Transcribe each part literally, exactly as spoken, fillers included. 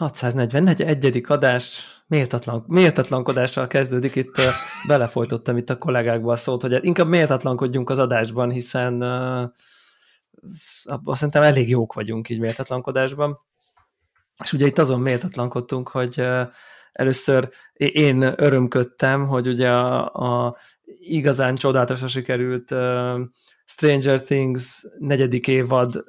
hatszáznegyvenegyedik adás, méltatlan, méltatlankodással kezdődik, itt uh, belefolytottam itt a kollégákba a szót, hogy inkább méltatlankodjunk az adásban, hiszen uh, abban szerintem elég jók vagyunk így méltatlankodásban. És ugye itt azon méltatlankodtunk, hogy uh, először én örömködtem, hogy ugye a, a igazán csodálatosan sikerült uh, Stranger Things negyedik évad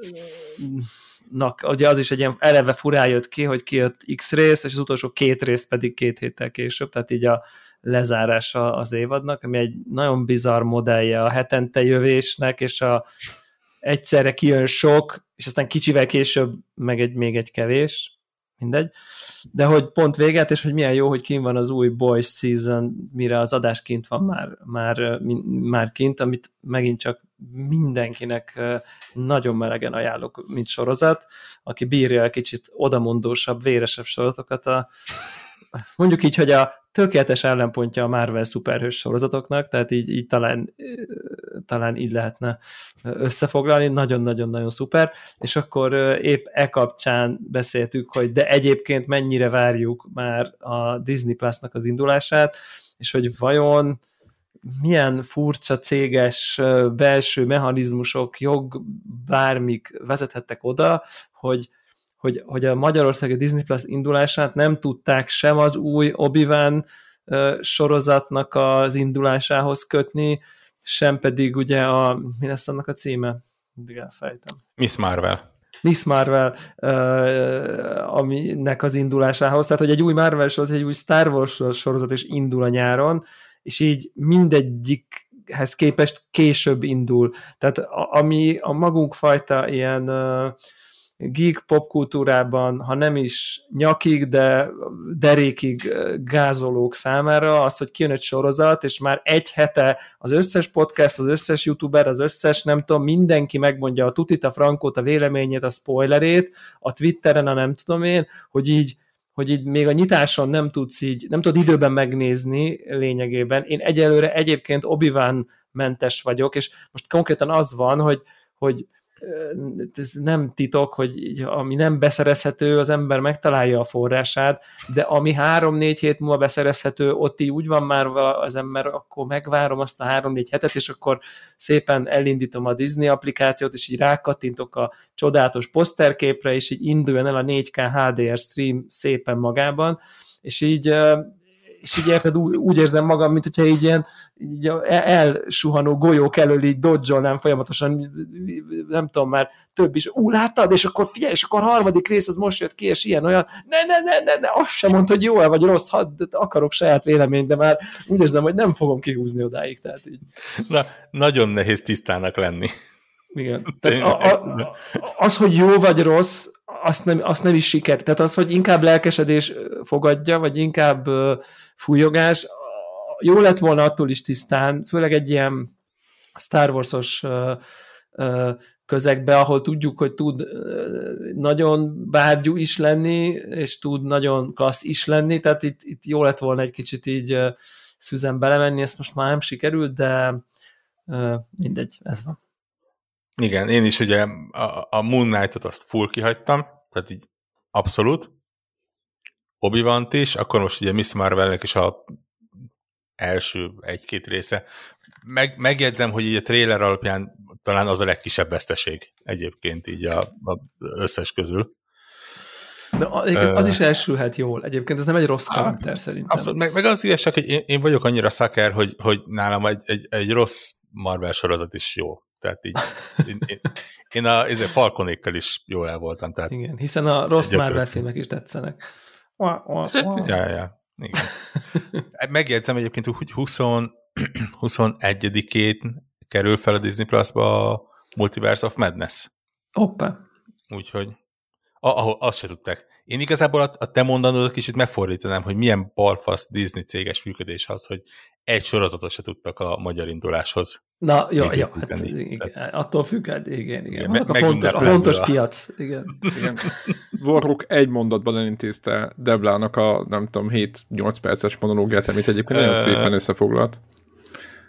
ugye az is egy ilyen eleve furán jött ki, hogy kijött X rész, és az utolsó két rész pedig két héttel később, tehát így a lezárása az évadnak, ami egy nagyon bizarr modellje a hetente jövésnek, és a egyszerre kijön sok, és aztán kicsivel később meg egy, még egy kevés, mindegy. De hogy pont véget, és hogy milyen jó, hogy kint van az új Boys Season, mire az adás kint van már, már, már kint, amit megint csak mindenkinek nagyon melegen ajánlok, mint sorozat, aki bírja kicsit odamondósabb, véresebb sorozatokat. A, mondjuk így, hogy a tökéletes ellenpontja a Marvel szuperhős sorozatoknak, tehát így, így talán, talán így lehetne összefoglalni, nagyon-nagyon-nagyon szuper, és akkor épp e kapcsán beszéltük, hogy de egyébként mennyire várjuk már a Disney Plus-nak az indulását, és hogy vajon milyen furcsa céges belső mechanizmusok, jog, bármik vezethettek oda, hogy, hogy, hogy a magyarországi Disney Plus indulását nem tudták sem az új Obi-Wan sorozatnak az indulásához kötni, sem pedig ugye a, mi lesz annak a címe? Mindig elfejtem. Miss Marvel. Miss Marvel, uh, aminek az indulásához, tehát hogy egy új Marvel sorozat, egy új Star Wars sorozat is indul a nyáron, és így mindegyikhez képest később indul. Tehát a, ami a magunk fajta ilyen uh, geek popkultúrában, ha nem is nyakig, de derékig gázolók számára, az, hogy kijön egy sorozat, és már egy hete az összes podcast, az összes youtuber, az összes, nem tudom, mindenki megmondja a tutit, a frankót, a véleményét, a spoilerét, a Twitteren, a nem tudom én, hogy így hogy így még a nyitáson nem tudsz így, nem tudod időben megnézni lényegében. Én egyelőre egyébként Obi-Wan mentes vagyok, és most konkrétan az van, hogy, hogy ez nem titok, hogy így, ami nem beszerezhető, az ember megtalálja a forrását, de ami három-négy hét múlva beszerezhető, ott így úgy van már az ember, akkor megvárom azt a három-négy hetet, és akkor szépen elindítom a Disney applikációt, és így rákattintok a csodálatos poszterképre, és így induljon el a négy ká há dé er stream szépen magában, és így és így érted, úgy, úgy érzem magam, mint hogyha így ilyen így elsuhanó golyók elől így dodge-olnám folyamatosan, nem tudom már, több is, ú, láttad, és akkor figyelj, és akkor a harmadik rész az most jött ki, és ilyen olyan, ne, ne, ne, ne, ne azt sem mondta, hogy jó-e vagy rossz, hadd, akarok saját véleményt, de már úgy érzem, hogy nem fogom kihúzni odáig, tehát így. Na, nagyon nehéz tisztának lenni. Igen. Tehát a, a, az, hogy jó vagy rossz, azt nem, azt nem is siker. Tehát az, hogy inkább lelkesedés fogadja, vagy inkább uh, fújogás, jó lett volna attól is tisztán, főleg egy ilyen Star Wars-os uh, uh, közegbe, ahol tudjuk, hogy tud uh, nagyon bárgyú is lenni, és tud nagyon klassz is lenni, tehát itt, itt jó lett volna egy kicsit így uh, szüzen belemenni, ezt most már nem sikerült, de uh, mindegy, ez van. Igen, én is ugye a, a Moon Knight-ot azt full kihagytam, tehát így abszolút. Obi-Wan-t is, akkor most ugye Miss Marvelnek is a első egy-két része. Meg, megjegyzem, hogy így a trailer alapján talán az a legkisebb veszteség egyébként így a, a összes közül. De az, az is elsülhet jól. Egyébként ez nem egy rossz karakter szerintem. Abszolút. Meg, meg az igazság, hogy én, én vagyok annyira szaker, hogy, hogy nálam egy, egy, egy rossz Marvel sorozat is jó. Tehát így, én, én, én a, a Falconékkal is jól el voltam. Tehát igen, hiszen a rossz Marvel filmek is tetszenek. Ja, ja, igen. Megjegyzem egyébként, hogy huszonegyedikén kerül fel a Disney Plus-ba a Multiverse of Madness. Hoppá. Úgyhogy ahol azt se tudták. Én igazából a, a te mondanódat kicsit megfordítanám, hogy milyen balfasz Disney céges működés az, hogy egy sorozatot se tudtak a magyar induláshoz. Na, jó, jó, hát igen, attól függ, hát igen, igen. igen a fontos, a fontos a... piac, igen. igen. Warhawk egy mondatban elintézte Deblának a, nem tudom, hét-nyolc perces monológiát, amit egyébként nagyon szépen összefoglalt.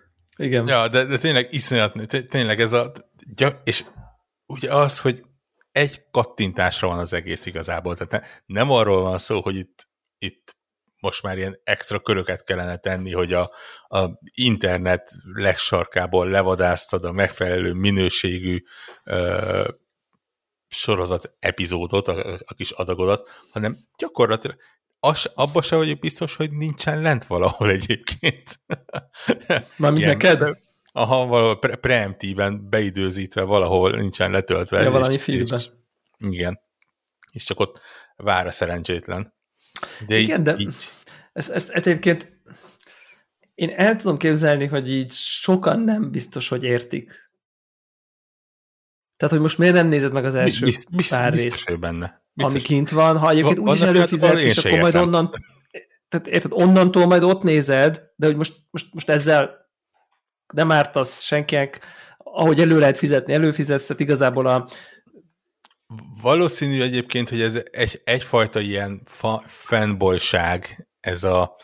Igen. Ja, de, de tényleg iszonyat, tényleg ez a, és ugye az, hogy egy kattintásra van az egész igazából. Tehát ne, nem arról van szó, hogy itt, itt most már ilyen extra köröket kellene tenni, hogy a, a internet legsarkából levadásztad a megfelelő minőségű ö, sorozat epizódot, a, a kis adagodat, hanem gyakorlatilag az, abba sem vagyok biztos, hogy nincsen lent valahol egyébként. Mármint neked? Aha, valahol pre- preemptíven beidőzítve valahol nincsen letöltve. Ja, valami filmben. Igen. És csak ott vár a szerencsétlen. De igen, így, de így... Ezt, ezt, ezt egyébként én el tudom képzelni, hogy így sokan nem biztos, hogy értik. Tehát, hogy most miért nem nézed meg az első Bizt, bizt, pár biztos, részt, hogy benne. Biztos. ami kint van, ha egyébként úgyis előfizetsz, és akkor majd onnan, tehát érted, onnantól majd ott nézed, de hogy most, most, most ezzel nem ártasz senkinek, ahogy elő lehet fizetni, előfizetsz, tehát igazából a valószínű egyébként, hogy ez egy, egyfajta ilyen fa, fanboyság, ez a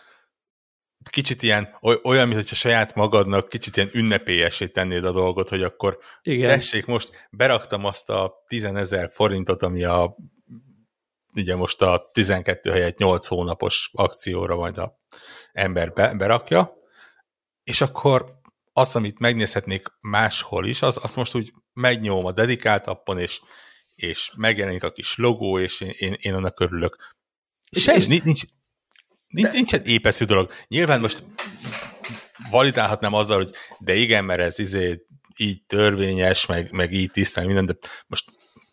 kicsit ilyen, olyan, mintha saját magadnak kicsit ilyen ünnepélyessé tennéd a dolgot, hogy akkor igen. Tessék, most beraktam azt a tízezer forintot, ami a ugye most a tizenkettő helyett nyolc hónapos akcióra majd a ember be, berakja, és akkor azt, amit megnézhetnék máshol is, az, azt most úgy megnyom a dedikált appon, és, és megjelenik a kis logó, és én, én, én annak örülök. És, és nincs, nincs, nincs, nincsen épeszű dolog. Nyilván most validálhatnám azzal, hogy de igen, mert ez izé, így törvényes, meg, meg így tisztán minden, de most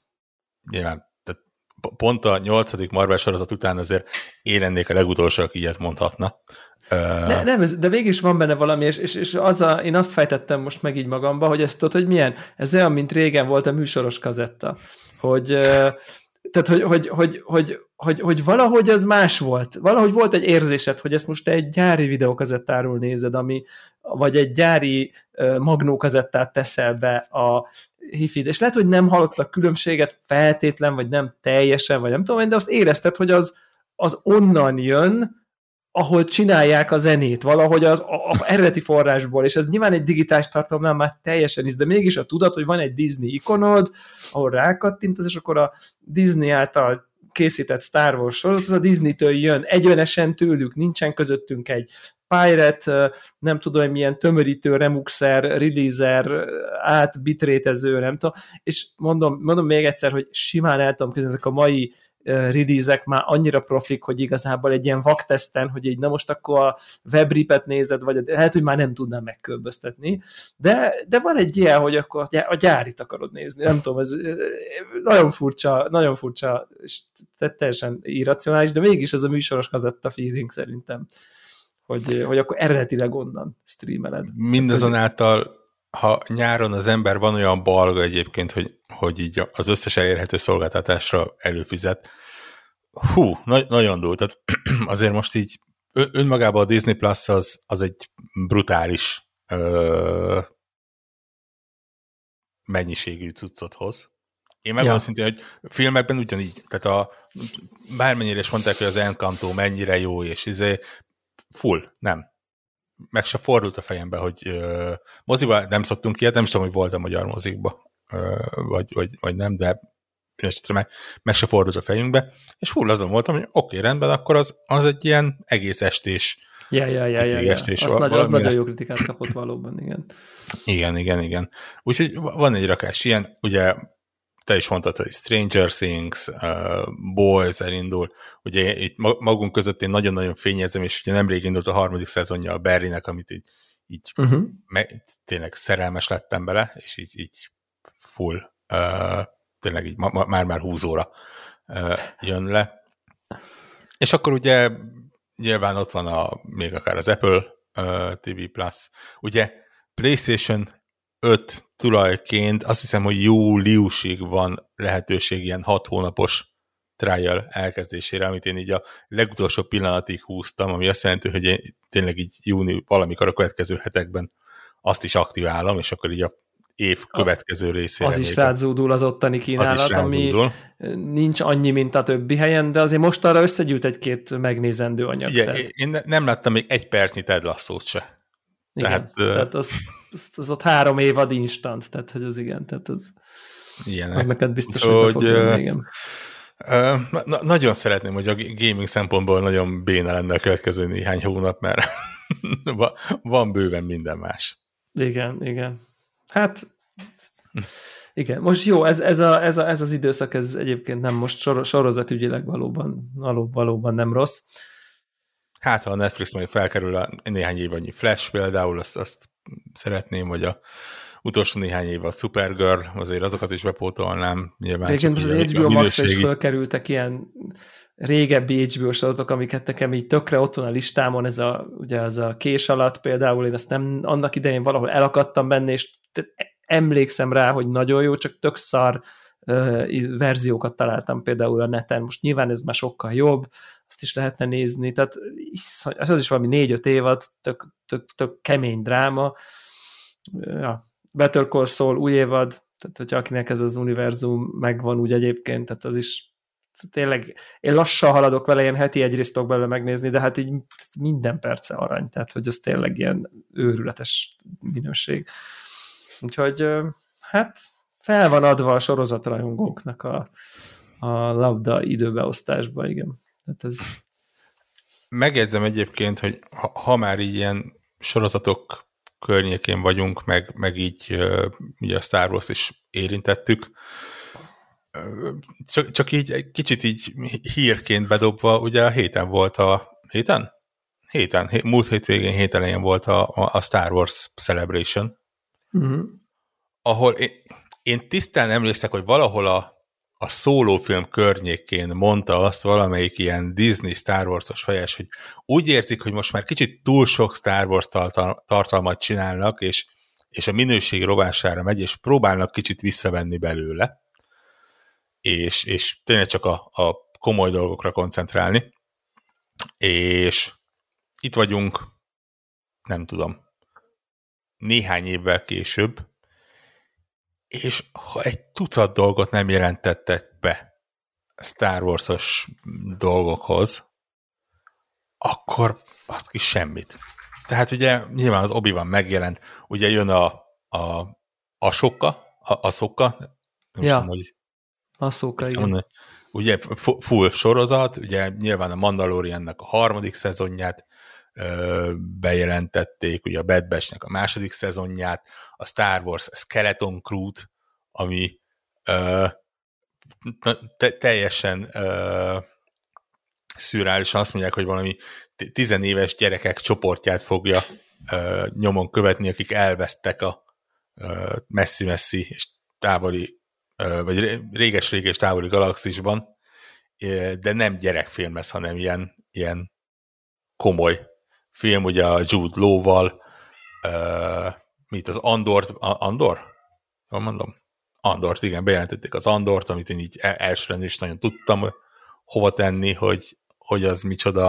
nyilván tehát pont a nyolcadik Marvel sorozat után azért én lennék a legutolsó, aki ilyet mondhatna. Ne, nem, de mégis van benne valami, és, és, és az a, én azt fejtettem most meg így magamba, hogy ezt tudod, hogy milyen, ez olyan, mint régen volt a műsoros kazetta, hogy, tehát, hogy, hogy, hogy, hogy, hogy, hogy valahogy az más volt, valahogy volt egy érzésed, hogy ezt most te egy gyári videókazettáról nézed, ami, vagy egy gyári magnókazettát teszel be a hifid, és lehet, hogy nem hallottak különbséget feltétlen, vagy nem teljesen, vagy nem tudom, de azt érezted, hogy az, az onnan jön, ahol csinálják a zenét, valahogy az a, a eredeti forrásból, és ez nyilván egy digitális tartalomnál már teljesen is, de mégis a tudat, hogy van egy Disney ikonod, ahol rákattintasz, és akkor a Disney által készített Star Wars sorozat, az a Disney-től jön, egyenesen tőlük, nincsen közöttünk egy pirate, nem tudom, hogy milyen tömörítő, remuxer, releaser, át bitrétező, nem tudom, és mondom, mondom még egyszer, hogy simán el tudom közben, ezek a mai release-ek már annyira profik, hogy igazából egy ilyen vakteszten, hogy így na most akkor a webripet nézed, vagy lehet, hogy már nem tudnám megkülönböztetni, de, de van egy ilyen, hogy akkor a gyárit akarod nézni, nem tudom, ez nagyon furcsa, nagyon furcsa, és teljesen irracionális, de mégis ez a műsoros kazetta feeling szerintem, hogy, hogy akkor eredetileg onnan streameled. Mindazonáltal, ha nyáron az ember van olyan balga egyébként, hogy, hogy így az összes elérhető szolgáltatásra előfizet, hú, na- nagyon durva. Tehát azért most így önmagában a Disney Plus az, az egy brutális ö, mennyiségű cuccot hoz. Én megmondom ja. szintén, hogy filmekben ugyanígy, tehát a, bármennyire is mondták, hogy az Encanto mennyire jó, és izé, full, nem. Meg se fordult a fejembe, hogy uh, moziba nem szoktunk ilyet, nem is tudom, hogy volt a magyar mozikba, uh, vagy, vagy, vagy nem, de meg, meg se fordult a fejünkbe, és full azon voltam, hogy oké, okay, rendben, akkor az, az egy ilyen egész estés. Ja, ja, ja, ja, ja. Estés, az, nagy, az nagyon ezt... jó kritikát kapott valóban, igen. Igen, igen, igen. Úgyhogy van egy rakás ilyen, ugye te is mondtad, hogy Stranger Things, uh, Boys elindul, ugye itt magunk között én nagyon-nagyon fényezem, és ugye nemrég indult a harmadik szezonja a Barrynek, amit így, így uh-huh. me- tényleg szerelmes lettem bele, és így, így full, uh, tényleg így ma- ma- már-már húzóra uh, jön le. És akkor ugye nyilván ott van a, még akár az Apple uh, té vé Plus, ugye PlayStation öt tulajként azt hiszem, hogy júliusig van lehetőség ilyen hat hónapos trial elkezdésére, amit én így a legutolsó pillanatig húztam, ami azt jelenti, hogy én tényleg így júni valamikor a következő hetekben azt is aktiválom, és akkor így a év következő részére. Az is rázódul az ottani kínálat, ami nincs annyi, mint a többi helyen, de azért most arra összegyűlt egy-két megnézendő anyag. Ugye, én nem láttam még egy percnyi Ted Lasso-t se. Igen, tehát, tehát az, az, az ott három évad instant, tehát hogy az igen, tehát az... ilyenek. Az neked biztos, hogy, hogy be fog jönni, igen. Na, na, nagyon szeretném, hogy a gaming szempontból nagyon béna lenne a következő néhány hónap, mert van bőven minden más. Igen, igen. Hát, igen. Most jó, ez, ez, a, ez, a, ez az időszak, ez egyébként nem most sor, sorozatügyileg valóban, való, valóban nem rossz. Hát, ha a Netflix majd felkerül a néhány év annyi Flash például, azt, azt szeretném, vagy a utolsó néhány év a Supergirl, azért azokat is bepótolnám. Nyilván igen, most az há bé o Max-ra is felkerültek ilyen régebbi há bé o sorozatok, amiket nekem így tökre ott van a listámon, ez a, ugye az a Kés alatt például, én azt nem annak idején valahol elakadtam benne, és emlékszem rá, hogy nagyon jó, csak tök szar uh, verziókat találtam például a neten. Most nyilván ez már sokkal jobb, azt is lehetne nézni, tehát az is valami négy-öt évad, tök, tök, tök kemény dráma. Ja. Better Call Saul új évad, tehát hogyha akinek ez az univerzum megvan úgy egyébként, tehát az is tényleg, én lassan haladok vele, ilyen heti egy részt tudok belőle megnézni, de hát így minden perce arany, tehát hogy ez tényleg ilyen őrületes minőség. Úgyhogy hát fel van adva a sorozatrajongóknak a, a labda időbeosztásba, igen. Tehát ez... Megjegyzem egyébként, hogy ha, ha már így ilyen sorozatok környékén vagyunk, meg, meg így uh, ugye a Star Wars is érintettük, uh, csak, csak így egy kicsit így hírként bedobva, ugye a héten volt a héten? Héten, hé, múlt hétvégén, hét elején volt a, a Star Wars Celebration, uh-huh. ahol én, én tisztán emlékszek, hogy valahol a, a szólófilm környékén mondta azt valamelyik ilyen Disney Star Wars-os fejes, hogy úgy érzik, hogy most már kicsit túl sok Star Wars tartalmat csinálnak, és, és a minőség rovására megy, és próbálnak kicsit visszavenni belőle, és, és tényleg csak a, a komoly dolgokra koncentrálni. És itt vagyunk, nem tudom, néhány évvel később, és ha egy tucat dolgot nem jelentettek be Star Wars-os dolgokhoz, akkor azt ki semmit. Tehát ugye nyilván az Obi-Wan megjelent, ugye jön a a Ahsoka, a Ahsoka, nem ja. tudom, hogy Ahsoka, igen. Ugye full sorozat, ugye nyilván a Mandaloriannak a harmadik szezonját ö, bejelentették, ugye a Bad Batch-nek a második szezonját, a Star Wars Skeleton Crew-t, ami ö, te, teljesen ö, szürreálisan azt mondják, hogy valami tizenéves gyerekek csoportját fogja ö, nyomon követni, akik elvesztek a messzi-messzi és távoli, ö, vagy réges-réges távoli galaxisban, de nem gyerekfilm lesz, hanem ilyen, ilyen komoly film, ugye a Jude Law-val, ö, mit az Andort, Andor? Jól mondom? Andort, igen, bejelentették az Andort, amit én így elsőre is nagyon tudtam hova tenni, hogy, hogy az micsoda.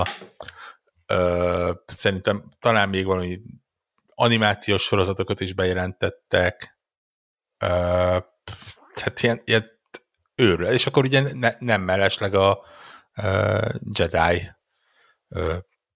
Ö, szerintem talán még valami animációs sorozatokat is bejelentettek. Ö, tehát ilyen, ilyen őrül. És akkor ugye ne, nem mellesleg a uh, Jedi uh,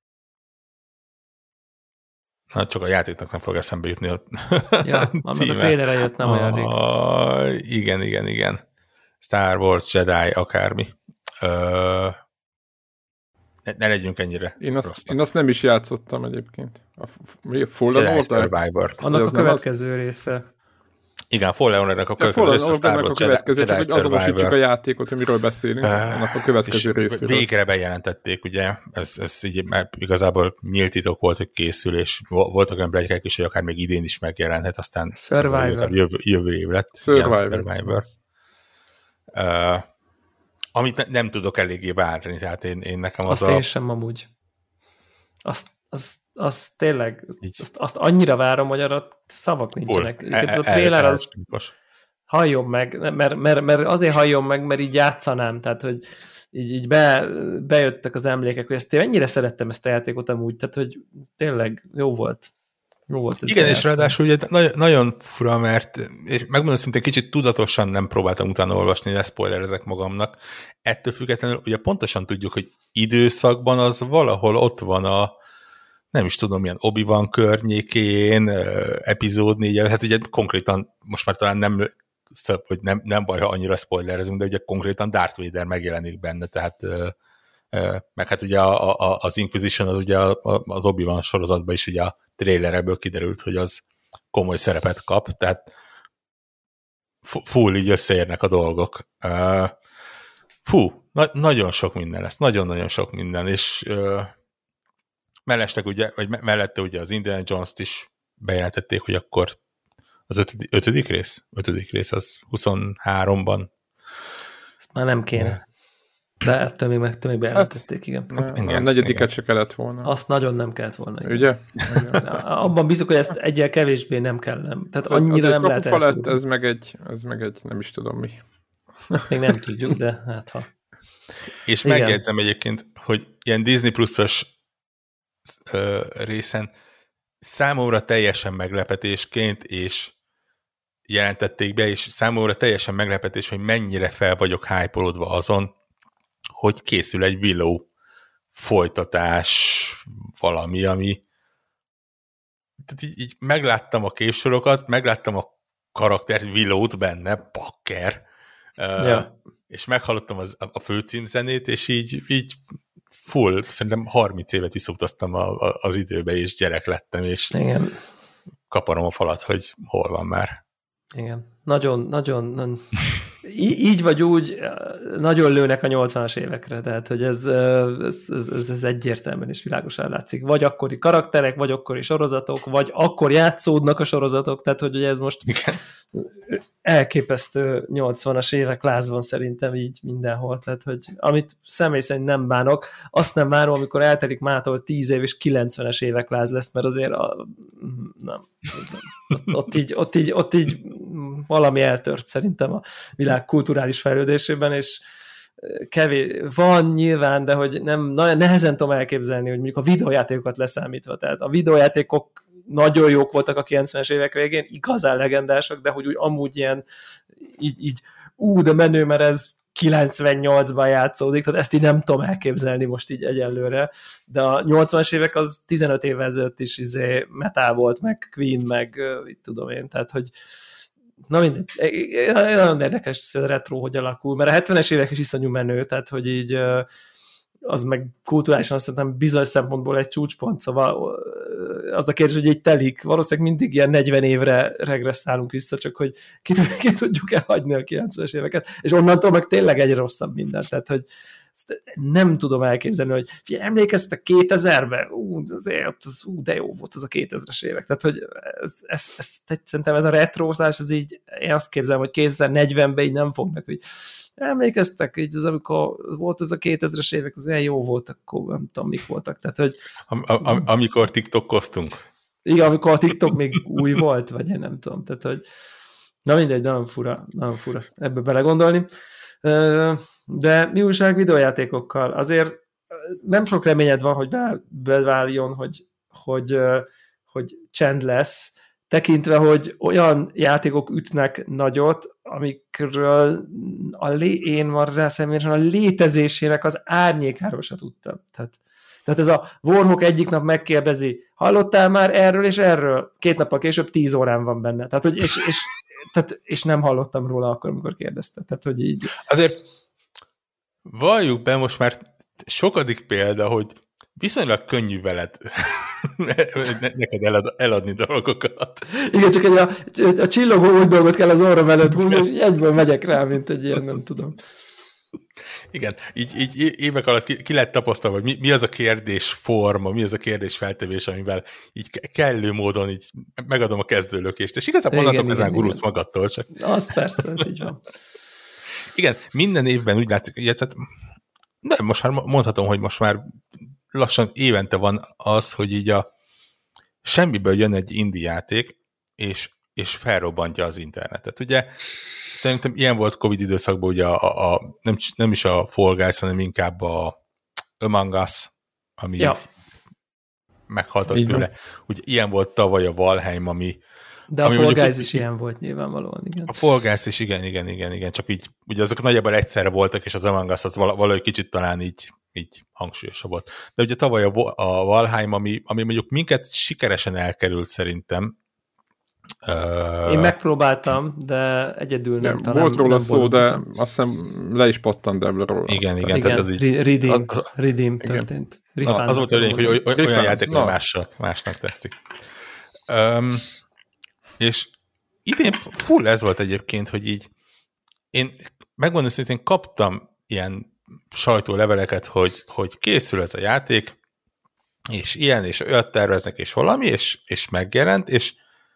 na, csak a játéknak nem fog eszembe jutni a ja, annak a trailerre jött nem olyan rég. Igen, igen, igen. Star Wars, Jedi, akármi. Uh, ne, ne legyünk ennyire én azt, én azt nem is játszottam egyébként. A, mi a Fallen Order? Survivor. Annak a következő az... része. Igen, Fallen Ordernek a következő része. Fallen Ordernek a következő, csak hogy azonosítsuk a játékot, amiről beszélünk, uh, annak a következő részéről. Végre bejelentették, ugye, ez, ez így igazából nyílt titok volt, hogy készül, és voltak olyan pletykák is, hogy akár még idén is megjelenhet, aztán Survivor. Jövő, jövő év lett. Survivor. Igen, Survivor. Uh, amit ne, nem tudok eléggé várni, tehát én, én nekem az azt a... én sem amúgy. Azt, azt, azt tényleg, azt, azt annyira várom, hogy arra szavak nincsenek. E, ez a trailer az halljon meg, mert, mert, mert azért halljon meg, mert így játszanám, tehát hogy így, így be, bejöttek az emlékek, hogy ezt én ennyire szerettem ezt a játékot amúgy, tehát hogy tényleg jó volt. Jó volt ez. Igen, és ráadásul ugye nagyon, nagyon fura, mert és megmondom szintén kicsit tudatosan nem próbáltam utána olvasni, de spoilerezek magamnak. Ettől függetlenül ugye pontosan tudjuk, hogy időszakban az valahol ott van a nem is tudom, milyen Obi-Wan környékén, epizód négy, hát ugye konkrétan most már talán nem szöbb, hogy nem, nem baj, ha annyira spoilerezünk, de ugye konkrétan Darth Vader megjelenik benne, tehát meg hát ugye a, a, az Inquisition az ugye az Obi-Wan sorozatban is ugye a trailereből kiderült, hogy az komoly szerepet kap, tehát full így összeérnek a dolgok. Fú, na, nagyon sok minden lesz, nagyon-nagyon sok minden, és uh, mellestek ugye, vagy mellette ugye az Indiana Jones-t is bejelentették, hogy akkor az ötödik, ötödik rész? Ötödik rész, az huszonháromban. Ezt már nem kéne. De ettől még, meg, még bejelentették, igen. Hát, igen. A negyediket se kellett volna. Azt nagyon nem kellett volna. Igen. Ugye? Abban bízok, hogy ezt egyel kevésbé nem kell. Nem. Tehát az, annyira nem lehet elszúrni. Ez meg egy, ez meg egy, nem is tudom mi. Még nem tudjuk, de hát ha. És igen. Megjegyzem egyébként, hogy ilyen Disney Plus-os ö, részen számomra teljesen meglepetésként, és jelentették be, és számomra teljesen meglepetés, hogy mennyire fel vagyok hype-olódva azon, hogy készül egy Willow folytatás valami, ami tehát így, így megláttam a képsorokat, megláttam a karaktert Willow-t benne, bakker, ja. uh, és meghallottam az, a főcímzenét, és így, így full, szerintem harminc évet visszautaztam a, a, az időbe, és gyerek lettem, és igen. Kaparom a falat, hogy hol van már. Igen. Nagyon, nagyon, nagyon így vagy úgy nagyon lőnek a nyolcvanas évekre, tehát hogy ez, ez, ez, ez egyértelműen és világosan látszik. Vagy akkori karakterek, vagy akkori sorozatok, vagy akkor játszódnak a sorozatok, tehát hogy ez most igen. Elképesztő nyolcvanas évek láz van szerintem így mindenhol, tehát hogy amit személy szerint nem bánok, azt nem várom, amikor eltelik mától tíz év és kilencvenes évek láz lesz, mert azért a, nem, ott, ott, így, ott, így, ott így valami eltört szerintem a világ kulturális fejlődésében, és kevés, van nyilván, de hogy nem, nehezen tudom elképzelni, hogy mondjuk a videójátékokat leszámítva, tehát a videójátékok nagyon jók voltak a kilencvenes évek végén, igazán legendások, de hogy úgy amúgy ilyen így, így ú, de menő, mert ez kilencvennyolcban játszódik, tehát ezt így nem tudom elképzelni most így egyenlőre, de a nyolcvanas évek az tizenöt évvel ezelőtt is izé Metal volt, meg Queen, meg itt tudom én, tehát hogy na mindegy, nagyon érdekes a retro, hogy alakul, mert a hetvenes évek is iszonyú menő, tehát hogy így az meg kulturálisan azt hiszem bizonyos szempontból egy csúcspont, szóval az a kérdés, hogy így telik, valószínűleg mindig ilyen negyven évre regresszálunk vissza, csak hogy ki, ki tudjuk elhagyni a kilencvenes éveket, és onnantól meg tényleg egy rosszabb minden, tehát hogy nem tudom elképzelni, hogy figyelj, emlékeztek kétezerben? Ú, azért, az, ú, de jó volt az a kétezres évek. Tehát, hogy ez, ez, ez, szerintem ez a retrózás, ez így, én azt képzelem, hogy kétezer-negyvenben így nem fognak, hogy emlékeztek, így az, amikor volt ez a kétezres évek, az olyan jó volt, akkor nem tudom, mik voltak. Tehát, hogy, am, am, amikor TikTokkoztunk. Igen, amikor a TikTok még új volt, vagy én nem tudom. Tehát, hogy na mindegy, nagyon fura, nagyon fura ebbe belegondolni. De mi újság videójátékokkal? Azért nem sok reményed van, hogy beváljon, hogy, hogy, hogy csend lesz, tekintve, hogy olyan játékok ütnek nagyot, amikről a lé, én van rá személyesen a létezésének az árnyékáról se tudtam. Tehát, tehát ez a Warhawk egyik nap megkérdezi, hallottál már erről és erről? Két nappal később tíz órán van benne. Tehát, hogy és, és, tehát, és nem hallottam róla akkor, amikor kérdezte. Tehát, hogy így... Azért valljuk be most már sokadik példa, hogy viszonylag könnyű veled neked elad, eladni dolgokat. Igen, csak egy a, a csillogó új dolgot kell az orrom előtt húzni, és egyből megyek rá, mint egy ilyen, nem tudom. Igen, így, így évek alatt ki, ki lehet tapasztalni, hogy mi, mi az a kérdés forma, mi az a kérdés feltevés, amivel így kellő módon így megadom a kezdőlökést, és igazából mondatok ezen gurulsz magadtól csak. Az persze, ez így van. Igen, minden évben úgy látszik, hogy hát, de most már mondhatom, hogy most már lassan évente van az, hogy így a semmiből jön egy indie játék, és, és felrobbantja az internetet. Ugye szerintem ilyen volt Covid időszakban, ugye a, a, a, nem, nem is a Fall Guys, hanem inkább a Among Us, ami ja. meghaltak így tőle. Ugye ilyen volt tavaly a Valheim, ami de ami a Fall Guys is ilyen volt nyilvánvalóan, igen. A Fall Guys is igen, igen, igen, igen, csak így, ugye azok nagyjából egyszerre voltak, és az Among Us az valahogy kicsit talán így, így hangsúlyosabb volt. De ugye tavaly a, a Valheim, ami, ami mondjuk minket sikeresen elkerült szerintem, Én megpróbáltam, de egyedül nem ja, talán. Volt róla nem szó, de boldogultam. azt hiszem le is pattant Debla róla. Igen, igen. Igen, Tehát az így, redeem, az, az, redeem igen. történt. az, az volt a lényeg, hogy oly, olyan Refund. játék, hogy Na. másnak, másnak tetszik. Um, és idén full ez volt egyébként, hogy így én megmondom szintén kaptam ilyen sajtóleveleket, hogy, hogy készül ez a játék, és ilyen, és olyat terveznek, és valami, és, és megjelent, és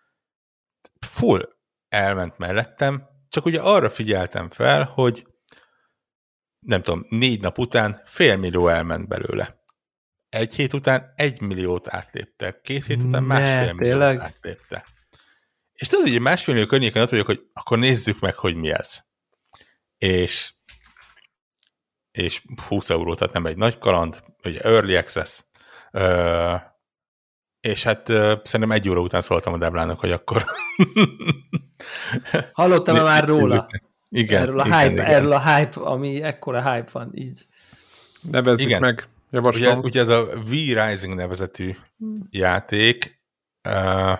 full elment mellettem, csak ugye arra figyeltem fel, hogy nem tudom, négy nap után fél millió elment belőle. Egy hét után egy milliót átléptek, két hét után Ne, másfél milliót tényleg? átlépte. És tudod, hogy másfél millió környéken ott vagyok, hogy akkor nézzük meg, hogy mi ez. És és húsz euró, tehát nem egy nagy kaland, ugye Early Access. Ö, és hát ö, szerintem egy óra után szóltam a Deblának, hogy akkor... Hallottam már róla. Igen, Erről a, igen, hype, igen. erről a hype, ami ekkora hype van, így. Nevezzük Igen. meg, Ugye, javaslom. ugye ez a V-Rising nevezetű játék, uh,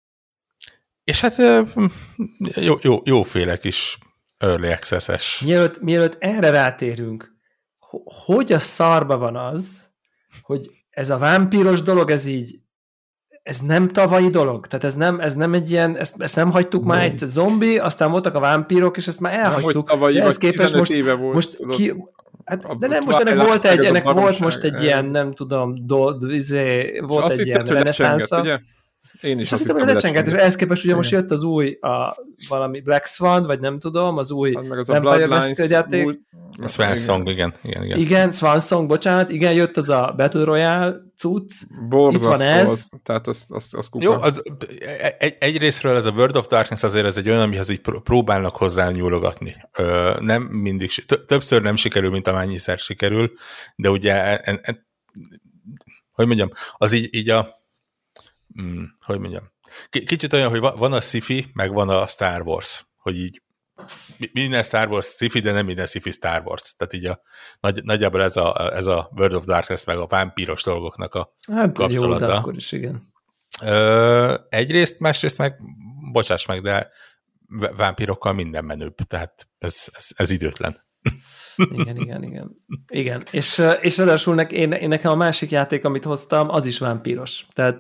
és hát uh, jó, jó, jóféle kis Early Access-es. Mielőtt, mielőtt erre rátérünk, ho- hogy a szarba van az, hogy ez a vámpíros dolog, ez így, ez nem tavalyi dolog? Tehát ez nem, ez nem egy ilyen, ezt, ezt nem hagytuk már egy zombi, aztán voltak a vámpírok, és ezt már Nem, hogy elhagytuk. tavalyi, És ehhez vagy képest most, éve volt. most tudod. ki, hát, A de nem, most ennek Twilight, volt egy, meg az a ennek volt baromság, most egy el- ilyen, nem tudom, do, do, izé, volt azt egy hitted, ilyen hogy lecsengett, reneszánsza. ugye? Én is És azt hittem, hogy lecsengett, és ehhez képest ugye most jött az új, a, valami Black Swan, vagy nem tudom, az új Az meg az a Vampire Bloodlines Masquerade játék. múlt- A Swan Song, igen, igen, igen. Igen, Swan Song, bocsánat, igen, jött az a Battle Royale cucc. Borzasztó Itt van ez. az, tehát az, az, az kuka. Jó, az, egy, egy részről ez a World of Darkness azért ez egy olyan, amihez így pró- próbálnak hozzá nyúlogatni. Ö, nem mindig, t- többször nem sikerül, mint amennyiszer sikerül, de ugye, en, en, hogy mondjam, az így, így a, hm, hogy mondjam, K- kicsit olyan, hogy va- van a sci-fi, meg van a Star Wars, hogy így minden Star Wars sci-fi, de nem minden sci-fi Star Wars. Tehát így a, nagy, nagyjából ez a, ez a World of Darkness, meg a vámpíros dolgoknak a Hát jó, kapcsolata. de akkor is, igen. Ö, egyrészt, másrészt meg, bocsáss meg, de v- vámpírokkal minden menőbb, tehát ez, ez, ez időtlen. Igen, igen, igen. Igen, és, és ráadásul nek, én, én nekem a másik játék, amit hoztam, az is vámpíros. Tehát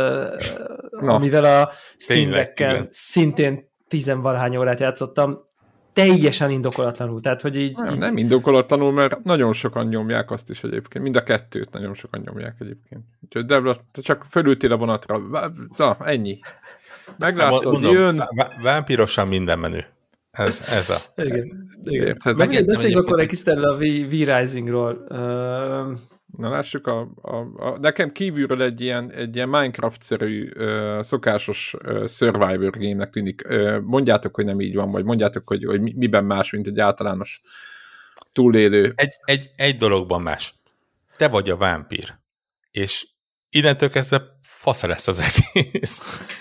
uh, amivel a Steam tényleg, Deckkel igen. szintén tizenvalahány órát játszottam, teljesen indokolatlanul. Tehát, hogy így... Nem, így nem indokolatlanul, mert nagyon sokan nyomják azt is egyébként. Mind a kettőt nagyon sokan nyomják egyébként. Úgyhogy Debla, te csak fölültél a vonatra. Na, ennyi. Megláttad, Mondom, jön. vá- vámpírosan minden menő. Ez, ez a... Igen, igen. Érted? Meg Megértem beszéljünk akkor egy egyébként. kicsit erről a V- V-Risingról. Uh, Na lássuk, a, a, a, nekem kívülről egy ilyen, egy ilyen Minecraft-szerű uh, szokásos uh, Survivor game-nek tűnik. Uh, mondjátok, hogy nem így van, vagy mondjátok, hogy, hogy mi- miben más, mint egy általános túlélő. Egy, egy, egy dologban más. Te vagy a vámpír, és innentől kezdve fasza lesz az egész.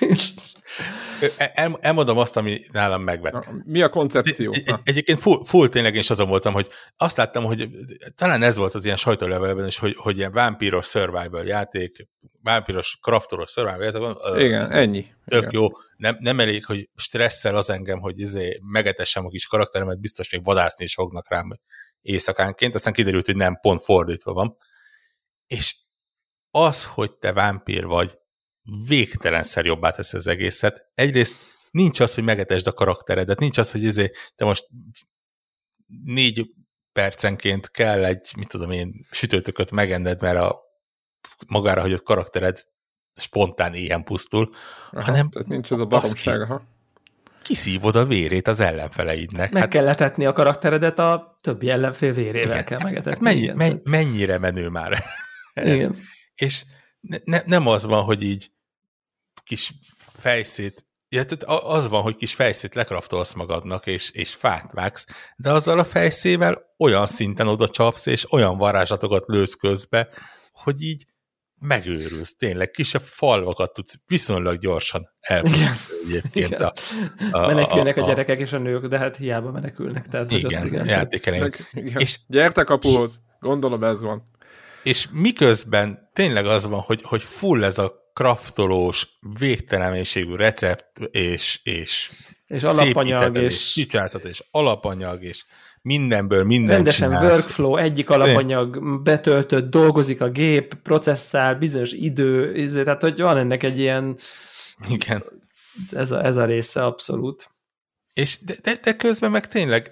El, elmondom azt, ami nálam megvett. Na, mi a koncepció? Egy, Na. egy, egyébként full, full tényleg én is azon voltam, hogy azt láttam, hogy talán ez volt az ilyen sajtólevelben is, hogy, hogy ilyen vámpíros survival játék, vámpíros craftoros survival játék van. Igen, ennyi. Tök Igen. jó. Nem, nem elég, hogy stresszel az engem, hogy izé megetessem a kis karakteremet, biztos még vadászni is fognak rám éjszakánként, aztán kiderült, hogy nem, pont fordítva van. És az, hogy te vámpír vagy, végtelenszer jobbá tesz az egészet. Egyrészt nincs az, hogy megetesd a karakteredet, nincs az, hogy izé, te most négy percenként kell egy, mit tudom én, sütőtököt megenned, mert a magára hagyott karaktered spontán éhen pusztul, Aha, hanem tehát nincs az a baszki, baromság. Aha. kiszívod a vérét az ellenfeleidnek. meg Hát, kell letetni a karakteredet, a többi ellenfél vérével igen, kell hát, megetetni. hát mennyi, igen, menny, mennyire menő már ez. igen. És ne, ne, nem az van, hogy így kis fejszét, ja, tehát az van, hogy kis fejszét lekraftolsz magadnak, és, és fát vágsz, de azzal a fejszével olyan szinten oda csapsz, és olyan varázslatokat lősz közbe, hogy így megőrülsz, tényleg kisebb falvakat tudsz viszonylag gyorsan elpusztítani egyébként. Igen. A, a, Menekülnek a, a, a gyerekek és a nők, de hát hiába menekülnek. Tehát, hogy igen, ott, igen. játékelén. Meg- igen. És- Gyertek apuhoz, gondolom ez van. És miközben tényleg az van, hogy, hogy full ez a kraftolós, végtelen mélységű recept, és, és, és alapanyag, és csicsázat, és alapanyag, és mindenből mindent rendesen csinálsz. Workflow, egyik alapanyag betöltött, dolgozik a gép, processzál, bizonyos idő, tehát hogy van ennek egy ilyen igen. Ez a, ez a része abszolút. És de, de, de közben meg tényleg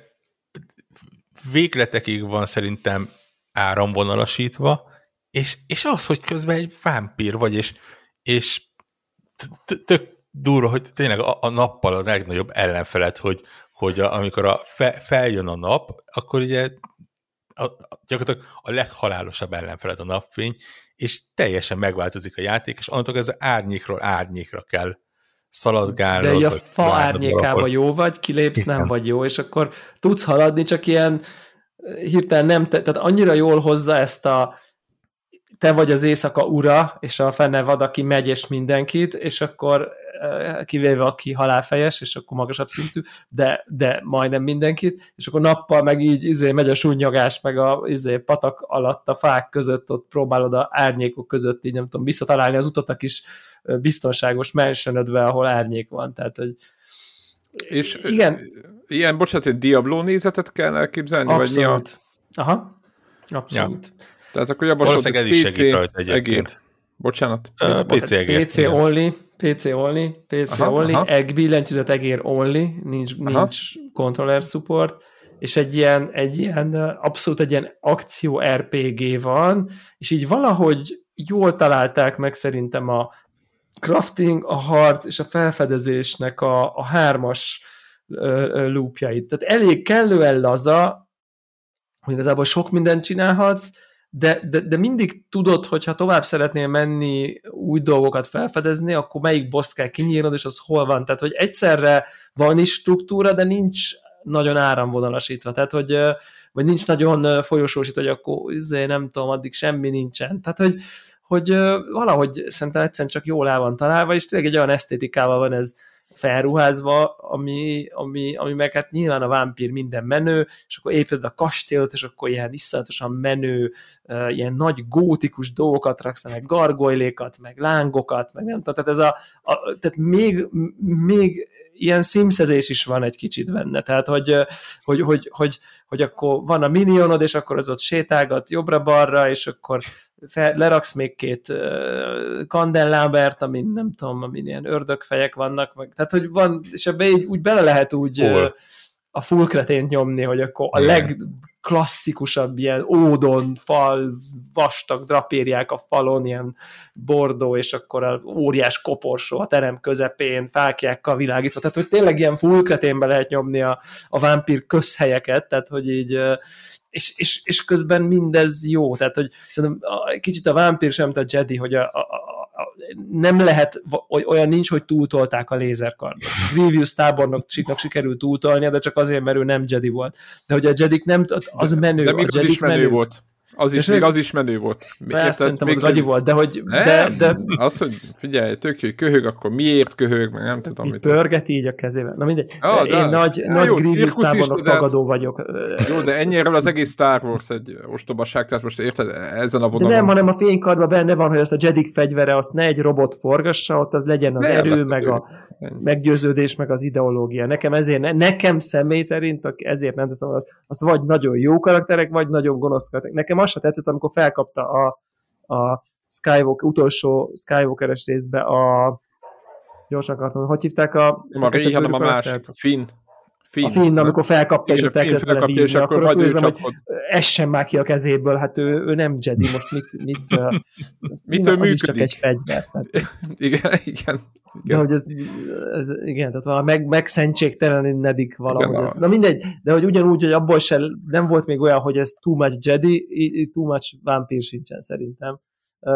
végletekig van szerintem áramvonalasítva, és, és az, hogy közben egy vámpír vagy, és, és tök durva, hogy tényleg a, a nappal a legnagyobb ellenfeled, hogy, hogy a, amikor a fe, feljön a nap, akkor ugye a, a, gyakorlatilag a leghalálosabb ellenfeled a napfény, és teljesen megváltozik a játék, és onnantól ez árnyékról árnyékra kell szaladgálnod. De a fa árnyékában jó vagy, kilépsz, igen. Nem vagy jó, és akkor tudsz haladni, csak ilyen hirtelen nem, te, tehát annyira jól hozza ezt a te vagy az éjszaka ura, és a fenevad, aki megy és mindenkit, és akkor kivéve aki halálfejes, és akkor magasabb szintű, de, de majdnem mindenkit, és akkor nappal meg így izé, megy a sunnyogás, meg a izé, patak alatt a fák között, ott próbálod a árnyékok között így nem tudom, visszatalálni az utat a kis biztonságos mansionödbe, ahol árnyék van, tehát hogy és igen. Ilyen, bocsánat, egy Diablo nézetet kell elképzelni? Abszolút. Vagy mi a... Aha. Abszolút. Ja. Tehát akkor javaslod, ez is segít rajta egyébként. Bocsánat. Uh, pé cé egér. pé cé only, pé cé only, pé cé aha, only, aha. egg billentyűzet egér only, nincs, nincs controller support, és egy ilyen, egy ilyen, abszolút egy ilyen akció er pé gé van, és így valahogy jól találták meg szerintem a crafting, a harc és a felfedezésnek a, a hármas loopjait. Tehát elég kellően laza, hogy igazából sok mindent csinálhatsz, de, de, de mindig tudod, hogy ha tovább szeretnél menni, új dolgokat felfedezni, akkor melyik boszt kell kinyírnod, és az hol van. Tehát, hogy egyszerre van is struktúra, de nincs nagyon áramvonalasítva. Tehát, hogy vagy nincs nagyon folyosósítva, hogy akkor izé, nem tudom, addig semmi nincsen. Tehát, hogy, hogy valahogy szerintem egyszerűen csak jól el van találva, és tényleg egy olyan esztétikával van ez felruházva, ami, ami, ami meg hát nyilván a vámpír minden menő, és akkor építed a kastélyot, és akkor ilyen iszonyatosan menő, uh, ilyen nagy gótikus dolgokat raksz, meg gargolylékat, meg lángokat, meg nem tudom, tehát ez a, a tehát még, még ilyen szimszezés is van egy kicsit benne, tehát hogy, hogy, hogy, hogy, hogy akkor van a minionod, és akkor az ott sétálgat jobbra-balra, és akkor fel, leraksz még két uh, kandellábert, amin nem tudom, amin ilyen ördögfejek vannak, meg, tehát hogy van, és ebbe így úgy bele lehet úgy uh, a full kretént nyomni, hogy akkor a legklasszikusabb ilyen ódon, fal, vastag drapériák a falon, ilyen bordó, és akkor a óriás koporsó a terem közepén, fáklyákkal világítva, tehát hogy tényleg ilyen full kreténbe lehet nyomni a, a vámpír közhelyeket, tehát hogy így És, és, és közben mindez jó, tehát hogy szerintem a, kicsit a vámpír sem, mint a Jedi, hogy a, a, a, nem lehet, olyan nincs, hogy túltolták a lézerkardot. Grievous tábornoknak sikerült túltolnia, de csak azért, mert ő nem Jedi volt. De hogy a Jedik nem, az menő. De még a az is menő, menő volt. Az is, még az is menő volt. Persze, szerintem az gagyi volt, de hogy... De, de... Az, hogy figyelj, tök jó, köhög, akkor miért köhög, meg nem tudom. Mit pörgeti így a kezével. Na mindegy. Ah, én nagy, ja, nagy jó, Grievous tábornok is, tagadó vagyok. Jó, de ennyiről az egész Star Wars egy ostobaság, tehát most érted, ezen a vonalon. De nem, hanem a fénykardban benne van, hogy azt a Jedik fegyvere, azt ne egy robot forgassa, ott az legyen az nem, erő, meg a meggyőződés, meg az ideológia. Nekem ezért, nekem személy szerint ezért nem teszem, azt vagy nagyon jó karakterek, vagy nagyon gonosz karakterek. Nekem az se tetszett, amikor felkapta a, a Skywalker, utolsó Skywalker-es részbe a gyorsan akartam, hogy hívták a... Nem a Rey, hanem a másik, a Finn. Finn. A Finn, amikor felkapta, és, és felkapja, és akkor, akkor azt nézem, hogy essen már ki a kezéből, hát ő, ő nem Jedi, most mit... mit, mit ő az működik? is csak egy fegyver. Tehát. igen, igen. De hogy ez, ez igen, tehát valami meg, megszentségtelenedik valahogy. Igen, ez, na mindegy, de hogy ugyanúgy, hogy abból se nem volt még olyan, hogy ez too much Jedi, too much vámpír sincsen szerintem. Uh,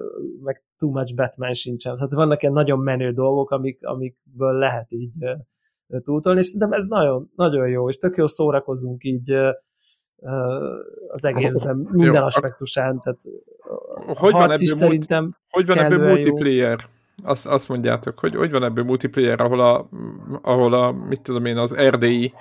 meg too much Batman sincsen. Tehát vannak ilyen nagyon menő dolgok, amik, amikből lehet így uh, túltolni, és szerintem ez nagyon, nagyon jó, és tök jó szórakozunk így uh, az egészben, minden jó, aspektusán, tehát hogy van ebből szerintem hogy van ebből multiplayer? Azt, azt mondjátok, hogy hogy van ebből multiplayer, ahol a, ahol a mit tudom én, az erdélyi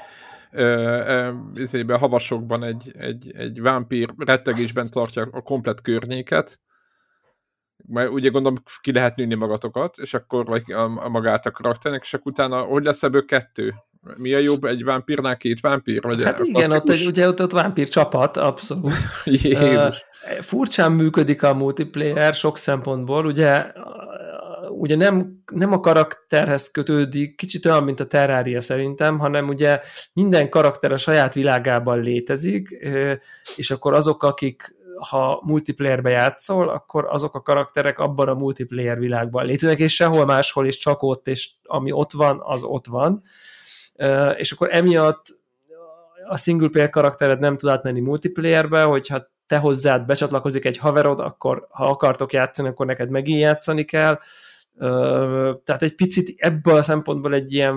izébe, havasokban egy, egy, egy vámpír rettegésben tartja a komplett környéket. mert ugye gondolom ki lehet nőni magatokat, és akkor vagy a, a magát a karakternek, és akkor utána hogy lesz ebből kettő? Mi a jobb, egy vámpírnál két vámpír? Vagy hát igen, ott egy, ugye ott, ott vámpír csapat, abszolút. Jézus. Uh, furcsán működik a multiplayer sok szempontból, ugye, ugye nem, nem a karakterhez kötődik, kicsit olyan, mint a Terraria szerintem, hanem ugye minden karakter a saját világában létezik, és akkor azok, akik ha multiplayerbe játszol, akkor azok a karakterek abban a multiplayer világban léteznek, és sehol máshol, és csak ott, és ami ott van, az ott van. Uh, és akkor emiatt a single player karaktered nem tud átmenni multiplayerbe, hogyha te hozzád becsatlakozik egy haverod, akkor ha akartok játszani, akkor neked megint játszani kell. Uh, tehát egy picit ebből a szempontból egy ilyen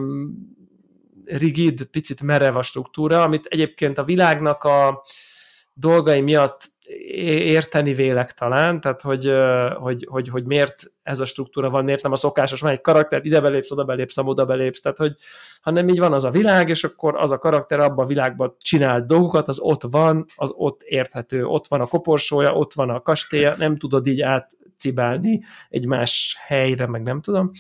rigid, picit merev a struktúra, amit egyébként a világnak a dolgai miatt érteni vélek talán, tehát hogy, hogy, hogy, hogy miért ez a struktúra van, miért nem a szokásos, már egy karaktert ide belépsz, oda belépsz, oda belépsz, tehát hogy hanem így van az a világ, és akkor az a karakter abban a világban csinál dolgokat, az ott van, az ott érthető, ott van a koporsója, ott van a kastélya, nem tudod így átcibálni egy más helyre, meg nem tudom.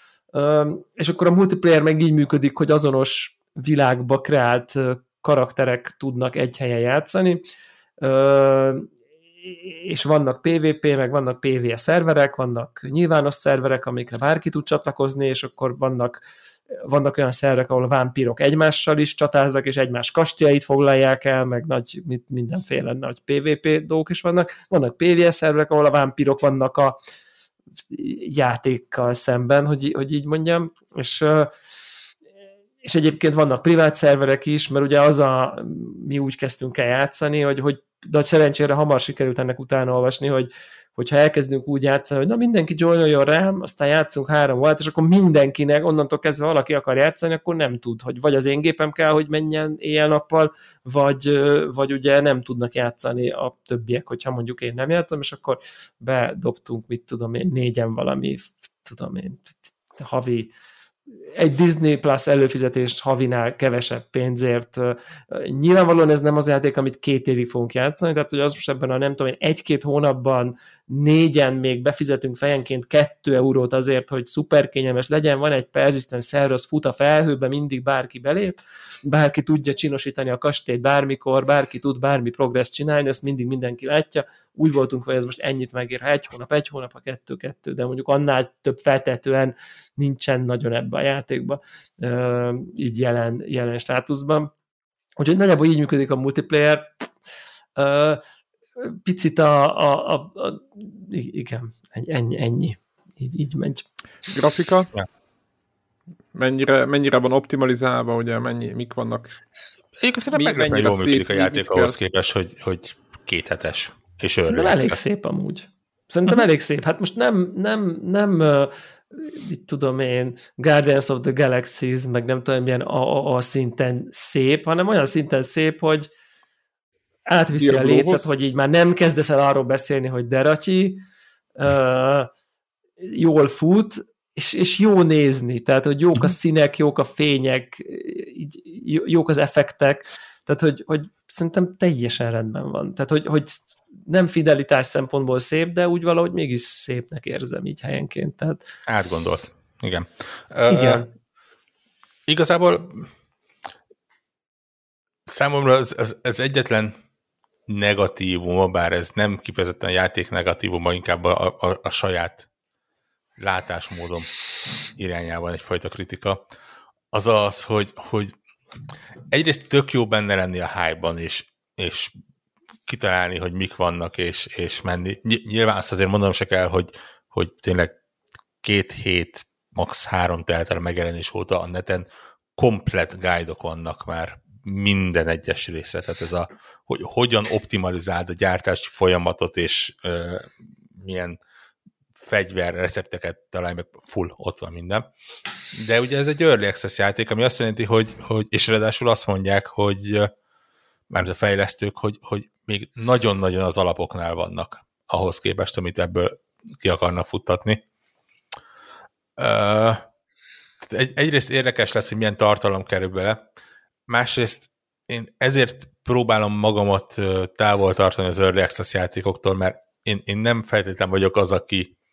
És akkor a multiplayer meg így működik, hogy azonos világba kreált karakterek tudnak egy helyen játszani, Uh, és vannak pé vé pé, meg vannak pé vé e szerverek, vannak nyilvános szerverek, amikre bárki tud csatlakozni, és akkor vannak, vannak olyan szerverek, ahol a vámpírok egymással is csatáznak, és egymás kastélyait foglalják el, meg nagy, mindenféle nagy pé vé pé dolgok is vannak. Vannak pé vé e szerverek, ahol a vámpírok vannak a játékkal szemben, hogy, hogy így mondjam, és uh, és egyébként vannak privát szerverek is, mert ugye az a, mi úgy kezdtünk el játszani, hogy, hogy de szerencsére hamar sikerült ennek utána olvasni, hogy hogyha elkezdünk úgy játszani, hogy na mindenki joinoljon rám, aztán játszunk három volt, és akkor mindenkinek, onnantól kezdve valaki akar játszani, akkor nem tud, hogy vagy az én gépem kell, hogy menjen éjjel-nappal, vagy, vagy ugye nem tudnak játszani a többiek, hogyha mondjuk én nem játszom, és akkor bedobtunk, mit tudom én, négyen valami, tudom én, havi egy Disney Plus előfizetés havinál kevesebb pénzért. Nyilvánvalóan ez nem az játék, amit két évig fogunk játszani, tehát hogy az most ebben a nem tudom én, egy-két hónapban négyen még befizetünk fejenként kettő eurót azért, hogy szuper kényelmes legyen, van egy persistent server, az fut a felhőbe, mindig bárki belép, bárki tudja csinosítani a kastélyt bármikor, bárki tud bármi progresszt csinálni, ezt mindig mindenki látja. Úgy voltunk, hogy ez most ennyit megér, ha egy hónap, egy hónap, a kettő-kettő, de mondjuk annál több feltetően nincsen nagyon ebbe a játékba, így jelen, jelen státuszban. Úgyhogy nagyjából így működik a multiplayer. Picit a, a, a, a igen, ennyi, ennyi. Így, így megy. Grafika? Ja. Mennyire, mennyire van optimalizálva, ugye, mennyi, mik vannak? Igazából meglepően jól működik a játék ahhoz képest, hogy, hogy kéthetes. És Szerintem elég szép amúgy. Szerintem uh-huh. elég szép. Hát most nem, nem, nem uh, mit tudom én, Guardians of the Galaxies, meg nem tudom, milyen a, a szinten szép, hanem olyan szinten szép, hogy átviszi a lécet, hogy így már nem kezdesz el arról beszélni, hogy deratyi, uh, jól fut, és, és jó nézni, tehát, hogy jók a színek, jók a fények, így, jók az effektek, tehát, hogy, hogy szerintem teljesen rendben van. Tehát, hogy, hogy nem fidelitás szempontból szép, de úgy valahogy mégis szépnek érzem így helyenként. Tehát... Átgondolt. Igen. Igen. Uh, igazából számomra ez, ez, ez egyetlen negatívuma, bár ez nem kifejezetten játék negatívuma, inkább a, a, a saját látásmódom irányában egyfajta kritika, az az, hogy, hogy egyrészt tök jó benne lenni a hype-ban, és, és kitalálni, hogy mik vannak, és, és menni. Nyilván azt azért mondanom se kell, hogy, hogy tényleg két hét, max. három telt el a megjelenés óta a neten komplett guide-ok vannak már minden egyes részre, tehát ez a, hogy hogyan optimalizáld a gyártási folyamatot, és uh, milyen fegyver, recepteket találj meg, full, ott van minden. De ugye ez egy early access játék, ami azt jelenti, hogy, hogy és ráadásul azt mondják, hogy mármint a fejlesztők, hogy, hogy még nagyon-nagyon az alapoknál vannak ahhoz képest, amit ebből ki akarnak futtatni. Uh, egy, egyrészt érdekes lesz, hogy milyen tartalom kerül bele, másrészt én ezért próbálom magamat távol tartani az early access játékoktól, mert én, én nem feltétlenül vagyok az, aki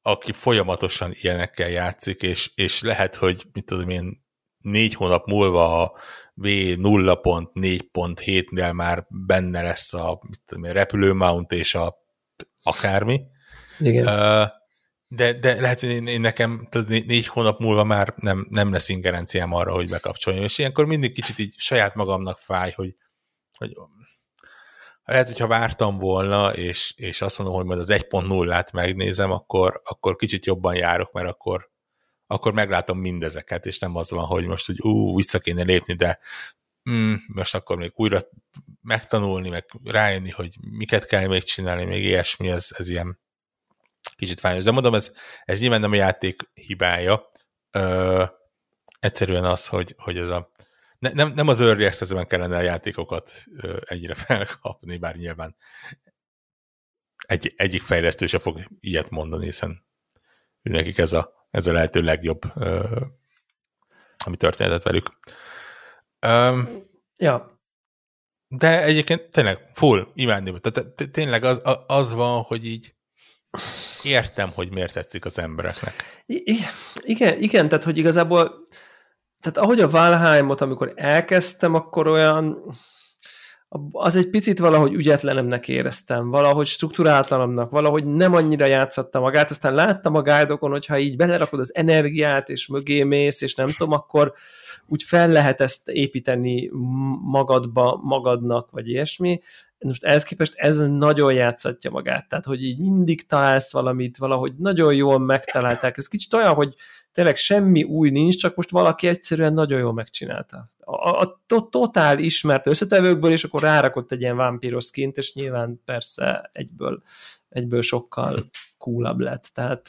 aki folyamatosan ilyenekkel játszik, és, és lehet, hogy mit tudom én, négy hónap múlva a V nulla pont négy pont hétnél már benne lesz a mit tudom én, repülőmount és a akármi. Igen. Uh, de, de lehet, hogy én, én nekem tudod, négy hónap múlva már nem, nem lesz ingerenciám arra, hogy bekapcsoljam, és ilyenkor mindig kicsit így saját magamnak fáj, hogy, hogy lehet, hogyha vártam volna, és, és azt mondom, hogy majd az egy pont nullát megnézem, akkor, akkor kicsit jobban járok, mert akkor, akkor meglátom mindezeket, és nem az van, hogy most úgy ú, vissza kéne lépni, de mm, most akkor még újra megtanulni, meg rájönni, hogy miket kell még csinálni, még ilyesmi, ez, ez ilyen kicsit fájnos. De mondom, ez, ez nyilván nem a játék hibája, Ö, egyszerűen az, hogy, hogy ez a ne, nem, nem az early access-ben kellene a játékokat ö, egyre felkapni, bár nyilván egy, egyik fejlesztő se fog ilyet mondani, hiszen nekik ez a, ez a lehető legjobb, ö, ami történhetett velük. Ö, ja. De egyébként tényleg full, imádni. Tehát tényleg az, az van, hogy így értem, hogy miért tetszik az embereknek. I- igen, igen, tehát hogy igazából tehát ahogy a Valheimot, amikor elkezdtem, akkor olyan az egy picit valahogy ügyetlenemnek éreztem, valahogy struktúrátlanabbnak, valahogy nem annyira játszatta magát, aztán láttam a guide-okon, hogyha így belerakod az energiát, és mögé mész, és nem tudom, akkor úgy fel lehet ezt építeni magadba, magadnak, vagy ilyesmi. Most ehhez képest ez nagyon játszatja magát, tehát hogy így mindig találsz valamit, valahogy nagyon jól megtalálták. Ez kicsit olyan, hogy tényleg semmi új nincs, csak most valaki egyszerűen nagyon jól megcsinálta. A, a to- totál ismert összetevőkből, és akkor rárakott egy ilyen vámpíros skint, és nyilván persze egyből, egyből sokkal coolabb lett. Tehát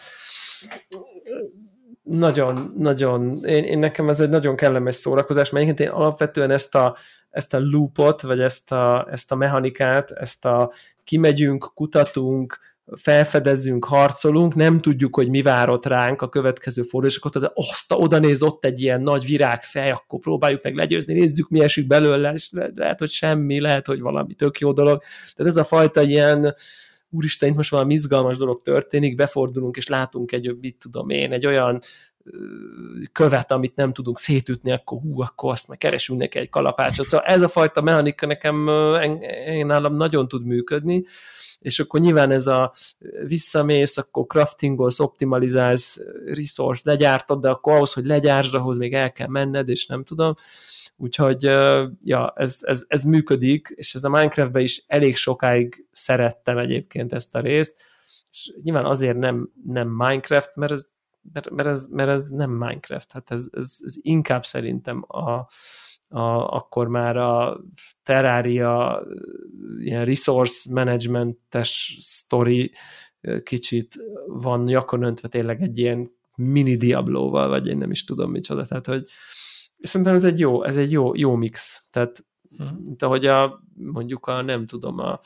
nagyon, nagyon, én, én nekem ez egy nagyon kellemes szórakozás, mert én alapvetően ezt a, ezt a loopot, vagy ezt a, ezt a mechanikát, ezt a kimegyünk, kutatunk, felfedezzünk, harcolunk, nem tudjuk, hogy mi vár ott ránk a következő forduló, és akkor de azt, oda néz ott egy ilyen nagy virágfej, akkor próbáljuk meg legyőzni, nézzük, mi esik belőle, és lehet, hogy semmi, lehet, hogy valami tök jó dolog. Tehát ez a fajta ilyen, úristen, itt most valami izgalmas dolog történik, befordulunk, és látunk egy, mit tudom én, egy olyan követ, amit nem tudunk szétütni, akkor hú, akkor azt meg keresünk neki egy kalapácsot. Szóval ez a fajta mechanika nekem én nálam nagyon tud működni, és akkor nyilván ez a visszamész, akkor craftingolsz, optimalizálsz, resource legyártod, de akkor ahhoz, hogy legyártsd, ahhoz még el kell menned, és nem tudom. Úgyhogy ja, ez, ez, ez működik, és ez a Minecraftben is elég sokáig szerettem egyébként ezt a részt, és nyilván azért nem, nem Minecraft, mert ez, mert, mert, ez, mert ez nem Minecraft, hát ez, ez, ez inkább szerintem a, a, akkor már a Terraria ilyen resource managementes sztori kicsit van nyakon öntve tényleg egy ilyen mini Diablóval, vagy én nem is tudom micsoda, tehát hogy szerintem ez egy jó, ez egy jó, jó mix, tehát hmm. mint ahogy a, mondjuk a, nem tudom, a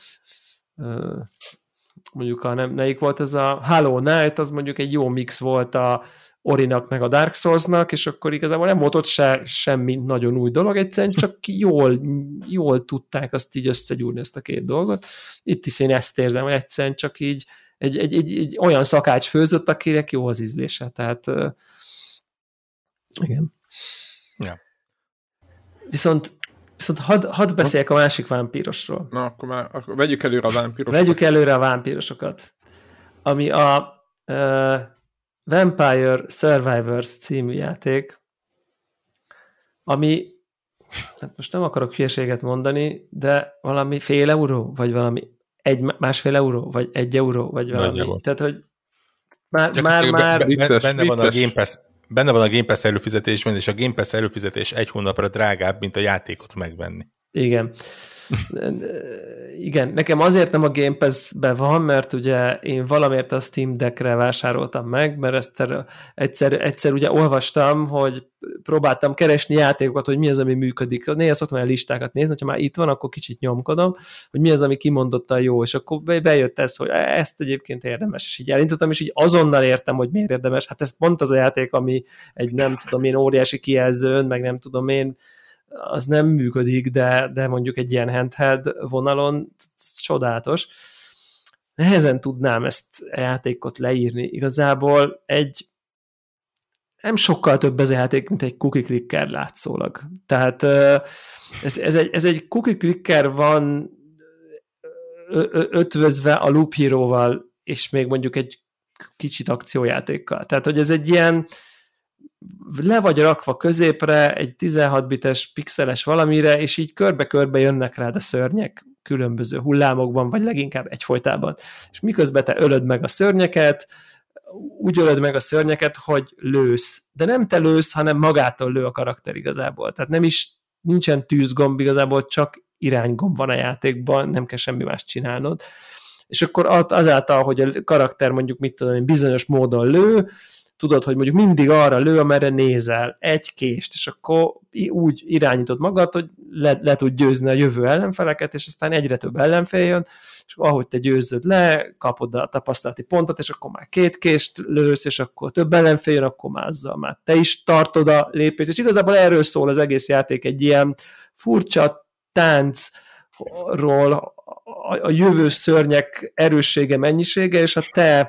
mondjuk a, nem, melyik volt ez a Hollow Knight, az mondjuk egy jó mix volt a Orinak meg a Dark Souls-nak, és akkor igazából nem volt ott se, semmi nagyon új dolog, egyszerűen csak jól, jól tudták azt így összegyúrni ezt a két dolgot. Itt is én ezt érzem, hogy egyszerűen csak így egy, egy, egy, egy olyan szakács főzött, akinek jó az ízlése, tehát uh, igen. Ja. Viszont, viszont hadd had beszéljek a másik vámpírosról. Na, akkor már akkor vegyük előre a vámpírosokat. Vegyük előre a vámpírosokat. Ami a uh, Vampire Survivors című játék, ami, hát most nem akarok hülyeséget mondani, de valami fél euró, vagy valami egy, másfél euró, vagy egy euró, vagy valami. Nagyjából. Tehát, hogy már... már, már be, be, vicces, benne, vicces. Van a Game Pass, benne van a Game Pass előfizetésben, és a Game Pass előfizetés egy hónapra drágább, mint a játékot megvenni. Igen. Igen, nekem azért nem a Game Pass-be van, mert ugye én valamiért a Steam Deckre vásároltam meg, mert egyszer, egyszer, egyszer ugye olvastam, hogy próbáltam keresni játékokat, hogy mi az, ami működik. Néha szoktam el listákat nézni, ha már itt van, akkor kicsit nyomkodom, hogy mi az, ami kimondottan jó, és akkor bejött ez, hogy ezt egyébként érdemes, és így elindítottam, és így azonnal értem, hogy miért érdemes. Hát ez pont az a játék, ami egy nem tudom én óriási kijelzőn, meg nem tudom én, az nem működik, de, de mondjuk egy ilyen handheld vonalon csodálatos. nehezen tudnám ezt a játékot leírni. Igazából egy nem sokkal több ez a játék, mint egy cookie clicker látszólag. Tehát ez, ez, egy, ez egy cookie clicker van ötvözve a Loop Hero-val, és még mondjuk egy kicsit akciójátékkal. Tehát, hogy ez egy ilyen le vagy rakva középre, egy tizenhat bites pixeles valamire, és így körbe-körbe jönnek rád a szörnyek különböző hullámokban, vagy leginkább egyfolytában. És miközben te ölöd meg a szörnyeket, úgy ölöd meg a szörnyeket, hogy lősz. De nem te lősz, hanem magától lő a karakter igazából. Tehát nem is, nincsen tűzgomb igazából, csak iránygomb van a játékban, nem kell semmi más csinálnod. És akkor azáltal, hogy a karakter mondjuk mit tudom, bizonyos módon lő, tudod, hogy mondjuk mindig arra lő, amerre nézel, egy kést, és akkor úgy irányítod magad, hogy le, le tud győzni a jövő ellenfeleket, és aztán egyre több ellenfél jön, és ahogy te győzöd le, kapod a tapasztalati pontot, és akkor már két kést lősz, és akkor több ellenfél jön, akkor már azzal már te is tartod a lépést, és igazából erről szól az egész játék, egy ilyen furcsa táncról a, a jövő szörnyek erőssége, mennyisége, és a te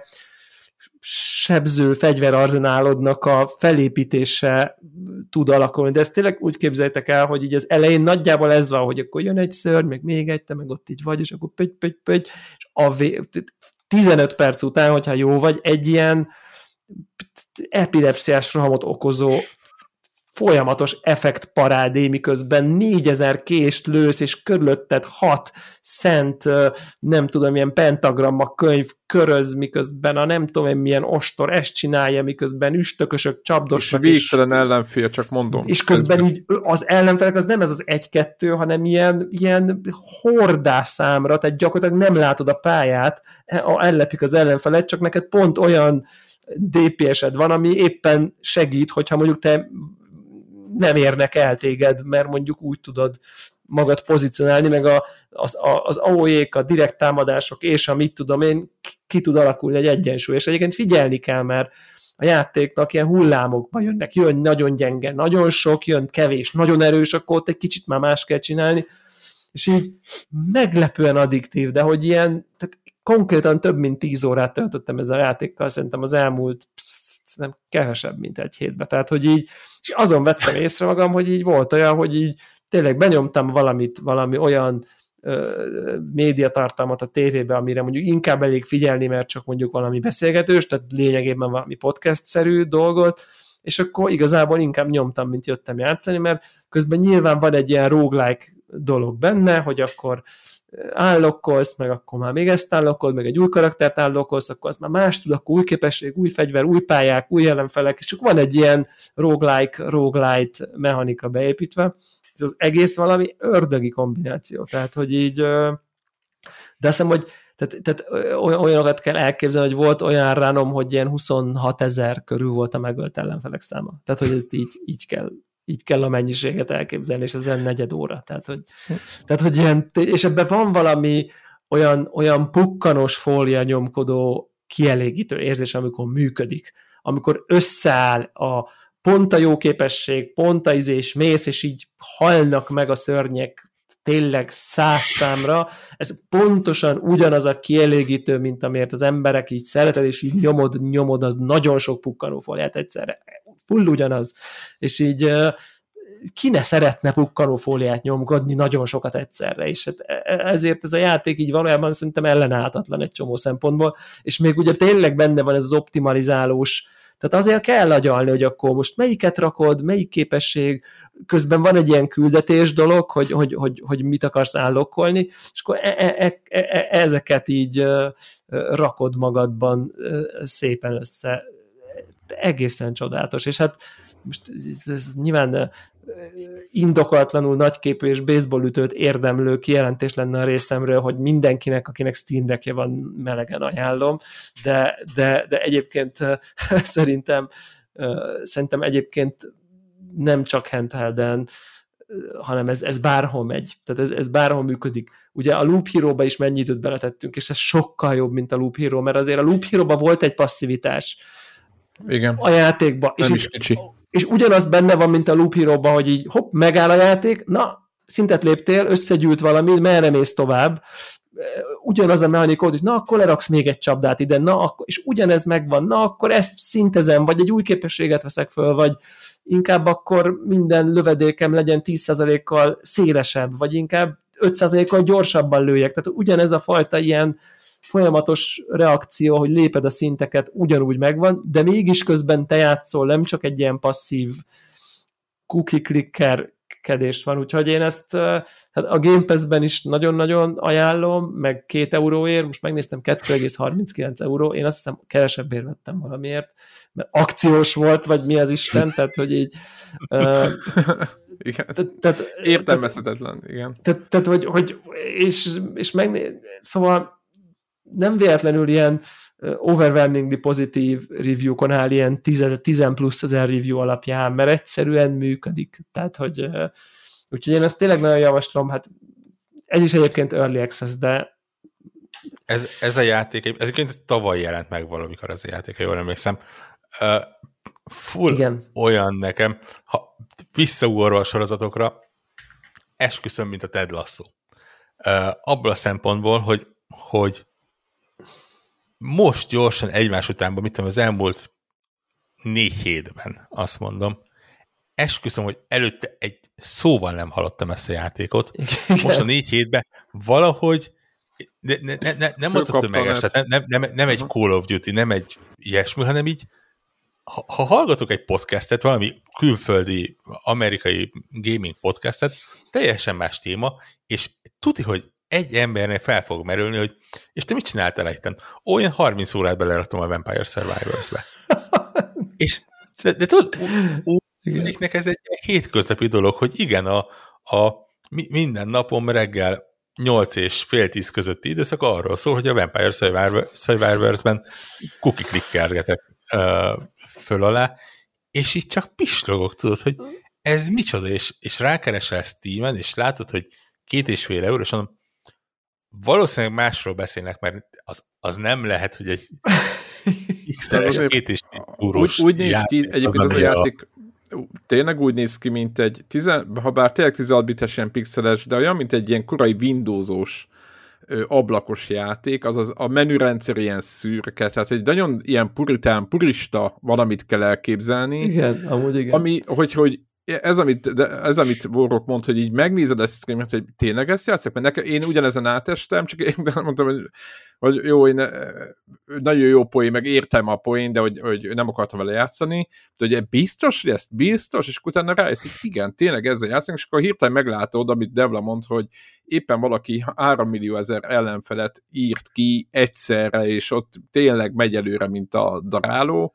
sebző fegyverarzenálodnak a felépítése tud alakulni. De ezt tényleg úgy képzeljétek el, hogy így az elején nagyjából ez van, hogy akkor jön egy szörny, meg még egy, te meg ott így vagy, és akkor pöty, pöty, pöty, és a vé... tizenöt perc után, hogyha jó vagy, egy ilyen epilepsziás rohamot okozó folyamatos effektparádé, miközben négyezer kést lősz, és körülötted hat szent, nem tudom, milyen pentagramma könyv köröz, miközben a nem tudom, milyen ostor ezt csinálja, miközben üstökösök csapdosnak. És végtelen ellenfél, csak mondom. És közben így az ellenfelek az nem ez az egy-kettő, hanem ilyen, ilyen hordászámra, tehát gyakorlatilag nem látod a pályát, ellepik az ellenfelet, csak neked pont olyan dé pé es-ed van, ami éppen segít, hogyha mondjuk te nem érnek el téged, mert mondjuk úgy tudod magad pozícionálni, meg a, az, a, az á o é-k, a direkt támadások, és a mit tudom én, ki tud alakulni egy egyensúly. És egyébként figyelni kell, mert a játéknak ilyen hullámokban jönnek, jön nagyon gyenge, nagyon sok, jön kevés, nagyon erős, akkor ott egy kicsit már más kell csinálni, és így meglepően addiktív, de hogy ilyen, tehát konkrétan több mint tíz órát töltöttem ezzel a játékkal, szerintem az elmúlt nem kevesebb, mint egy hétben. Tehát, hogy így, és azon vettem észre magam, hogy így volt olyan, hogy így tényleg benyomtam valamit, valami olyan ö, médiatartalmat a tévébe, amire mondjuk inkább elég figyelni, mert csak mondjuk valami beszélgetős, tehát lényegében valami podcast-szerű dolgot, és akkor igazából inkább nyomtam, mint jöttem játszani, mert közben nyilván van egy ilyen roguelike dolog benne, hogy akkor állokkolsz, meg akkor már még ezt állokkolsz, meg egy új karaktert állokkolsz, akkor az már más tud, akkor új képesség, új fegyver, új pályák, új ellenfelek, és csak van egy ilyen roguelike, roguelite mechanika beépítve, és az egész valami ördögi kombináció, tehát, hogy így, de azt hiszem, hogy tehát, tehát olyanokat kell elképzelni, hogy volt olyan ránom, hogy ilyen huszonhat ezer körül volt a megölt ellenfelek száma. Tehát, hogy ezt így, így kell így kell a mennyiséget elképzelni, és ez egy negyed óra. Tehát, hogy, tehát, hogy ilyen, és ebben van valami olyan, olyan pukkanos fólia nyomkodó kielégítő érzés, amikor működik, amikor összeáll a pont a jó képesség, pont a izés, mész, és így halnak meg a szörnyek tényleg száz számra, ez pontosan ugyanaz a kielégítő, mint amiért az emberek így szereted, és így nyomod, nyomod az nagyon sok pukkanófóliát egyszerre. Full ugyanaz. És így ki ne szeretne pukkanófóliát nyomkodni nagyon sokat egyszerre, és hát ezért ez a játék így valójában szerintem ellenállhatatlan egy csomó szempontból, és még ugye tényleg benne van ez az optimalizálós, tehát azért kell agyalni, hogy akkor most melyiket rakod, melyik képesség, közben van egy ilyen küldetés dolog, hogy, hogy, hogy, hogy mit akarsz állokkolni, és akkor e, e, e, ezeket így rakod magadban szépen össze. Egészen csodálatos, és hát most ez, ez nyilván indokolatlanul nagyképű és baseballütőt érdemlő kijelentés lenne a részemről, hogy mindenkinek, akinek Steam Deckje van, melegen ajánlom, de, de, de egyébként szerintem szerintem egyébként nem csak handhelden, hanem ez, ez bárhol megy. Tehát ez, ez bárhol működik. Ugye a Loop Hero-ba is mennyi időt beletettünk, és ez sokkal jobb, mint a Loop Hero, mert azért a Loop Hero-ba volt egy passzivitás, igen. A játékba. Nem és, is kicsi. És ugyanaz benne van, mint a Loop Hero-ban, hogy így hopp, megáll a játék, na, szintet léptél, összegyűlt valami, merre mész tovább, ugyanaz a mechanikód, hogy na, akkor leraksz még egy csapdát ide, na, akkor, és ugyanez megvan, na, akkor ezt szintezem, vagy egy új képességet veszek föl, vagy inkább akkor minden lövedékem legyen tíz százalékkal szélesebb, vagy inkább öt százalékkal gyorsabban lőjek. Tehát ugyanez a fajta ilyen folyamatos reakció, hogy léped a szinteket, ugyanúgy megvan, de mégis közben te játszol, nem csak egy ilyen passzív cookie-clickerkedés van, úgyhogy én ezt hát a Game Pass-ben is nagyon-nagyon ajánlom, meg két euróért, most megnéztem kettő egész harminckilenc euró, én azt hiszem kevesebbért vettem valamiért, mert akciós volt, vagy mi az Isten, tehát hogy így uh, igen. Tehát, tehát, értelmezhetetlen, igen. Tehát, tehát hogy, hogy és, és megné... szóval nem véletlenül ilyen overwhelmingly pozitív review-kon áll ilyen tíz plusz ezer review alapján, mert egyszerűen működik. Tehát, hogy úgyhogy én ezt tényleg nagyon javaslom, hát ez is egyébként early access, de ez, ez a játék, ez egyébként tavaly jelent meg valamikor ez a játék, ha jól emlékszem. Uh, full igen. Olyan nekem, ha visszaugorva a sorozatokra, esküszöm, mint a Ted Lasso. Uh, abból a szempontból, hogy, hogy most gyorsan egymás utánban, mit tudom, az elmúlt négy hétben, azt mondom, esküszöm, hogy előtte egy szóval nem hallottam ezt a játékot. Igen. Most a négy hétben valahogy ne, ne, ne, ne, nem az a tömeges, nem, nem, nem, nem egy Call of Duty, nem egy ilyesmi, hanem így ha, ha hallgatok egy podcastet, valami külföldi, amerikai gaming podcastet, teljesen más téma, és tuti, hogy egy embernek fel fog merülni, hogy és te mit csináltál egyten? Olyan harminc órát beleraktam a Vampire Survivors-be. és de, de tudod, úgynek ez egy hétköznapi dolog, hogy igen, a, a minden napom reggel nyolc és fél tíz közötti időszak arról szól, hogy a Vampire Survivors-ben cookie-klikkelgetek uh, föl alá, és így csak pislogok, tudod, hogy ez micsoda, és, és rákeresel Steamen, és látod, hogy két és fél eurós, mondom, valószínűleg másról beszélnek, mert az, az nem lehet, hogy egy x-es két és fél eurós úgy, úgy néz ki, egyébként az a játék tényleg úgy néz ki, mint egy, tizen, ha bár tényleg tizenhat bites ilyen pixeles, de olyan, mint egy ilyen korai Windowsos ö, ablakos játék, azaz a menürendszer ilyen szürke, tehát egy nagyon ilyen puritán, purista valamit kell elképzelni. Igen, amúgy igen. Ami, hogy, hogy ez, amit, de ez, amit Warrock mond, hogy így megnézed ezt a streamet, hogy tényleg ezt játszok, mert nekem, én ugyanezen átestem, csak én mondtam, hogy, hogy jó, én nagyon jó poén, meg értem a poén, de hogy, hogy nem akartam vele játszani, de hogy biztos, hogy ezt biztos, és utána rájössz, hogy igen, tényleg ezzel játszunk, és akkor hirtelen meglátod, amit Devla mond, hogy éppen valaki három millió ezer ellenfelet írt ki egyszerre, és ott tényleg megy előre, mint a daráló,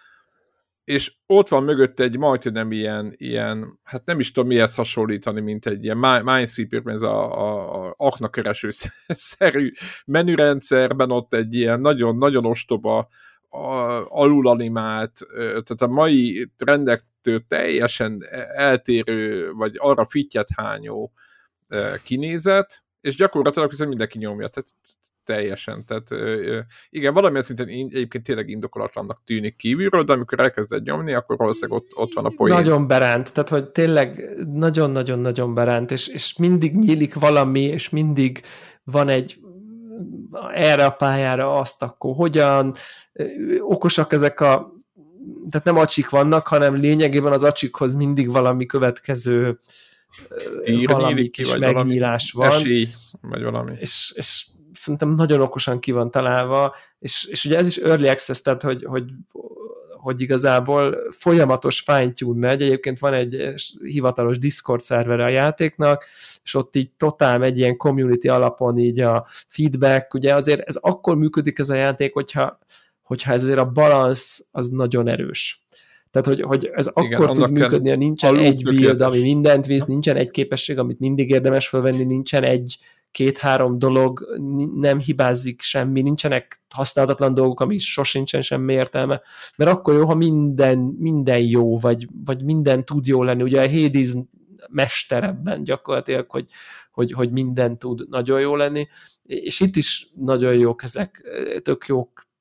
és ott van mögött egy majdnem ilyen, ilyen, hát nem is tudom mihez hasonlítani, mint egy ilyen Minesweeper, ez a, a, a aknakereső-szerű menürendszerben ott egy ilyen nagyon-nagyon ostoba, alulanimált, tehát a mai trendektől teljesen eltérő, vagy arra fittyet hányó kinézet, és gyakorlatilag viszont mindenki nyomja, tehát teljesen, tehát igen, valamilyen szinten egyébként tényleg indokolatlannak tűnik kívülről, de amikor elkezded nyomni, akkor valószínűleg ott, ott van a poén. Nagyon beránt, tehát hogy tényleg nagyon-nagyon-nagyon beránt, és, és mindig nyílik valami, és mindig van egy erre a pályára azt, akkor hogyan, okosak ezek a, tehát nem acsik vannak, hanem lényegében az acsikhoz mindig valami következő Tír, valami kis vagy megnyílás valami van. Esély, vagy valami. És, és szerintem nagyon okosan ki van találva, és, és ugye ez is early access, tehát hogy, hogy, hogy igazából folyamatos fine-tune megy, egyébként van egy hivatalos Discord szervere a játéknak, és ott így totál egy ilyen community alapon így a feedback, ugye azért ez akkor működik ez a játék, hogyha, hogyha ez azért a balansz az nagyon erős. Tehát, hogy, hogy ez igen, akkor tud működni, ha nincsen egy build, tökéletes, ami mindent visz, nincsen egy képesség, amit mindig érdemes felvenni, nincsen egy két-három dolog, nem hibázik semmi, nincsenek használhatatlan dolgok, ami sosincsen semmi értelme, mert akkor jó, ha minden, minden jó, vagy, vagy minden tud jó lenni. Ugye a Hades mester ebben gyakorlatilag, hogy, hogy, hogy minden tud nagyon jó lenni, és itt is nagyon jók ezek, tök jók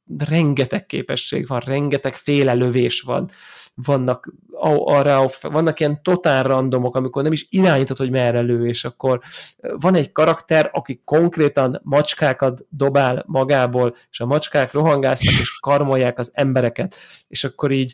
rengeteg képesség van, rengeteg féle lövés van, vannak arra, vannak ilyen totál randomok, amikor nem is irányítod, hogy merre lő, és akkor van egy karakter, aki konkrétan macskákat dobál magából, és a macskák rohangásznak, és karmolják az embereket, és akkor így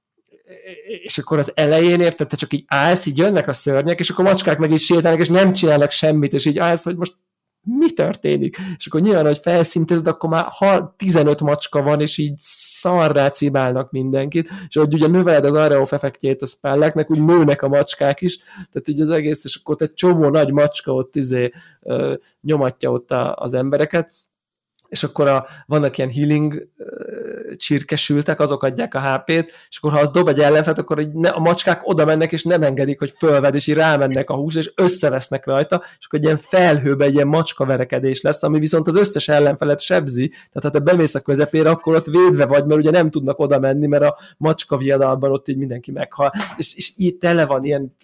és akkor az elején érted, te csak így állsz, így jönnek a szörnyek, és akkor a macskák meg így sétálnak, és nem csinálnak semmit, és így állsz, hogy most mi történik? És akkor nyilván, hogy felszintezed, akkor már tizenöt macska van, és így szarrá cibálnak mindenkit, és hogy ugye növeled az Areof effektjét a spelleknek, úgy nőnek a macskák is, tehát így az egész, és akkor egy csomó nagy macska ott izé, ö, nyomatja ott a, az embereket, és akkor a, vannak ilyen healing uh, csirkesültek, azok adják a há pét, és akkor ha az dob egy ellenfelt, akkor így ne, a macskák oda mennek, és nem engedik, hogy fölved, és így rámennek a hús, és összevesznek rajta, és akkor egy ilyen felhőben egy ilyen macska verekedés lesz, ami viszont az összes ellenfelet sebzi, tehát ha te bemész a közepére, akkor ott védve vagy, mert ugye nem tudnak oda menni, mert a macska viadalban ott így mindenki meghal, és, és így tele van ilyen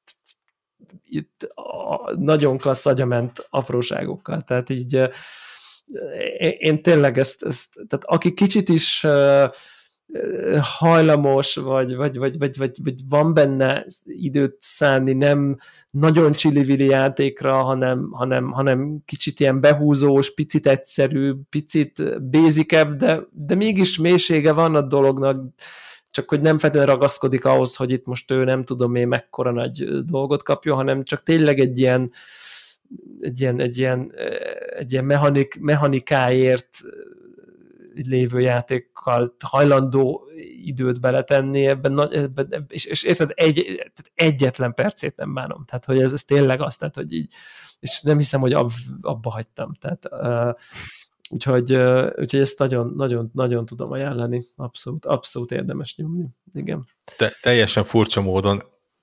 itt a, nagyon klassz agyament apróságokkal, tehát így én tényleg ezt, ezt tehát aki kicsit is uh, hajlamos, vagy, vagy, vagy, vagy, vagy, vagy van benne időt szánni, nem nagyon csili-vili játékra, hanem, hanem, hanem kicsit ilyen behúzós, picit egyszerű, picit basicebb, de, de mégis mélysége van a dolognak, csak hogy nem feltétlenül ragaszkodik ahhoz, hogy itt most ő nem tudom én mekkora nagy dolgot kapja, hanem csak tényleg egy ilyen egy ilyen, egy ilyen, egy ilyen mechanik, mechanikáért lévő játékkal hajlandó időt beletenni ebben, ebben és, és érted, egy, egyetlen percét nem bánom, tehát hogy ez, ez tényleg az, tehát hogy így, és nem hiszem, hogy ab, abba hagytam, tehát uh, úgyhogy, uh, úgyhogy ezt nagyon, nagyon, nagyon tudom ajánlani, abszolút, abszolút érdemes nyomni, igen. Te, teljesen furcsa módon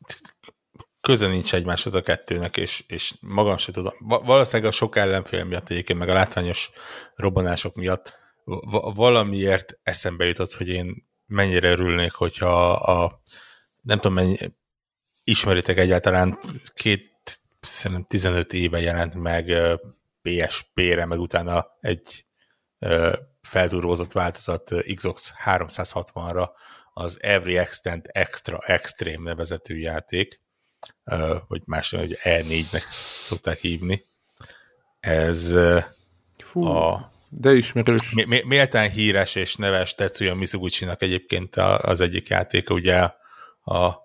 köze nincs egymáshoz a kettőnek, és, és magam sem tudom. Valószínűleg a sok ellenfél miatt egyébként, meg a látványos robbanások miatt valamiért eszembe jutott, hogy én mennyire örülnék, hogyha a, nem tudom, mennyi, ismeritek egyáltalán, két, szerintem tizenöt éve jelent meg pé es pére, meg utána egy feldurvózott változat Xbox háromszázhatvanra az Every Extent Extra Extreme nevezetű játék, vagy más, hogy E négynek szokták hívni. Ez Fú, a de ismerős. Mé- méltán híres és neves Tetsuya Mizuguchi-nak egyébként az egyik játéka, ugye a, a, a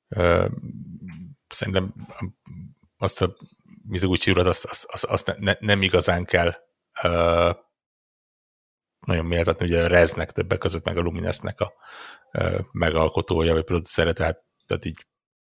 szerintem azt a Mizuguchi urat azt, azt, azt, azt ne, nem igazán kell uh, nagyon méltatni, ugye a Reznek többek között, meg a Luminesnek a uh, megalkotója, vagy producere, tehát, tehát így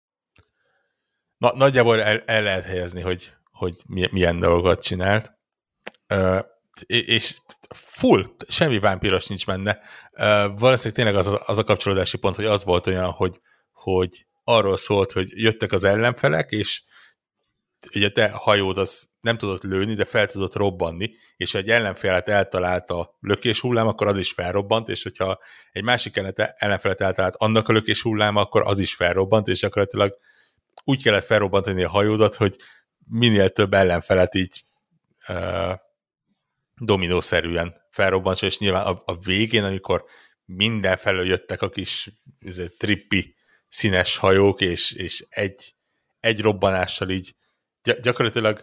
Na, nagyjából el, el lehet helyezni, hogy, hogy milyen dolgokat csinált. Uh, és full, semmi vámpíros nincs benne. Uh, valószínűleg tényleg az a, az a kapcsolódási pont, hogy az volt olyan, hogy, hogy arról szólt, hogy jöttek az ellenfelek, és ugye te hajód az nem tudott lőni, de fel tudott robbanni, és ha egy ellenfelet eltalált a lökés hullám, akkor az is felrobbant, és hogyha egy másik ellenfelet eltalált annak a lökés hulláma, akkor az is felrobbant, és gyakorlatilag úgy kellett felrobbantani a hajódat, hogy minél több ellenfelet így uh, dominószerűen felrobbants, és nyilván a, a végén, amikor mindenfelől jöttek a kis trippi színes hajók, és, és egy, egy robbanással így gyakorlatilag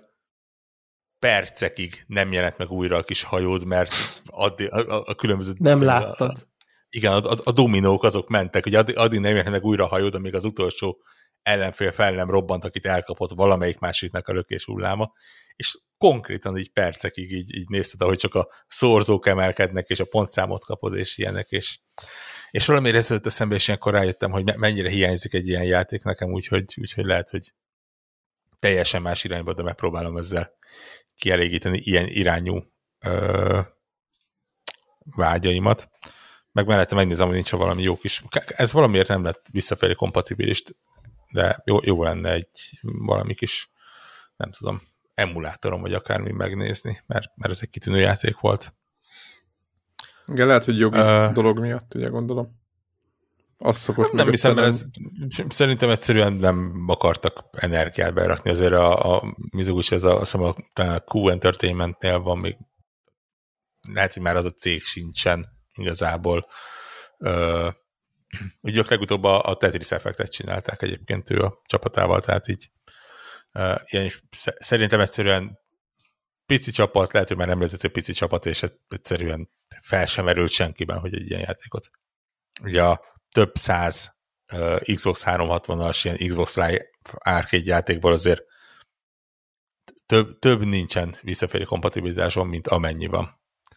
percekig nem jelent meg újra a kis hajód, mert addig, a, a, a különböző... Nem láttad. A, igen, a, a, a dominók azok mentek, hogy addig, addig nem jelent meg újra a hajód, amíg az utolsó ellenfél fel nem robbant, akit elkapott valamelyik másiknak a lökés hulláma, és konkrétan így percekig így, így nézted, ahogy csak a szorzók emelkednek, és a pontszámot kapod, és ilyenek, és, és valamire ezelőtt eszembe, és ilyenkor rájöttem, hogy mennyire hiányzik egy ilyen játék nekem, úgyhogy, úgyhogy lehet, hogy teljesen más irányba, de megpróbálom ezzel kielégíteni ilyen irányú ö, vágyaimat. Meg mellette megnézem, hogy nincs valami jó kis... Ez valamiért nem lett visszafelé kompatibilis, de jó, jó lenne egy valami kis, nem tudom, emulátorom, vagy akármi megnézni, mert, mert ez egy kitűnő játék volt. Igen, lehet, hogy jogi uh, dolog miatt, ugye gondolom. Azt szokott nem hiszem, mert ez, szerintem egyszerűen nem akartak energiát berakni, azért a, a Mizuguchi, ez a, azt hiszem, a, talán a Q Entertainmentnél van még, lehet, hogy már az a cég sincsen, igazából. Ö, ugye ők legutóbb a, a Tetris Effectet csinálták egyébként ő a csapatával, tehát így ö, ilyen is szerintem egyszerűen pici csapat, lehet, hogy már nem lehet, hogy pici csapat, és egyszerűen fel sem merült senkiben, hogy egy ilyen játékot. Ugye a több száz uh, Xbox háromszázhatvanas ilyen Xbox Live Arcade játékból azért több, több nincsen visszafelé kompatibilitáson, mint amennyi van.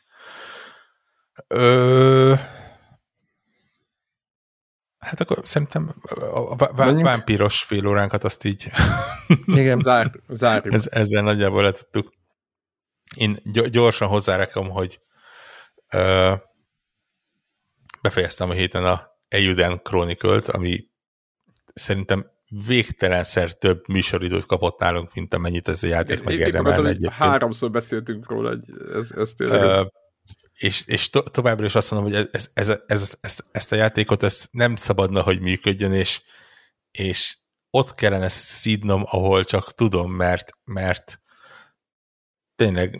Ö... Hát akkor szerintem a vámpíros fél óránkat azt így igen. Zár, zárjuk. Ez, ezzel nagyjából letudtuk. Én gyorsan hozzárakom, hogy ö, befejeztem a héten a Eiyuden Chronicle-t, ami szerintem végtelenszer több műsoridőt kapott nálunk, mint amennyit ez a játék megérdemel egyébként. Háromszor beszéltünk róla, hogy ez, ez tényleg... Ez... Uh, és és to- továbbra is azt mondom, hogy ez, ez, ez, ez, ezt, ezt a játékot ez nem szabadna, hogy működjön, és, és ott kellene szídnom, ahol csak tudom, mert, mert tényleg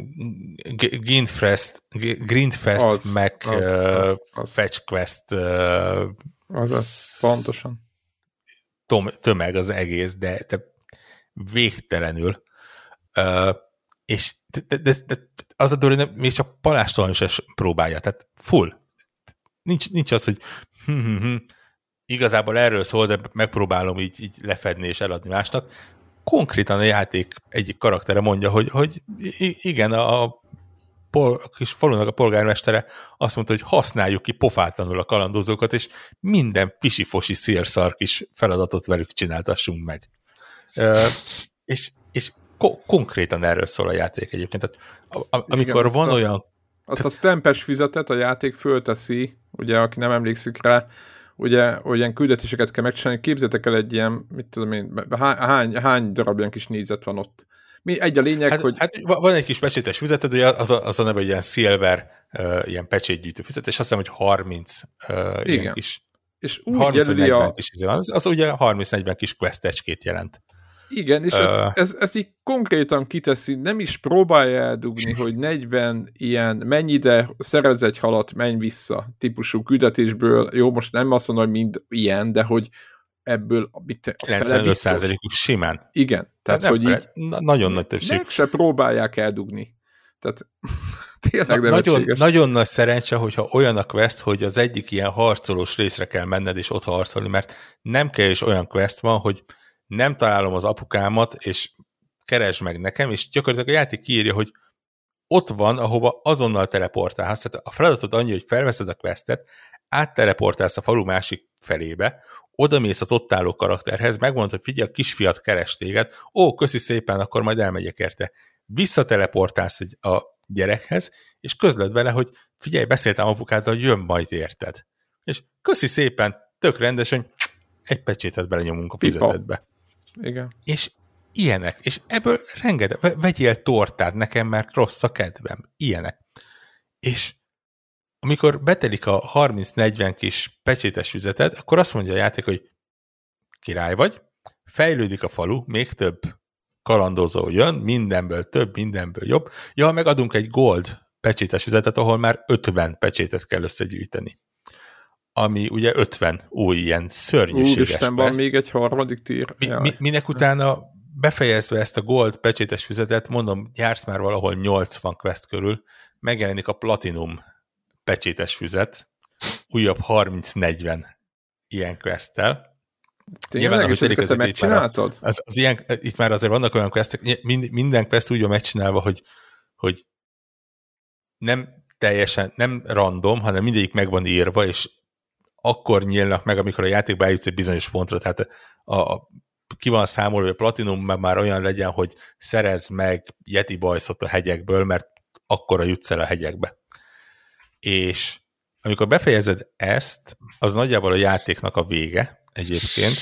Grindfest, Grindfest az, meg az, az, az. Fetch Quest uh, az, az pontosan tom, tömeg az egész, de, de végtelenül. Uh, és de, de, de, de az a dolog, még csak palástalan is próbálja, tehát full. Nincs, nincs az, hogy hm, hm, hm, igazából erről szól, de megpróbálom így, így lefedni és eladni másnak. Konkrétan a játék egyik karaktere mondja, hogy, hogy igen, a, a, pol, a kis falunak a polgármestere azt mondta, hogy használjuk ki pofátlanul a kalandozókat, és minden fisi-fosi szélszar kis feladatot velük csináltassunk meg. Uh, és, és ko- konkrétan erről szól a játék egyébként. Tehát, a, a, amikor igen, van azt olyan... A, azt a stampes fizetet a játék fölteszi, ugye, aki nem emlékszik rá, ugye, hogy ilyen küldetéseket kell megcsinálni, képzeljétek el egy ilyen, mit tudom én, hány, hány darab ilyen kis négyzet van ott. Mi egy a lényeg, hát, hogy... Hát van egy kis pecsétes füzeted, ugye az a, az a neve, hogy ilyen silver, uh, ilyen pecsétgyűjtő füzet, és azt hiszem, hogy harminc uh, ilyen kis... És úgy jelöli a... Kis izé van. Az, az ugye harminc-negyven kis quest-ecskét jelent. Igen, és uh, ez, ez, ez így konkrétan kiteszi, nem is próbálja eldugni, hogy negyven ilyen, menj ide, szerez egy halat, menj vissza típusú küldetésből, jó, most nem azt mondom, hogy mind ilyen, de hogy ebből a kilencvenöt százalékos simán. Igen, tehát, tehát hogy fele, így na, nagyon nagy többség. Meg se próbálják eldugni. Tehát tényleg na, nagyon, nagyon nagy szerencse, hogyha olyan a quest, hogy az egyik ilyen harcolós részre kell menned, és ott harcolni, mert nem kell, és olyan quest van, hogy nem találom az apukámat, és keresd meg nekem, és gyakorlatilag a játék kiírja, hogy ott van, ahova azonnal teleportálsz. Tehát a feladatod annyi, hogy felveszed a questet, átteleportálsz a falu másik felébe, odamész az ott álló karakterhez, megmondod, hogy figyelj, a kisfiat keres téged, ó, köszi szépen, akkor majd elmegyek érte. Visszateleportálsz a gyerekhez, és közlöd vele, hogy figyelj, beszéltem apukáddal, hogy jön majd érted. És köszi szépen, tök rendes, hogy egy pecsétet belenyomunk a fizetedbe. Igen. És ilyenek. És ebből rengeteg, vegyél tortát nekem, mert rossz a kedvem. Ilyenek. És amikor betelik a harminc-negyven kis pecsétes füzetet, akkor azt mondja a játék, hogy király vagy, fejlődik a falu, még több kalandozó jön, mindenből több, mindenből jobb. Ja, meg adunk egy gold pecsétes füzetet, ahol már ötven pecsétet kell összegyűjteni. Ami ugye ötven új ilyen szörnyűséges. Úristen, van még egy harmadik tír. Mi, mi, minek utána befejezve ezt a gold pecsétes füzetet, mondom, jársz már valahol nyolcvan quest körül, megjelenik a platinum pecsétes füzet, újabb harminc-negyven ilyen questtel. Tényleg, és ezeket te megcsináltad? Az, az ilyen, itt már azért vannak olyan questek, minden quest úgy van megcsinálva, hogy, hogy nem teljesen, nem random, hanem mindegyik meg van írva, és akkor nyílnak meg, amikor a játékba eljutsz egy bizonyos pontra, tehát a, a, ki van számolva, hogy a platinum már olyan legyen, hogy szerez meg yeti bajszot a hegyekből, mert akkora jutsz el a hegyekbe. És amikor befejezed ezt, az nagyjából a játéknak a vége egyébként,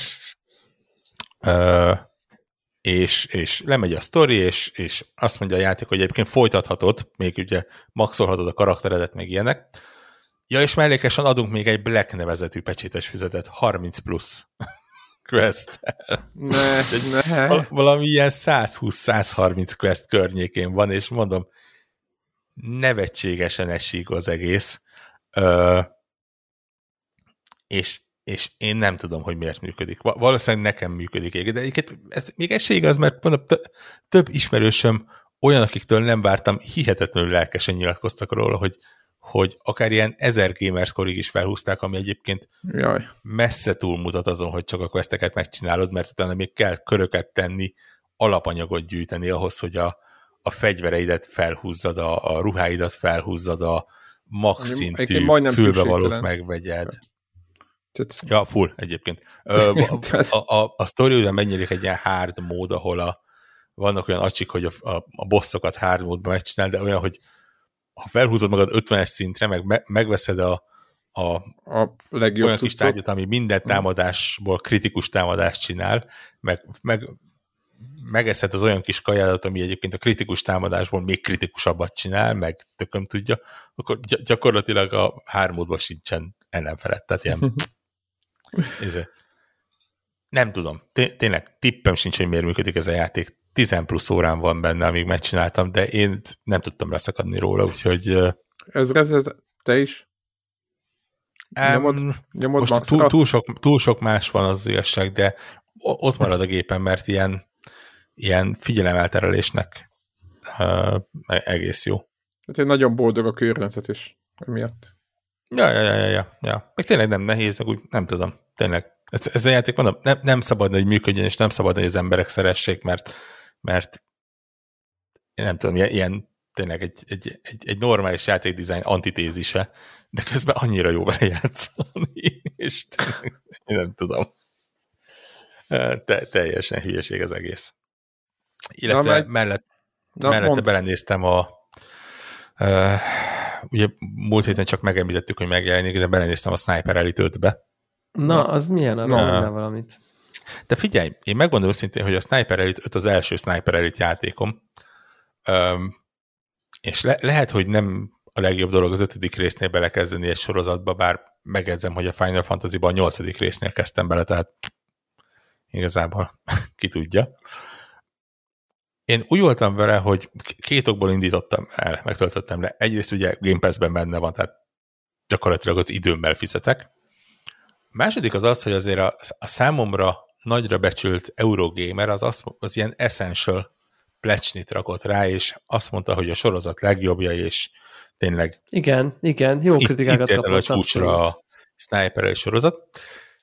uh, és, és lemegy a sztori, és, és azt mondja a játék, hogy egyébként folytathatod, még ugye maxolhatod a karakteredet, meg ilyenek. Ja, és mellékesen adunk még egy Black nevezetű pecsétes füzetet, harminc plusz quest-tel. Ne, ne. Valami ilyen százhúsz-százharminc quest környékén van, és mondom, nevetségesen esik az egész. Ö, és, és én nem tudom, hogy miért működik. Valószínűleg nekem működik, de egyébként ez még ez se igaz, mert mondom, több ismerősöm olyan, akiktől nem vártam, hihetetlenül lelkesen nyilatkoztak róla, hogy, hogy akár ilyen ezer gamerskorig is felhúzták, ami egyébként Jaj. messze túlmutat azon, hogy csak a questeket megcsinálod, mert utána még kell köröket tenni, alapanyagot gyűjteni ahhoz, hogy a, a fegyvereidet felhúzzad, a, a ruháidat felhúzzad, a max szintű fülbevalót megvegyed. Ja, full egyébként. A, a, a, a sztori után megnyílik egy ilyen hard mód, ahol a, vannak olyan acsik, hogy a, a, a bosszokat hard módban megcsinál, de olyan, hogy ha felhúzod magad ötvenes szintre, meg me, megveszed a, a, a legjobb olyan kis tárgyat, ami minden támadásból kritikus támadást csinál, meg, meg megeszed az olyan kis kajádat, ami egyébként a kritikus támadásból még kritikusabbat csinál, meg tököm tudja, akkor gyakorlatilag a hármódban sincsen ellenfeled. Tehát ilyen ez, nem tudom. Tényleg tippem sincs, hogy miért működik ez a játék. Tíz plusz órán van benne, amíg megcsináltam, de én nem tudtam leszakadni róla, úgyhogy... Ez rezed, te is? Nyomod, um, nyomod most túl, túl, sok, túl sok más van az igazság, de ott marad a gépen, mert ilyen, ilyen figyelemelterelésnek uh, egész jó. Hát én nagyon boldog a környezet is emiatt. Ja, ja, ja, ja, ja. Meg tényleg nem nehéz, meg úgy nem tudom. Tényleg. Ez, ez a játék, mondom, nem, nem szabadna, hogy működjön, és nem szabadna, hogy az emberek szeressék, mert, mert én nem tudom, ilyen tényleg egy, egy, egy, egy normális játékdizájn antitézise, de közben annyira jó vele játszani, és én nem tudom. Te, teljesen hülyeség az egész. Illetve na, meg... mellett, na, mellette mond. Belenéztem a uh, ugye múlt héten csak megemlítettük, hogy megjelenik, de belenéztem a Sniper Elite ötbe. Na, az milyen? Arra mondjál valamit. De figyelj, én megmondom őszintén, hogy a Sniper Elite öt az első Sniper Elite játékom, um, és le- lehet, hogy nem a legjobb dolog az ötödik résznél belekezdeni egy sorozatba, bár megedzem, hogy a Final Fantasy-ban a nyolcadik résznél kezdtem bele, tehát igazából ki tudja. Én úgy voltam vele, hogy két okból indítottam el, megtöltöttem le. Egyrészt ugye Game Pass-ben benne van, tehát gyakorlatilag az időmmel fizetek. A második az az, hogy azért a, a számomra nagyra becsült Eurogamer az, az, az ilyen essential plecsnit rakott rá, és azt mondta, hogy a sorozat legjobbja, és tényleg igen, igen, jó kritikákat kapott. Itt a csúcsra a Sniper sorozat.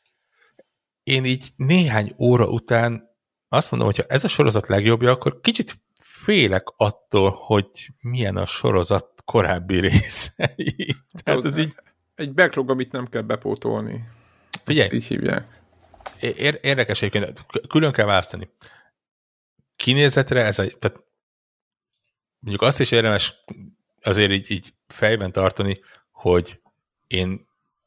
Én így néhány óra után azt mondom, hogyha ez a sorozat legjobbja, akkor kicsit félek attól, hogy milyen a sorozat korábbi részei. Tehát ez így... Egy backlog, amit nem kell bepótolni. Figyelj, ezt így hívják. Ér- érdekes egyébként, külön kell választani. Kinézetre ez a... Tehát mondjuk azt is érdemes azért így, így fejben tartani, hogy én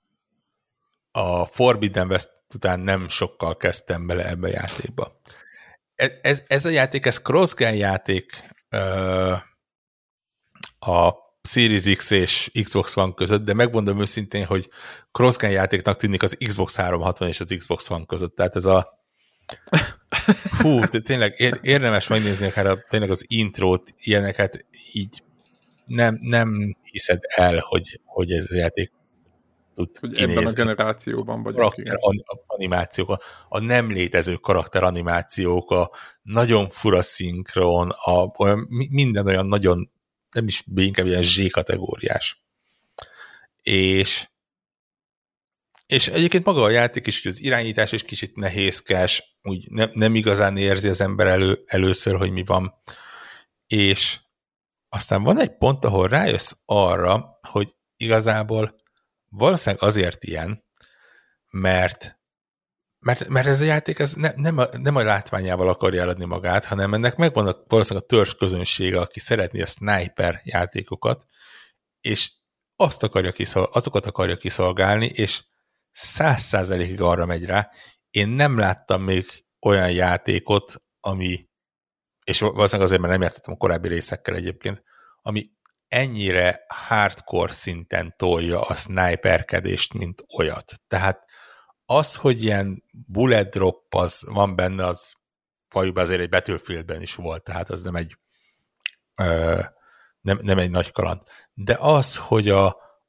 a Forbidden West után nem sokkal kezdtem bele ebbe a játékba. Ez, ez a játék, ez cross-gen játék uh, a Series X és Xbox One között, de megmondom őszintén, hogy cross-gen játéknak tűnik az Xbox háromszázhatvan és az Xbox One között. Tehát ez a fú, tényleg érdemes megnézni akár tényleg az intrót, ilyeneket így nem, nem hiszed el, hogy, hogy ez a játék tud hogy kinézni. Ebben a generációban vagyok. Karakter animációk, a, a nem létező karakteranimációk, a nagyon fura szinkron, a, olyan, minden olyan nagyon, nem is inkább ilyen Z-kategóriás. És és egyébként maga a játék is, hogy az irányítás is kicsit nehézkes, úgy nem, nem igazán érzi az ember elő, először, hogy mi van. És aztán van egy pont, ahol rájössz arra, hogy igazából valószínűleg azért ilyen, mert, mert, mert ez a játék ez ne, nem, a, nem a látványával akarja eladni magát, hanem ennek megvan a, valószínűleg a törzs közönsége, aki szeretné a sniper játékokat, és azt akarja kiszol, azokat akarja kiszolgálni, és száz százalékig arra megy rá. Én nem láttam még olyan játékot, ami, és valószínűleg azért, mert nem játszottam a korábbi részekkel egyébként, ami ennyire hardcore szinten tolja a sniperkedést, mint olyat. Tehát az, hogy ilyen bullet drop az van benne, az valójában azért egy Battlefieldben is volt, tehát az nem egy ö, nem, nem egy nagy kaland. De az, hogy a,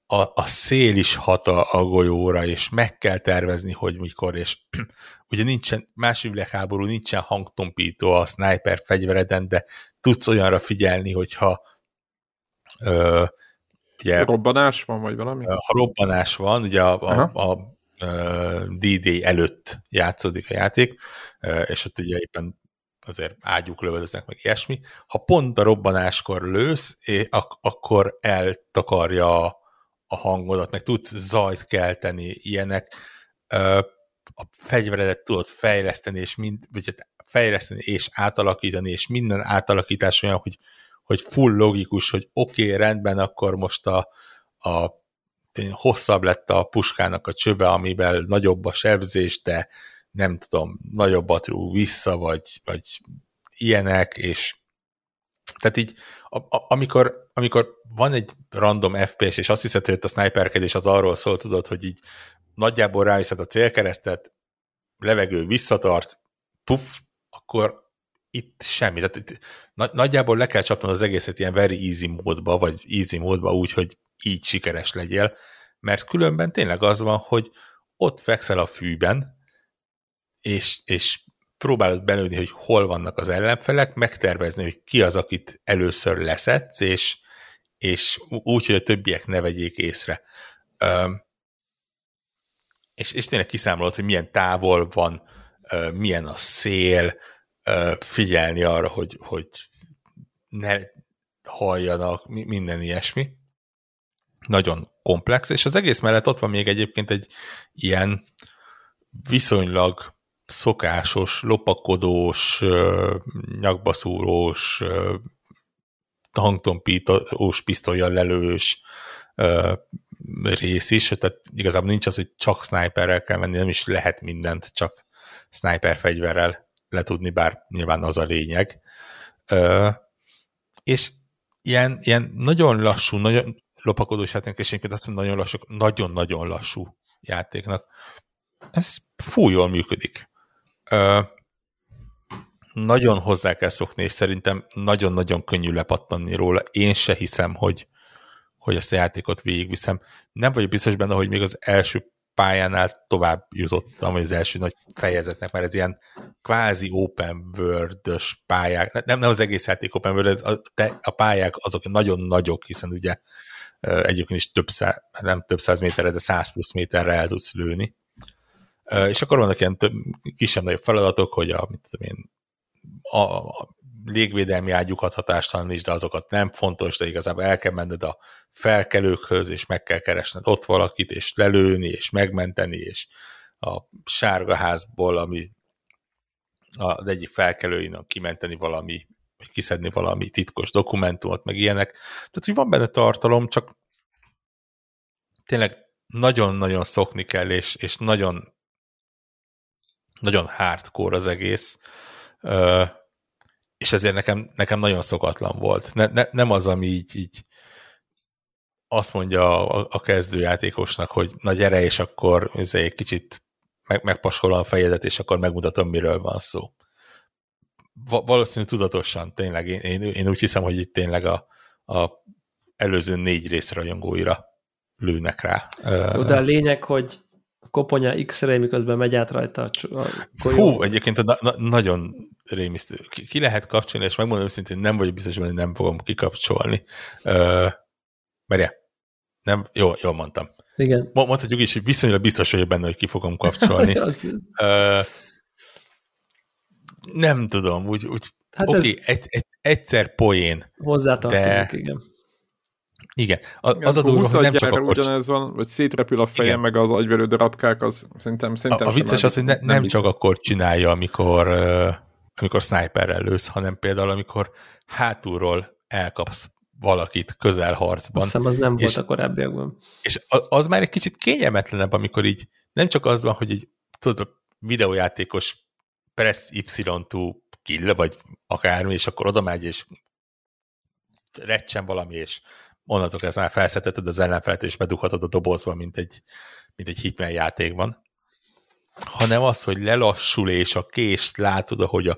a, a szél is hat a, a golyóra, és meg kell tervezni, hogy mikor, és ugye nincsen, második világháború, nincsen hangtompító a sniper fegyvereden, de tudsz olyanra figyelni, hogyha ö, ugye, robbanás van, vagy valami? Ha robbanás van, ugye a, a, a, a dé dé előtt játszódik a játék, és ott ugye éppen azért ágyúk lövöldöznek, meg ilyesmi. Ha pont a robbanáskor lősz, ak- akkor eltakarja a, a hangodat, meg tudsz zajt kelteni, ilyenek. A fegyveredet tudod fejleszteni, és mind, vagy fejleszteni és átalakítani, és minden átalakítás olyan, hogy, hogy full logikus, hogy oké, okay, rendben, akkor most a, a hosszabb lett a puskának a csöve, amivel nagyobb a sebzés, de nem tudom, nagyobbat rúg vissza, vagy, vagy ilyenek, és tehát így, a, a, amikor, amikor van egy random ef pé es, és azt hiszed, hogy a sniperkedés az arról szól, tudod, hogy így nagyjából ráviszed a célkeresztet, levegő visszatart, puff, akkor itt semmi. Tehát itt nagyjából le kell csapnod az egészet ilyen very easy módba, vagy easy módba úgy, hogy így sikeres legyél, mert különben tényleg az van, hogy ott fekszel a fűben, és, és próbálod belőni, hogy hol vannak az ellenfelek, megtervezni, hogy ki az, akit először leszedsz, és, és úgy, hogy a többiek ne vegyék észre. Üm, és, és tényleg kiszámolod, hogy milyen távol van, milyen a szél, figyelni arra, hogy, hogy ne halljanak, minden ilyesmi. Nagyon komplex, és az egész mellett ott van még egyébként egy ilyen viszonylag szokásos, lopakodós, nyakbaszúrós, hangtompítós, pisztollyal lelős rész is, tehát igazából nincs az, hogy csak sniperrel kell menni, nem is lehet mindent csak sniper fegyverrel letudni, bár nyilván az a lényeg. És ilyen, ilyen nagyon lassú, nagyon lopakodós játéknak, és egyébként azt mondom, nagyon lassú, nagyon-nagyon lassú játéknak. Ez fú, jól működik. Ö, nagyon hozzá kell szokni, és szerintem nagyon-nagyon könnyű lepattanni róla. Én se hiszem, hogy, hogy ezt a játékot végigviszem. Nem vagyok biztos benne, hogy még az első pályánál tovább jutottam, vagy az első nagy fejezetnek, mert ez ilyen kvázi open world-ös pályák, nem, nem az egész játék open world, a, a pályák azok nagyon nagyok, hiszen ugye egyébként is több száz, nem több száz méterre, de száz plusz méterre el tudsz lőni. És akkor vannak ilyen több, kisebb-nagyobb feladatok, hogy a, mit tudom én, a, a légvédelmi ágyukat hatástalanítsd, de azokat nem fontos, de igazából el kell menned a felkelőkhöz, és meg kell keresned ott valakit, és lelőni, és megmenteni, és a sárga házból, ami az egyik felkelőinek kimenteni valami, vagy kiszedni valami titkos dokumentumot, meg ilyenek. Tehát, hogy van benne tartalom, csak tényleg nagyon-nagyon szokni kell, és, és nagyon nagyon hardcore az egész, és ezért nekem, nekem nagyon szokatlan volt. Ne, ne, nem az, ami így, így azt mondja a, a kezdőjátékosnak, hogy na gyere, és akkor egy kicsit meg, megpaskolom a fejedet, és akkor megmutatom, miről van szó. Va, valószínű tudatosan, tényleg, én, én, én úgy hiszem, hogy itt tényleg a, a előző négy rész rajongóira lőnek rá. De a lényeg, hogy koponya X-ray, miközben megy át rajta a golyó. Hú, egyébként na- na- nagyon rémisztő. Ki, ki lehet kapcsolni, és megmondom őszintén, nem vagyok biztos, hogy nem fogom kikapcsolni. Uh, Merje, nem? Jó, jól mondtam. Igen. Mondhatjuk is, hogy viszonylag biztos vagyok benne, hogy ki fogom kapcsolni. uh, nem tudom, úgy, úgy hát oké, okay, egy, egy, egyszer poén. Hozzátartozik, de... igen. Igen, az, az a durva, hogy nem csak akkor... ugyanez van, vagy szétrepül a fejem, meg az agyverő darabkák, az szerintem... szerintem a, a vicces az, hogy ne, nem, nem csak akkor csinálja, amikor, uh, amikor sniperrel lősz, hanem például, amikor hátulról elkapsz valakit közelharcban. Azt hiszem, az nem és, volt a korábbiakban. És az már egy kicsit kényelmetlenebb, amikor így nem csak az van, hogy így, tudod, a videójátékos press Y-to kill, vagy akármi, és akkor oda megy, és recsen valami, és onnantól kezdve már felszetetted az ellenfelet, és bedughatod a dobozba, mint egy, mint egy Hitman játékban. Hanem az, hogy lelassul, és a kést látod, ahogy a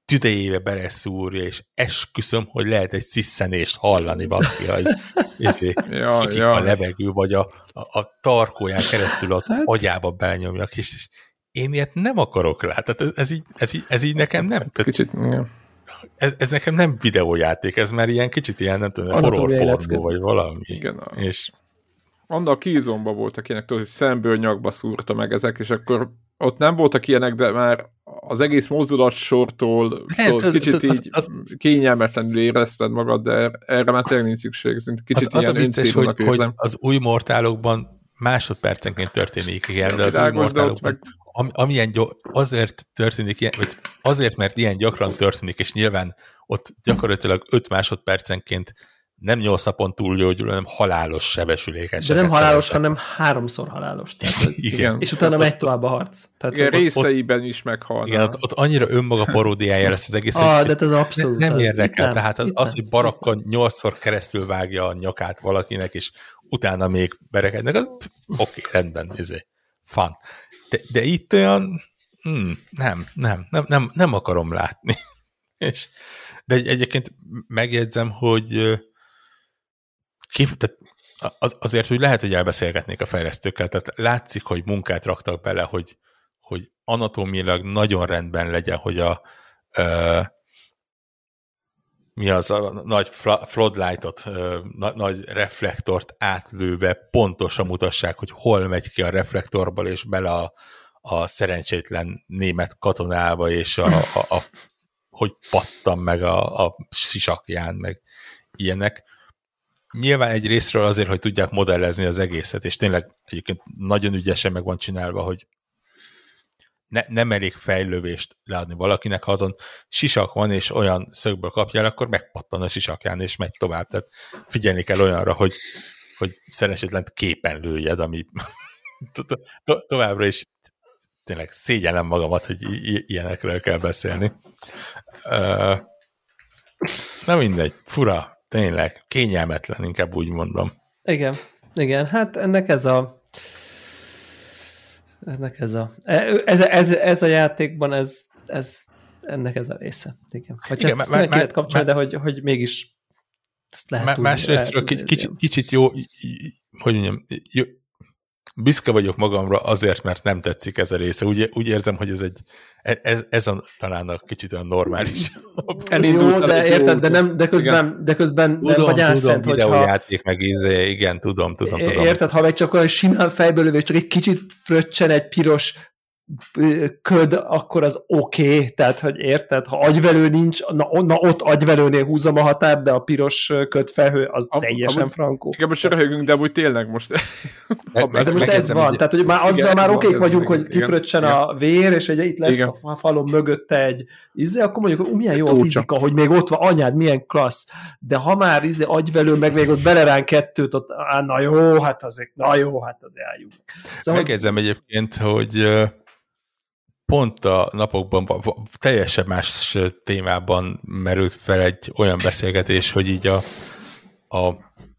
tüdejébe beleszúrja, és esküszöm, hogy lehet egy sziszenést hallani, baszki, hogy szikik ja, a levegő, vagy a, a, a tarkóján keresztül az hát? agyába belenyomjak, és, és én ilyet nem akarok látni. Tehát ez így, ez így, ez így nekem nem. Kicsit, ja. ez, ez nekem nem videójáték, ez már ilyen kicsit ilyen, nem tudom, horror-pornó, vagy valami. Igen. A... És... Annak Killzone-ban voltak ilyenek, tudod, hogy szemből nyakba szúrta meg ezek, és akkor ott nem voltak ilyenek, de már az egész mozdulatsortól tudod, kicsit így kényelmetlenül érezted magad, de erre már tényleg nincs szükség. Kicsit az, ilyen az a vicces, hogy, hogy az új Mortálokban másodpercenként történik ilyen, de az új Mortálokban meg... am, amilyen gyor, azért történik ilyen, vagy azért, mert ilyen gyakran történik, és nyilván ott gyakorlatilag öt másodpercenként nem nyolc napon túlgyógyul, hanem halálos sebesüléket. De nem halálos, hanem háromszor halálos. Tehát, igen. És utána megy tovább a harc. Tehát igen, ott, részeiben is meghalnak. Igen, ott, ott annyira önmaga paródiája lesz az egész. Ah, de ez abszolút. Nem, nem érdekel. Nem, Tehát az, az, hogy barakkal nyolcszor keresztül vágja a nyakát valakinek, és utána még berekednek, oké, okay, rendben, ezért fun. De, de itt olyan, hmm, nem, nem, nem, nem, nem akarom látni. és, de egy, egyébként megjegyzem, hogy Kif, tehát az, azért, hogy lehet, hogy elbeszélgetnék a fejlesztőkkel, tehát látszik, hogy munkát raktak bele, hogy, hogy anatómiailag nagyon rendben legyen, hogy a ö, mi az a nagy floodlightot, ö, na, nagy reflektort átlőve pontosan mutassák, hogy hol megy ki a reflektorból, és bele a, a szerencsétlen német katonába, és a, a, a, hogy pattan meg a, a sisakján, meg ilyenek. Nyilván egy részről azért, hogy tudják modellezni az egészet, és tényleg egyébként nagyon ügyesen meg van csinálva, hogy ne, nem elég fejlövést leadni valakinek, ha azon sisak van, és olyan szögből kapja el, akkor megpattan a sisakján, és megy tovább. Tehát figyelni kell olyanra, hogy, hogy szerencsétlen képen lőjed, ami to- to- továbbra is tényleg szégyellem magamat, hogy i- ilyenekről kell beszélni. Uh, na mindegy, fura. Tényleg, kényelmetlen, inkább úgy mondom. Igen, igen, hát ennek ez a ennek ez a ez, ez, ez a játékban ez, ez ennek ez a része. Igen. Vagy igen, hát már, már, kapcsolni, de hogy, hogy mégis ezt lehet másrésztről kicsit, kicsit jó, hogy mondjam, jó, büszke vagyok magamra azért, mert nem tetszik ez a része. Úgy, úgy érzem, hogy ez egy ez, ez a, talán a kicsit olyan normális. Jó, de érted, de, nem, de közben, de közben tudom, nem vagy álszent, hogyha... Tudom, videójáték meg íze, igen, tudom, tudom, tudom. Érted, ha meg csak olyan simán fejből lövés, csak egy kicsit fröccsen egy piros köd, akkor az oké, okay. Tehát, hogy érted, ha agyvelő nincs, na, na ott agyvelőnél húzom a határt, de a piros ködfelhő az a, teljesen amúgy, frankó. Igen, most röhögünk, de úgy tényleg most... De, de, de most ez van, ugye, tehát, hogy már azzal igen, már okék vagyunk, hogy kifröccsen a vér, és egy, itt lesz igen. a falon mögötte egy izé, akkor mondjuk, hogy milyen jó a fizika, hogy még ott van, anyád, milyen klassz, de ha már izé agyvelő, meg még ott belerán kettőt, ott, á, na jó, hát azért, na jó, hát azért álljunk. Szóval, megjegyzem egyébként, hogy pont a napokban teljesen más témában merült fel egy olyan beszélgetés, hogy így a, a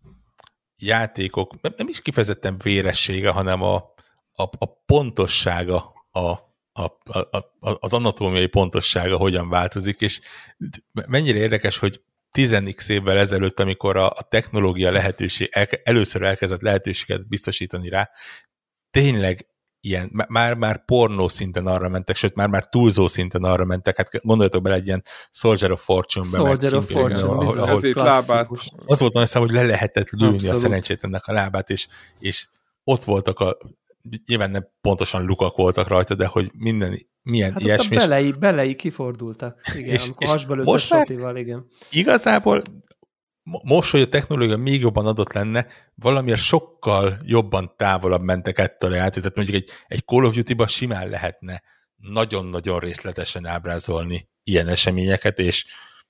játékok, nem is kifejezetten véressége, hanem a, a, a pontossága, a, a, a, az anatómiai pontossága hogyan változik, és mennyire érdekes, hogy tíz x évvel ezelőtt, amikor a, a technológia lehetőség, el, először elkezdett lehetőséget biztosítani rá, tényleg ilyen, már, már pornó szinten arra mentek, sőt, már, már túlzó szinten arra mentek, hát gondoljatok bele egy ilyen Soldier of Fortune-be. Soldier of Fortune, ahol, ahol lábát. Az volt nagyon szám, hogy le lehetett lőni abszolút a szerencsétlennek a lábát, és, és ott voltak a, nyilván nem pontosan lukak voltak rajta, de hogy minden, milyen hát ilyesmi. Hát a belei, belei kifordultak, igen, és, amikor hasba lőtt a sotival, igen. Igazából most, hogy a technológia még jobban adott lenne, valamiért sokkal jobban távolabb mentek ettől a játék. Tehát mondjuk egy, egy Call of Duty-ban simán lehetne nagyon-nagyon részletesen ábrázolni ilyen eseményeket, és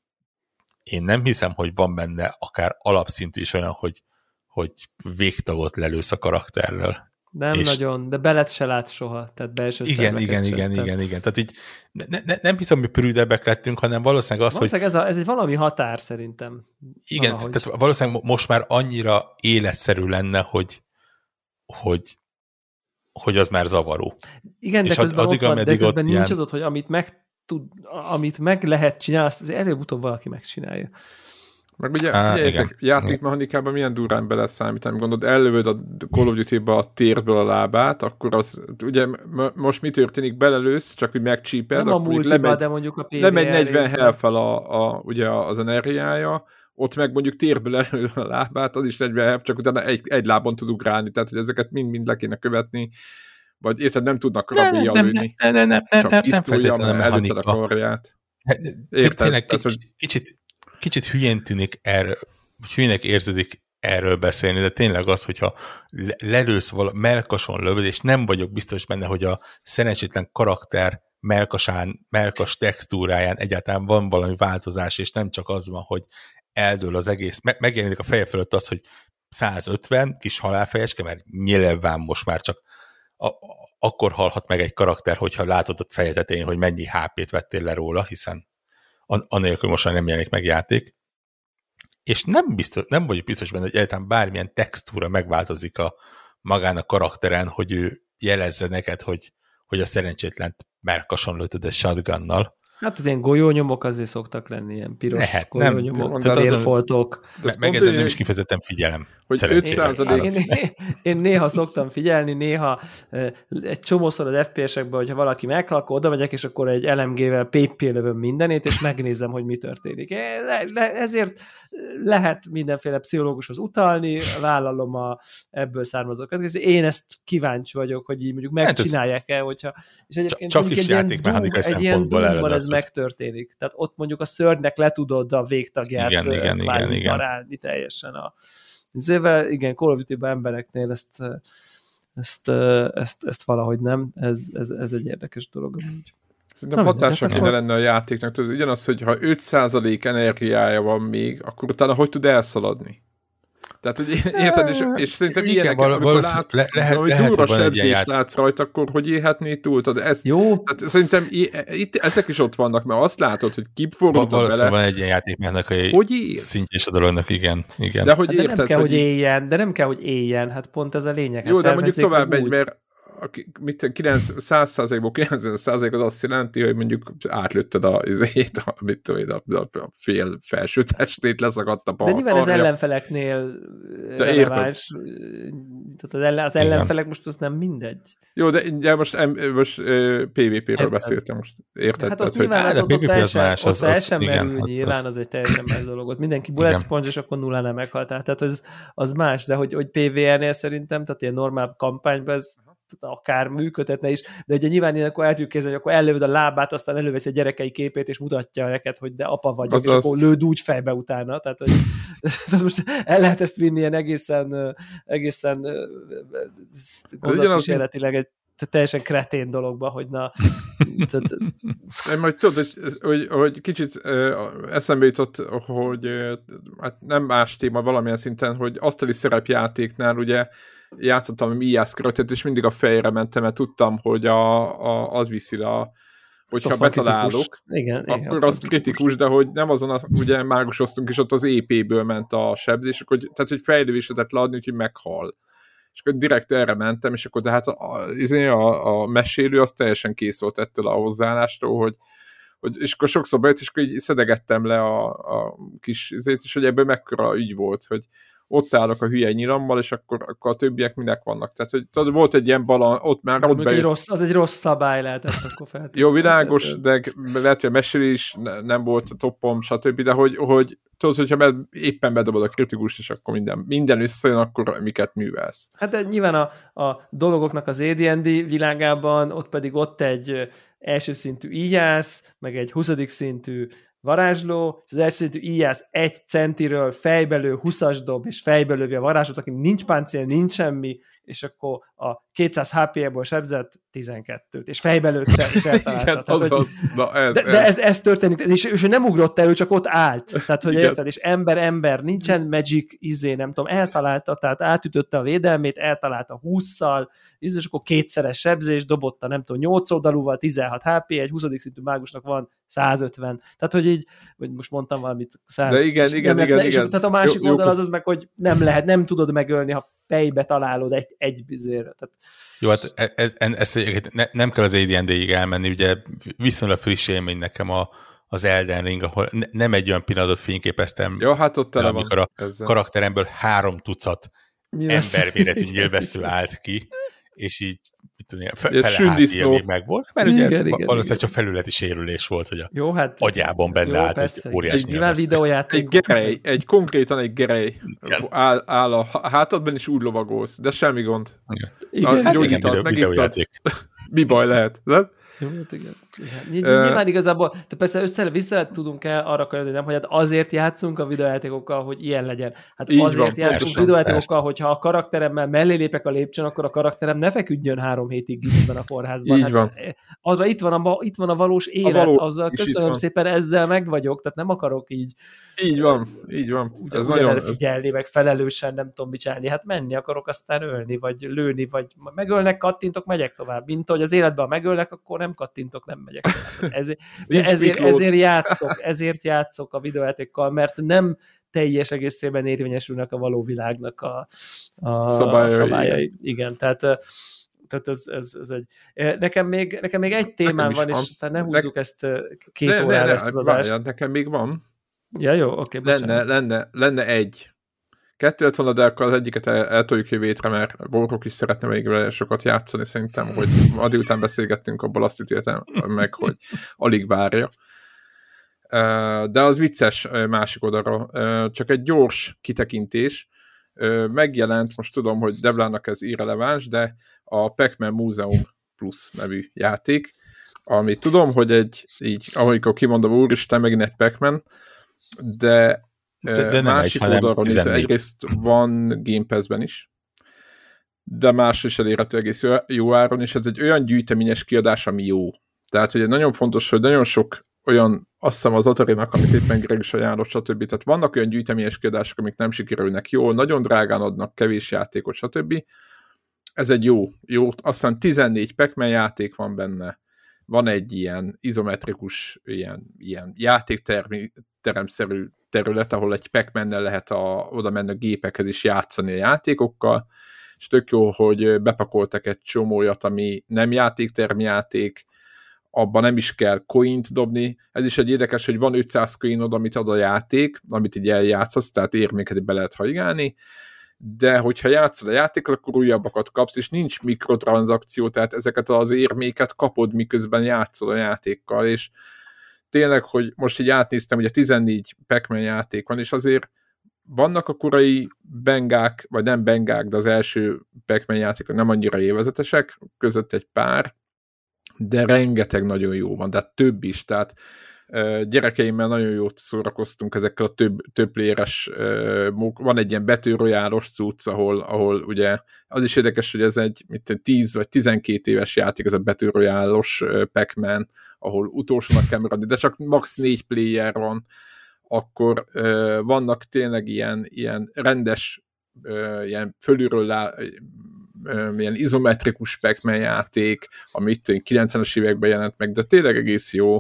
én nem hiszem, hogy van benne akár alapszintű is olyan, hogy, hogy végtagot lelősz a karakterről. Nem és nagyon, de belet se lát soha, tehát belső igen, igen, sem, igen, tehát... igen, igen. Tehát így ne, ne, nem hiszem, hogy prűdebbek lettünk, hanem valószínűleg az, valószínűleg hogy... ez, a, ez egy valami határ szerintem. Igen, valahogy. Tehát valószínűleg most már annyira életszerű lenne, hogy, hogy, hogy az már zavaró. Igen, de és közben, addig, ott van, de közben nincs ilyen... az ott, hogy amit meg tud, amit meg lehet csinálni, azt előbb-utóbb valaki megcsinálja. Meg ugye, Á, ugye értek, játékmechanikában milyen durán beleszámítani, gondolod, elővöd a Call of Duty-ba a térből a lábát, akkor az, ugye m- most mi történik, belelősz, csak hogy megcsíped, nem akkor a multiba, lemegy, de mondjuk a pé vé er lemegy negyven részben. health-fel a, a, ugye az energiája, ott meg mondjuk térből elő a lábát, az is negyven health, csak utána egy, egy lábon tud ugrálni, tehát hogy ezeket mind-mind le kéne követni, vagy érted, nem tudnak rabéjjal lőni, nem, nem, nem, nem, csak nem, pisztolja, nem mert előtted a karját. Érted? Tényleg Tehát, hogy... kicsit, kicsit hülyén tűnik erről, hogy hülyének érződik erről beszélni, de tényleg az, hogyha lelősz vala, melkason lövöd, és nem vagyok biztos benne, hogy a szerencsétlen karakter melkasán, melkas textúráján egyáltalán van valami változás, és nem csak az van, hogy eldől az egész, me- megjelenik a feje fölött az, hogy száz ötven kis halálfejeske, mert nyilván most már csak a, a, akkor halhat meg egy karakter, hogyha látod a feje tetején, hogy mennyi há pét vettél le róla, hiszen anélkül most már nem jelenik meg játék. És nem, biztos, nem vagyok biztos benne, hogy egyáltalán bármilyen textúra megváltozik a magán a karakteren, hogy ő jelezze neked, hogy, hogy a szerencsétlen melkason lőtöd egy shotgunnal. Hát az ilyen golyónyomok azért szoktak lenni, ilyen piros Lehet, golyónyomok, nem, vérfoltok. Me- meg ezen nem is kifejezetten figyelem. Hogy öt százalék Én, én, én néha szoktam figyelni, néha egy csomószor az ef pé es-ekben, hogyha valaki meghal, akkor oda megyek, és akkor egy el em gé-vel pé pé lövöm mindenét, és megnézem, hogy mi történik. Le, le, ezért lehet mindenféle pszichológushoz utalni, vállalom a ebből származó következő. Én ezt kíváncsi vagyok, hogy így mondjuk megcsinálják-e, hogyha... És egyébként csak is játékmechanikai szempontból ellen ez megtörténik. Tehát ott mondjuk a szörnynek le tudod a végtagját igen, igen, igen, igen. darálni teljesen a Zével, igen, Call of Duty-ben embereknél ezt, ezt, ezt, ezt valahogy nem, ez, ez, ez egy érdekes dolog. Szerintem hatása kéne lenne a játéknak. Tehát ugyanaz, hogy ha öt százalék energiája van még, akkor utána hogy tud elszaladni? Tehát, hogy érted, és, és szerintem igen, ilyeneket, val- amikor látsz, le, lehet, hogy lehet, durva hogy sebzést látsz rajta, akkor hogy élhetné túl? Tehát ez, jó. Tehát szerintem itt, ezek is ott vannak, mert azt látod, hogy kiforognak bele. Valószínűleg van egy ilyen játékmechanikai szintje is a dolognak, igen. igen. De, hogy hát de érted, nem kell, hogy, hogy éljen, de nem kell, hogy éljen, hát pont ez a lényeg. Jó, hát de mondjuk tovább megy, úgy. mert száz százalékból kilencven százalék az azt jelenti, hogy mondjuk átlőtted a, izét, a, mit tudom, a, a fél felső testét, leszakadt a bal. De nyilván az ellenfeleknél de releváns. Tehát az, ellen, az ellenfelek most az nem mindegy. Jó, de, de most, most uh, pé vé pé-ről beszéltem most. Érted? Hát ott Tehát, nyilván hogy... ott, ott fel sem, más, az, ott az, sem igen, merül az, nyilván, az, az egy teljesen más dolog. Ott mindenki bullet igen. sponge, és akkor nullán nem meghalt. Tehát az, az más, de hogy, hogy pé vé er-nél szerintem, tehát ilyen normál kampányban ez akár működhetne is, de ugye nyilván én akkor el tudjuk kézni, hogy akkor ellövöd a lábát, aztán elővesz egy gyerekei képét, és mutatja neked, hogy de apa vagyok, az és az... akkor lőd úgy fejbe utána. Tehát, hogy tehát most el lehet ezt vinni ilyen egészen, egészen gondolatkísérletileg egy teljesen kretén dologba, hogy na... tehát... Én majd tudod, hogy, hogy, hogy kicsit uh, eszembe jutott, hogy uh, hát nem más téma valamilyen szinten, hogy asztali szerepjátéknál ugye játszottam íjász karakter, és mindig a fejre mentem, mert tudtam, hogy a, a, az viszi a hogyha ott betalálok, igen, akkor igen, az kritikus, de hogy nem azon a, ugye mágusoztunk, és ott az é pé-ből ment a sebzés, hogy, tehát hogy fejlővésetet leadni, úgyhogy meghal. És akkor direkt erre mentem, és akkor de hát a, a, a mesélő az teljesen kész volt ettől a hozzáállástól, hogy, hogy és akkor sokszor bejött, és akkor így szedegettem le a, a kis izét, és hogy ebből mekkora ügy volt, hogy ott állok a hülye nyilammal, és akkor, akkor a többiek minek vannak. Tehát, hogy tudod, volt egy ilyen balan, ott már... Ott bejött... egy rossz, az egy rossz szabály lehetett akkor feltétlenül. Jó, világos, de lehet, hogy a mesélés nem volt a toppom, stb., de hogy, hogy tudod, hogyha éppen bedobod a kritikust, és akkor minden, minden összejön, akkor miket művelsz. Hát de nyilván a, a dolgoknak az á dé és dé világában, ott pedig ott egy első szintű íjász, meg egy huszadik szintű varázsló, és az első szintű íjász egy centiről fejbelő húszas dob, és fejbelővi a varázslót, aki nincs páncél, nincs semmi, és akkor a kétszáz há pé-ból sebzett tizenkettőt, és fejbelőtte, és eltalálta. Igen, az az. Na ez, de, ez. de ez, ez történik, és, és ő nem ugrott elő, csak ott állt. Tehát, hogy érted, és ember, ember, nincsen magic, izé, nem tudom, eltalálta, tehát átütötte a védelmét, eltalálta hússzal, és akkor kétszeres sebzés, dobotta, nem tudom, nyolc oldalúval, tizenhat há pé, egy huszadik szintű mágusnak van százötven. Tehát, hogy így, vagy most mondtam valamit, száz. De igen, igen, igen, lehet, igen. És, tehát a másik jó, oldal jó, az az meg, hogy nem lehet, nem tudod megölni, ha fejbe találod egy, egy bizérre. Tehát... Jó, hát ez, ez, ez, ne, nem kell az á dé and dé-ig elmenni, ugye viszonylag friss élmény nekem a, az Elden Ring, ahol ne, nem egy olyan pillanatot fényképeztem, jó, hát ott tele amikor a ezzel. karakteremből három tucat embervéretű nyilvessző állt ki, és így tudom, fe, fele hátija még meg volt, mert igen, ugye igen, valószínűleg igen. Csak felületi sérülés volt, hogy a jó, hát, agyában benne jó, állt persze, egy óriás nyilvessző. Egy gerej, egy konkrétan egy gerej áll, áll a hátadban, és úgy lovagolsz, de semmi gond. Igen. Igen. Hát igen, videó, videójáték. Mi baj lehet, nem? Jó, hát igen. igen. Nyilván igazából, de persze össze, vissza tudunk el arra kajolni, nem, hogy hát azért játszunk a videójátékokkal, hogy ilyen legyen. Hát így azért van, játszunk persze, videójátékokkal, persze. Hogyha a karakteremmel mellé lépek a lépcsőn, akkor a karakterem ne feküdjön három hétig gipszben a kórházban. Így hát, van. Azra itt van a, itt van a valós élet, a való azzal köszönöm szépen, ezzel meg vagyok, tehát nem akarok így. Így van, így van. Ugyan, ez nagyon figyelni, ez... meg felelősen nem tudom mit csinálni. Hát menni akarok, aztán ölni, vagy lőni, vagy megölnek, kattintok, megyek tovább. Mint ahogy az életben megölnek, akkor nem kattintok, nem megyek tovább. Ezért, ezért, ezért, játszok, ezért játszok a videójátékkal, mert nem teljes egészében érvényesülnek a való világnak a, a szabályai. szabályai. Igen, tehát tehát ez, ez, ez egy... Nekem még, nekem még egy témám van, van, és aztán ne húzzuk ne... ezt két ne, órára ne, ne, ezt az adást. Várjál, nekem még van. Ja, jó, oké, okay, lenne, lenne, lenne egy. Kettő lett volna, de akkor az egyiket el, eltoljuk jövő hétre, mert Borok is szeretne még vele sokat játszani, szerintem, hogy addig után beszélgettünk, abból azt ítéltem meg, hogy alig várja. De az vicces másik oldalról. Csak egy gyors kitekintés. Megjelent, most tudom, hogy Devlának ez irreleváns, de a Pac-Man Museum Plus nevű játék, ami tudom, hogy egy, így, amikor kimondom, úristen, megint egy Pac-Man, de, de, de másik egy, oldalról nézve, egyrészt van Game Pass-ben is, de más is elérhető egész jó, jó áron, és ez egy olyan gyűjteményes kiadás, ami jó. Tehát, hogy nagyon fontos, hogy nagyon sok olyan, azt hiszem az Atari-nak, amit éppen Greg is ajánlott, stb. Tehát vannak olyan gyűjteményes kiadások, amik nem sikerülnek jól, nagyon drágán adnak, kevés játékot, stb. Ez egy jó, jó, aztán tizennégy Pac-Man játék van benne, van egy ilyen izometrikus, ilyen, ilyen játékteremszerű terület, ahol egy Pac-Man-nel lehet a, oda menni a gépekhez is játszani a játékokkal, és tök jó, hogy bepakoltak egy csomójat, ami nem játéktermi játék, abban nem is kell coint dobni. Ez is egy érdekes, hogy van ötszáz coinod, amit ad a játék, amit így eljátszasz, tehát érméket be lehet hajgálni, de hogyha játszol a játékkal, akkor újabbakat kapsz, és nincs mikrotranszakció, tehát ezeket az érméket kapod, miközben játszol a játékkal, és tényleg, hogy most így átnéztem, ugye tizennégy Pac-Man játék van, és azért vannak a korai bengák, vagy nem bengák, de az első Pac-Man játékok nem annyira élvezetesek, között egy pár, de rengeteg nagyon jó van, de több is, tehát gyerekeimmel nagyon jót szórakoztunk ezekkel a több, több playeres, van egy ilyen betűrojálos cucc, ahol, ahol ugye az is érdekes, hogy ez egy mit, tíz vagy tizenkét éves játék, ez a betűrojálos Pac-Man, ahol utolsónak kell maradni, de csak max. négy player van, akkor vannak tényleg ilyen, ilyen rendes, ilyen fölülről lá, ilyen izometrikus Pac-Man játék, amit kilencvenes években jelent meg, de tényleg egész jó.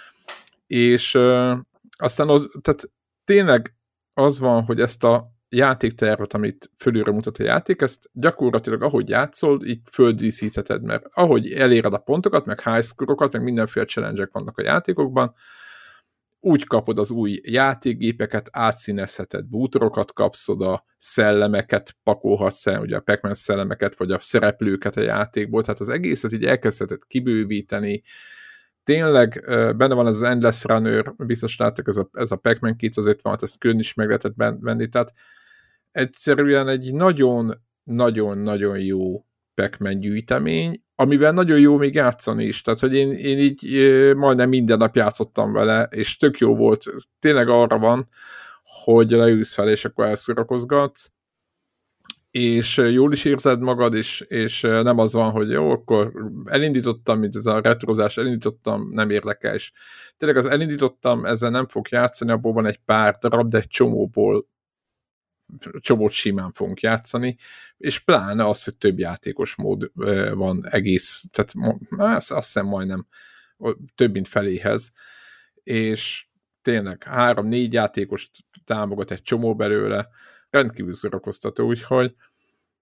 És uh, aztán az, tehát tényleg az van, hogy ezt a játéktervet, amit fölülre mutat a játék, ezt gyakorlatilag ahogy játszol, így földíszítheted, mert ahogy eléred a pontokat, meg high score-okat, meg mindenféle challenge-ek vannak a játékokban, úgy kapod az új játékgépeket, átszínezheted, bútorokat kapsz oda, szellemeket pakolhatsz el, ugye a Pac-Man szellemeket, vagy a szereplőket a játékból, tehát az egészet így elkezdheted kibővíteni. Tényleg benne van ez az Endless Runner, biztos láttak, ez a, ez a Pac-Man Kids, azért van, ezt külön is meg lehetett venni, tehát egyszerűen egy nagyon-nagyon-nagyon jó Pac-Man gyűjtemény, amivel nagyon jó még játszani is, tehát hogy én, én így majdnem minden nap játszottam vele, és tök jó volt, tényleg arra van, hogy leülsz fel, és akkor elszórakozgatsz, és jól is érzed magad, és, és nem az van, hogy jó, akkor elindítottam, mint ez a retrozás, elindítottam, nem érdekel, és tényleg az elindítottam, ezzel nem fog játszani, abból van egy pár darab, de egy csomóból csomót simán fogunk játszani, és pláne az, hogy több játékos mód van egész, tehát azt hiszem majdnem több, mint feléhez, és tényleg három-négy játékost támogat egy csomó belőle, rendkívül szórakoztató, úgyhogy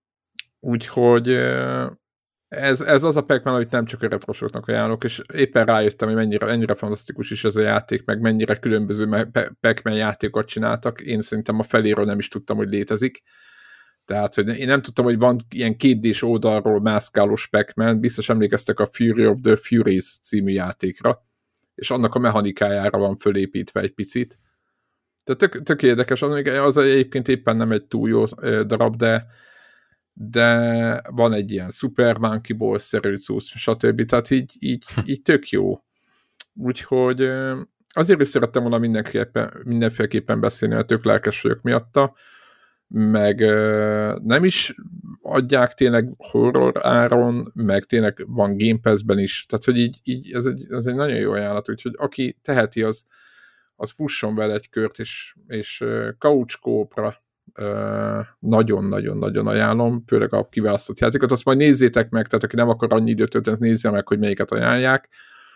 úgyhogy ez, ez az a Pac-Man, amit nem csak a retrosoknak ajánlok, és éppen rájöttem, hogy mennyire, mennyire fantasztikus is ez a játék, meg mennyire különböző Pac-Man játékot csináltak. Én szerintem a feléről nem is tudtam, hogy létezik. Tehát, hogy én nem tudtam, hogy van ilyen kétdés oldalról mászkálós Pac-Man, biztos emlékeztek a Fury of the Furies című játékra, és annak a mechanikájára van fölépítve egy picit. Tehát tök, tök érdekes, az egyébként éppen nem egy túl jó darab, de, de van egy ilyen Super Monkey Ball-szerű cucc, stb. Tehát így, így, így tök jó. Úgyhogy azért is szerettem volna mindenképpen, mindenféleképpen beszélni, mert tök lelkes vagyok miatta, meg nem is adják tényleg horror áron, meg tényleg van Game Pass-ben is, tehát hogy így, így ez, egy, ez egy nagyon jó ajánlat, úgyhogy aki teheti, az, az fusson vele egy kört, és, és couch co-opra nagyon-nagyon-nagyon ajánlom, főleg a kiválasztott játékot, azt majd nézzétek meg, tehát aki nem akar annyi időt tölteni, nézze meg, hogy melyiket ajánlják.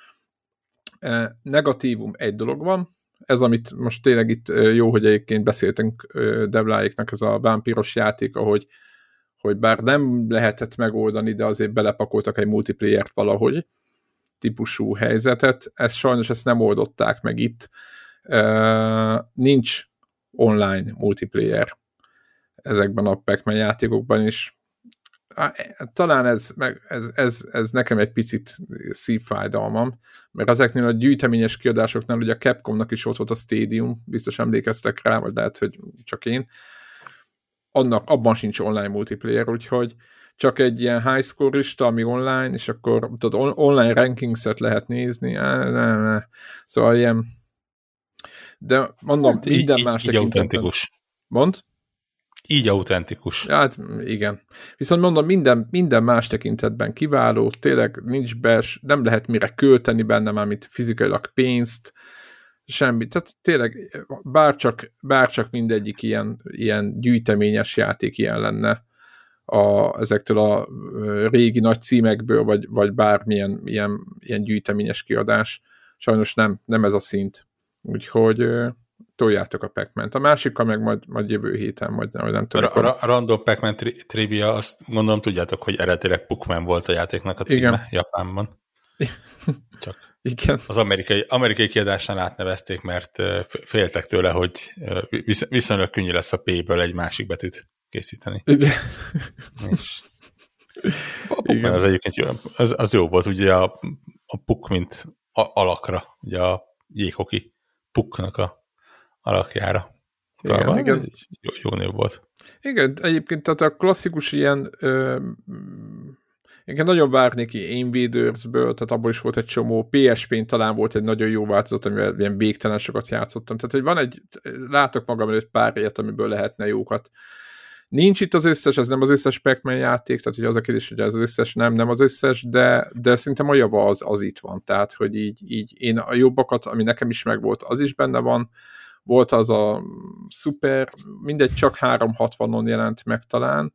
Negatívum egy dolog van, ez, amit most tényleg itt jó, hogy egyébként beszéltünk Debláéknak, ez a vámpíros játék, ahogy, hogy bár nem lehetett megoldani, de azért belepakoltak egy multiplayert valahogy, típusú helyzetet, ezt sajnos ezt nem oldották meg itt. Nincs online multiplayer ezekben a Pac-Man játékokban is. Talán ez, ez, ez, ez nekem egy picit szívfájdalmam, mert ezeknél a gyűjteményes kiadásoknál ugye a Capcomnak is ott volt a Stadium, biztos emlékeztek rá, vagy lehet, hogy csak én. Annak, abban sincs online multiplayer, úgyhogy csak egy ilyen high score-lista, ami online, és akkor tudod, online rankingset lehet nézni. Ne, ne, ne. Szóval ilyen... De mondom, hát minden így, más így autentikus. Mond? Így autentikus. Hát igen. Viszont mondom, minden, minden más tekintetben kiváló, tényleg nincs bes, nem lehet mire költeni benne, mármint fizikailag pénzt, semmi. Tehát tényleg bárcsak, bárcsak mindegyik ilyen, ilyen gyűjteményes játék ilyen lenne a, ezektől a régi nagy címekből, vagy, vagy bármilyen ilyen, ilyen gyűjteményes kiadás. Sajnos nem, nem ez a szint. Úgyhogy toljátok a Pac-Man-t. A másikkal meg majd, majd jövő héten, majd, majd nem tudom. A, a, a random Pac-Man tri- trivia, azt gondolom tudjátok, hogy eredetileg Puckman volt a játéknak a címe. Igen. Japánban. Csak igen. Az amerikai, amerikai kiadásán átnevezték, mert féltek tőle, hogy visz, viszonylag könnyű lesz a P-ből egy másik betűt készíteni. Igen. És a Puckman az egyébként jó, az, az jó volt, ugye a, a Puck, mint a, alakra, ugye a jéghoki Pucknak a alakjára. Igen, igen. Jó, jó név volt. Igen, egyébként tehát a klasszikus ilyen ö, igen, nagyon várnék Invaders-ből, tehát abból is volt egy csomó, pé es pén talán volt egy nagyon jó változat, amivel ilyen végtelen sokat játszottam. Tehát, hogy van egy, látok magam előtt pár ilyet, amiből lehetne jókat. Nincs itt az összes, ez nem az összes Pac-Man játék, tehát hogy az a kérdés, hogy ez az összes, nem, nem az összes, de, de szerintem a java az, az itt van. Tehát, hogy így, így én a jobbakat, ami nekem is megvolt, az is benne van. Volt az a szuper, mindegy, csak háromszázhatvanon jelent meg talán,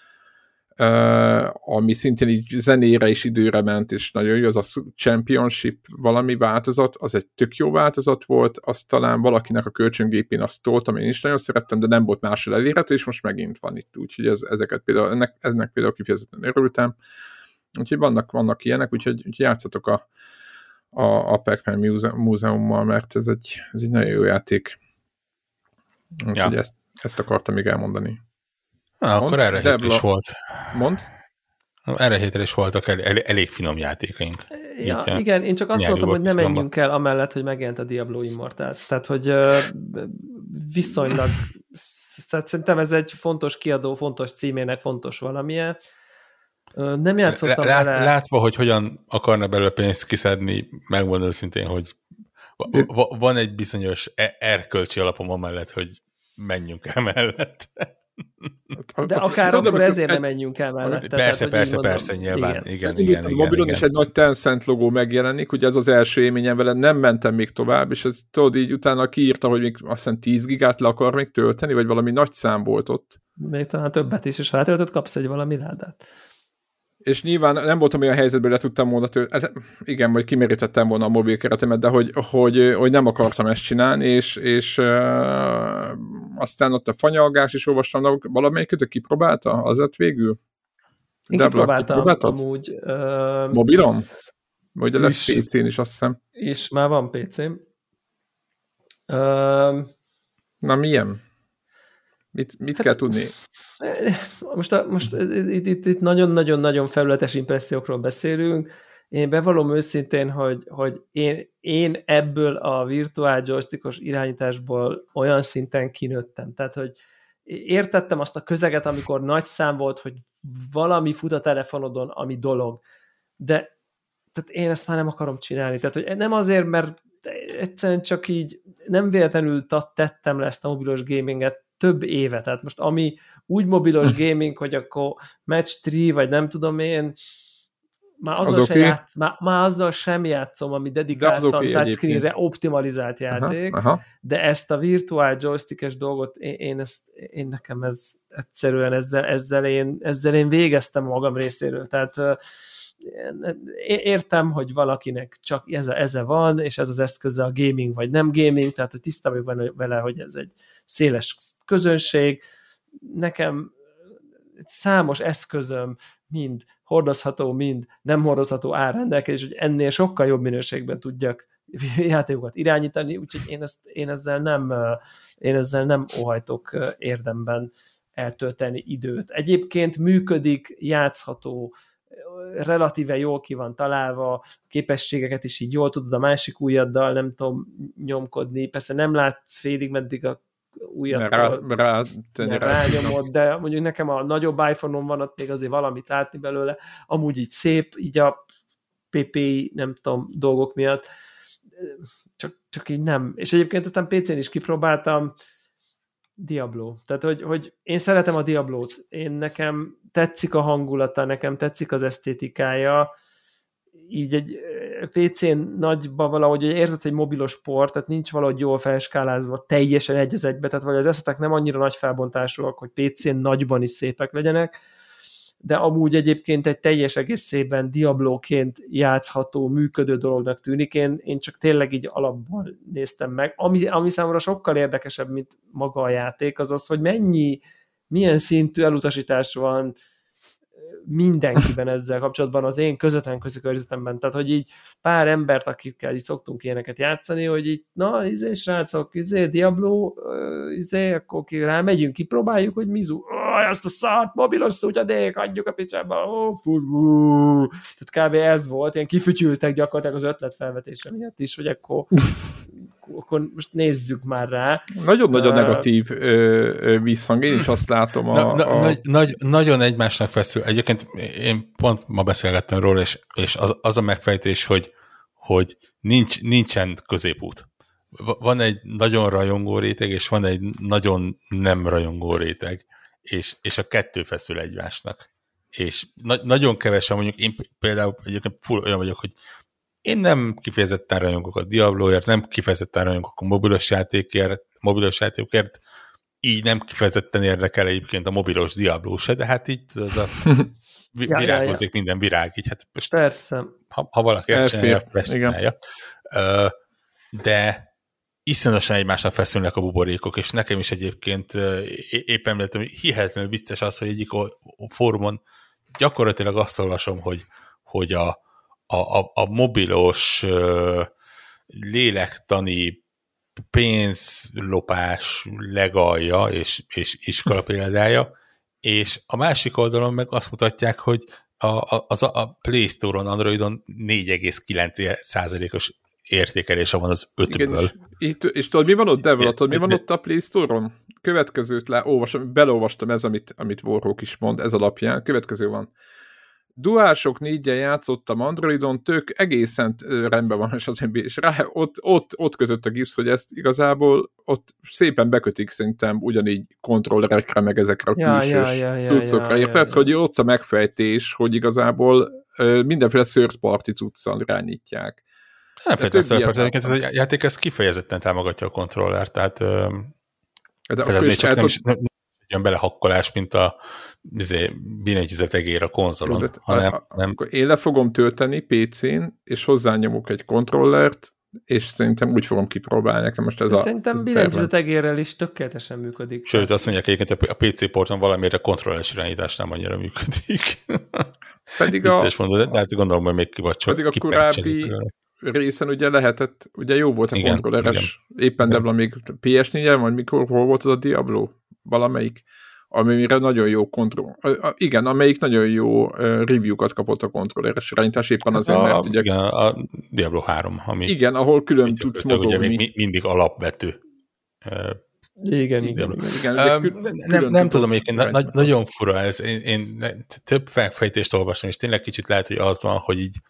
uh, ami szintén így zenére és időre ment, és nagyon jó, az a Championship valami változat, az egy tök jó változat volt, azt talán valakinek a kölcsöngépén azt toltam, én is nagyon szerettem, de nem volt máshol elérhető, és most megint van itt, úgyhogy ez, ezeket például, ennek, ennek például kifejezetten örültem, úgyhogy vannak, vannak ilyenek, úgyhogy, úgyhogy játszatok a, a, a Pac-Man múzeummal, mert ez egy, ez egy nagyon jó játék. Úgyhogy ja. ezt, ezt akartam még elmondani. Na, akkor erre hétre is volt. Mond? Erre hétre is voltak el, el, elég finom játékaink. Ja, Így, igen, én csak azt mondtam, hogy ne menjünk el amellett, hogy megjelent a Diablo Immortals. Tehát, hogy uh, viszonylag tehát szerintem ez egy fontos kiadó, fontos címének, fontos valamilyen. Uh, nem játszottam Lát, vele. Látva, hogy hogyan akarna belőle pénzt kiszedni, megmondom őszintén, hogy van egy bizonyos erkölcsi alapom amellett, hogy menjünk el mellett. De akár tudom, akkor ezért nem menjünk el mellett. Persze, tehát, persze, persze, nyilván. Igen, igen, igen. A mobilon is egy nagy Tencent logó megjelenik, ugye ez az első élményem vele, nem mentem még tovább, és ez, tudod, így utána kiírta, hogy még azt hiszem tíz gigát le akar még tölteni, vagy valami nagy szám volt ott. Még talán többet is, és ha letöltött, kapsz egy valami ládát. És nyilván nem voltam olyan helyzetben, le tudtam volna tőle, igen, majd kimerítettem volna a mobil keretemet, de hogy, hogy, hogy nem akartam ezt csinálni, és, és uh, aztán ott a fanyalgás is olvastam, valamelyik kötök kipróbálta? Az lett végül? Én kipróbáltam amúgy. Uh, Mobilon? Vagy lesz pé cén is, azt hiszem. És már van pé cém. Uh, Na milyen? Mit, mit hát, kell tudni? Most, a, most itt, itt, itt nagyon-nagyon-nagyon felületes impressziókról beszélünk. Én bevallom őszintén, hogy, hogy én, én ebből a virtuál joystickos irányításból olyan szinten kinőttem. Tehát, hogy értettem azt a közeget, amikor nagy szám volt, hogy valami fut a telefonodon, ami dolog. De tehát én ezt már nem akarom csinálni. Tehát, hogy nem azért, mert egyszerűen csak így nem véletlenül tettem le ezt a mobilos gaminget több éve. Tehát most ami úgy mobilos gaming, hogy akkor match három, vagy nem tudom én, már azzal, az sem okay. játsz, már, már azzal sem játszom, ami dedikáltan okay touchscreenre optimalizált játék, aha, aha. De ezt a virtuál joystickes dolgot, én, én, ezt, én nekem ez egyszerűen ezzel, ezzel, én, ezzel én végeztem magam részéről. Tehát értem, hogy valakinek csak ez, ez van, és ez az eszköze a gaming, vagy nem gaming, tehát hogy tisztában vagyok vele, hogy ez egy széles közönség. Nekem számos eszközöm mind hordozható, mind nem hordozható áll rendelkezés, hogy ennél sokkal jobb minőségben tudjak játékokat irányítani, úgyhogy én, ezt, én, ezzel nem, én ezzel nem óhajtok érdemben eltölteni időt. Egyébként működik, játszható, relatíve jól ki van találva, képességeket is így jól tudod a másik ujjaddal, nem tudom nyomkodni, persze nem látsz félig, meddig a ujjattól rá, rá, rányomod, de mondjuk nekem a nagyobb iPhone-on van, ott még azért valamit látni belőle, amúgy így szép, így a pé pé i, nem tudom, dolgok miatt, csak, csak így nem. És egyébként aztán pé cén is kipróbáltam, Diablo. Tehát, hogy, hogy én szeretem a Diablót, én nekem tetszik a hangulata, nekem tetszik az esztétikája, így egy pé cén nagyban valahogy érzed, hogy mobilos sport, tehát nincs valahogy jól felskálázva, teljesen egy az egybe, tehát vagy az eszetek nem annyira nagy felbontásúak, hogy pé cén nagyban is szépek legyenek, de amúgy egyébként egy teljes egészében Diablóként játszható, működő dolognak tűnik. Én, én csak tényleg így alapból néztem meg. Ami, ami számomra sokkal érdekesebb, mint maga a játék, az az, hogy mennyi, milyen szintű elutasítás van mindenkiben ezzel kapcsolatban, az én közvetlen közikörzetemben. Tehát, hogy így pár embert, akikkel így szoktunk ilyeneket játszani, hogy így, na, izé, srácok, izé, Diablo, izé, akkor ki rámegyünk, kipróbáljuk, hogy mizu, azt a szart, mobilos szutyadék, adjuk a picsába, ó, fú, fú. Tehát kb. Ez volt, ilyen kifütyültek gyakorlatilag az ötletfelvetése miatt is, hogy akkor, akkor most nézzük már rá. Nagyon-nagyon uh, negatív ö, ö, visszhang, én is azt látom. A, na, na, a... Nagy, nagy, nagyon egymásnak feszül. Egyébként én pont ma beszélgettem róla, és, és az, az a megfejtés, hogy, hogy nincs, nincsen középút. Van egy nagyon rajongó réteg, és van egy nagyon nem rajongó réteg, és, és a kettő feszül egymásnak. És na, nagyon kevesen mondjuk, én például egyébként full olyan vagyok, hogy én nem kifejezetten rajongok a Diabloért, nem kifejezetten rajongok a mobilos játékért, mobilos játékért, így nem kifejezetten érdekel egyébként a mobilos Diablo se, de hát így az a virágozik ja, ja, ja. minden virág, így hát most persze. Ha, ha valaki ezt csinálja, ezt csinálja. De iszonyatosan egymásnak feszülnek a buborékok, és nekem is egyébként éppen említettem, hihetetlenül vicces az, hogy egyik fórumon gyakorlatilag azt olvasom, hogy, hogy a, a, a, a mobilos lélektani pénzlopás legalja és, és iskola példája, és a másik oldalon meg azt mutatják, hogy a, a, az a, a Play Store-on, Androidon négy egész kilenc százalékos értékelése van az ötből. Igen, és, és tudod, mi van ott, Devla? Tudod, mi van ott a Play Store-on? Következőt le, olvasom, belolvastam ez, amit, amit Warhawk is mond, ez alapján. Következő van. DualShock néggyel játszottam Androidon, tök egészen rendben van, és rá, ott, ott, ott között a gipsz, hogy ezt igazából ott szépen bekötik szerintem ugyanígy kontrollerekre, meg ezekre a ja, külsős ja, ja, ja, cuccokra. ja, ja, Tehát, ja. hogy ott a megfejtés, hogy igazából mindenféle third party cuccal irányítják. Nem feltétlenül, ez a játék ez kifejezetten támogatja a kontrollert, tehát, de tehát ez még csak nem, is, nem jön bele hakkolás, mint a billentyűzetegér a konzolon. De, hanem, a, a, nem... Akkor én le fogom tölteni pé cén, és hozzányomok egy kontrollert, és szerintem úgy fogom kipróbálni nekem most ez de a... Szerintem billentyűzetegérrel is tökéletesen működik. Sőt, azt mondják egyébként, a pé cé porton valamiért a kontrolleres irányítás nem annyira működik. Pedig vicces a, mondod, de hát gondolom, hogy még ki vagy csak pedig a korábbi részen ugye lehetett, ugye jó volt a igen, kontrolleres, igen, éppen igen. Debla még pé es négyen, vagy mikor, hol volt az a Diablo? Valamelyik, amire nagyon jó kontroll, igen, amelyik nagyon jó uh, review-kat kapott a kontrolleres irányítás, éppen hát azért, a, mert ugye... Igen, a Diablo három, ami... Igen, ahol külön tudsz mozogni. Ugye mindig alapvető. Igen, igen, igen. igen uh, kül- nem nem tudom, egyébként na, na, nagyon fura ez. Én, én több felfejtést olvastam, és tényleg kicsit lehet, hogy az van, hogy így